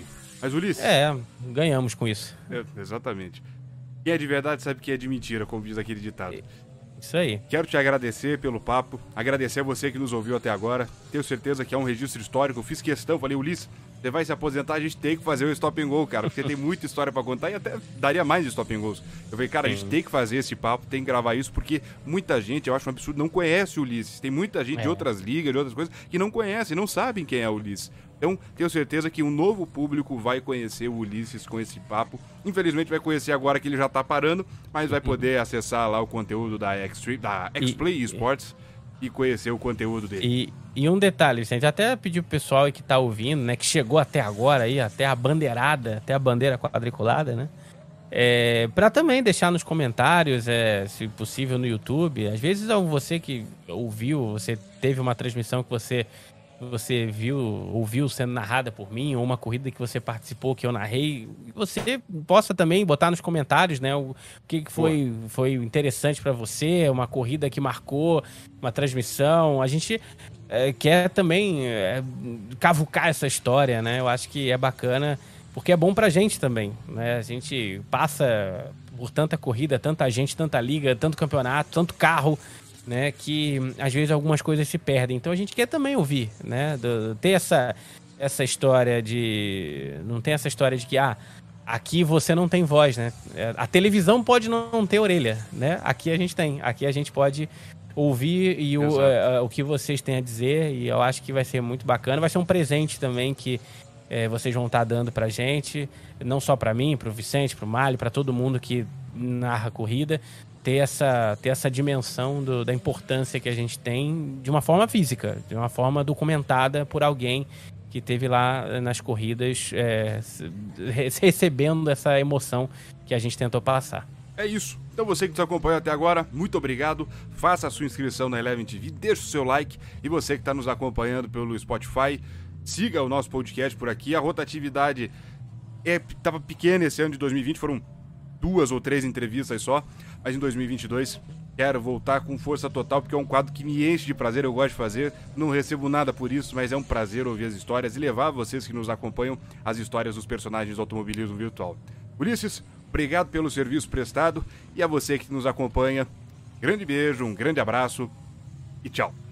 Mas, Ulisses... É, ganhamos com isso. É, exatamente. Quem é de verdade sabe que é de mentira, como diz aquele ditado. Isso aí. Quero te agradecer pelo papo, agradecer a você que nos ouviu até agora. Tenho certeza que é um registro histórico. Eu fiz questão, falei, Ulisses, você vai se aposentar, a gente tem que fazer o Stop and Go, cara, porque tem muita história pra contar e até daria mais de Stop and Goes. Eu falei, cara, Sim. a gente tem que fazer esse papo, tem que gravar isso, porque muita gente, eu acho um absurdo, não conhece o Ulisses. Tem muita gente é. de outras ligas, de outras coisas, que não conhecem, não sabem quem é o Ulisses. Então, tenho certeza que um novo público vai conhecer o Ulisses com esse papo. Infelizmente, vai conhecer agora que ele já tá parando, mas vai poder acessar lá o conteúdo da X-Play da X-Play Esports e conhecer o conteúdo dele. E, e um detalhe, a gente até pediu pro pessoal aí que tá ouvindo, né, que chegou até agora aí, até a bandeirada, até a bandeira quadriculada, né, é, para também deixar nos comentários, é, se possível no YouTube. Às vezes você que ouviu, você teve uma transmissão que você... você viu, ouviu sendo narrada por mim, ou uma corrida que você participou, que eu narrei, você possa também botar nos comentários, né, o que foi, foi interessante para você, uma corrida que marcou, uma transmissão. A gente é, quer também é, cavucar essa história, né, eu acho que é bacana, porque é bom pra gente também, né, a gente passa por tanta corrida, tanta gente, tanta liga, tanto campeonato, tanto carro, né, que às vezes algumas coisas se perdem. Então a gente quer também ouvir, né, do, ter essa, essa história de... Não tem essa história de que, ah, aqui você não tem voz, né? A televisão pode não ter orelha, né? Aqui a gente tem. Aqui a gente pode ouvir e o, uh, o que vocês têm a dizer, e eu acho que vai ser muito bacana. Vai ser um presente também que uh, vocês vão estar dando pra gente, não só pra mim, pro Vicente, pro Mário, pra todo mundo que narra a corrida, ter essa, ter essa dimensão do, da importância que a gente tem de uma forma física, de uma forma documentada por alguém que esteve lá nas corridas é, recebendo essa emoção que a gente tentou passar. É isso. Então você que nos acompanhou até agora, muito obrigado. Faça a sua inscrição na Eleven T V, deixe o seu like. E você que está nos acompanhando pelo Spotify, siga o nosso podcast por aqui. A rotatividade estava é, pequena esse ano de dois mil e vinte, foram duas ou três entrevistas só. Mas em dois mil e vinte e dois quero voltar com força total, porque é um quadro que me enche de prazer, eu gosto de fazer, não recebo nada por isso, mas é um prazer ouvir as histórias e levar vocês que nos acompanham as histórias dos personagens do automobilismo virtual. Ulisses, obrigado pelo serviço prestado, e a você que nos acompanha, grande beijo, um grande abraço e tchau.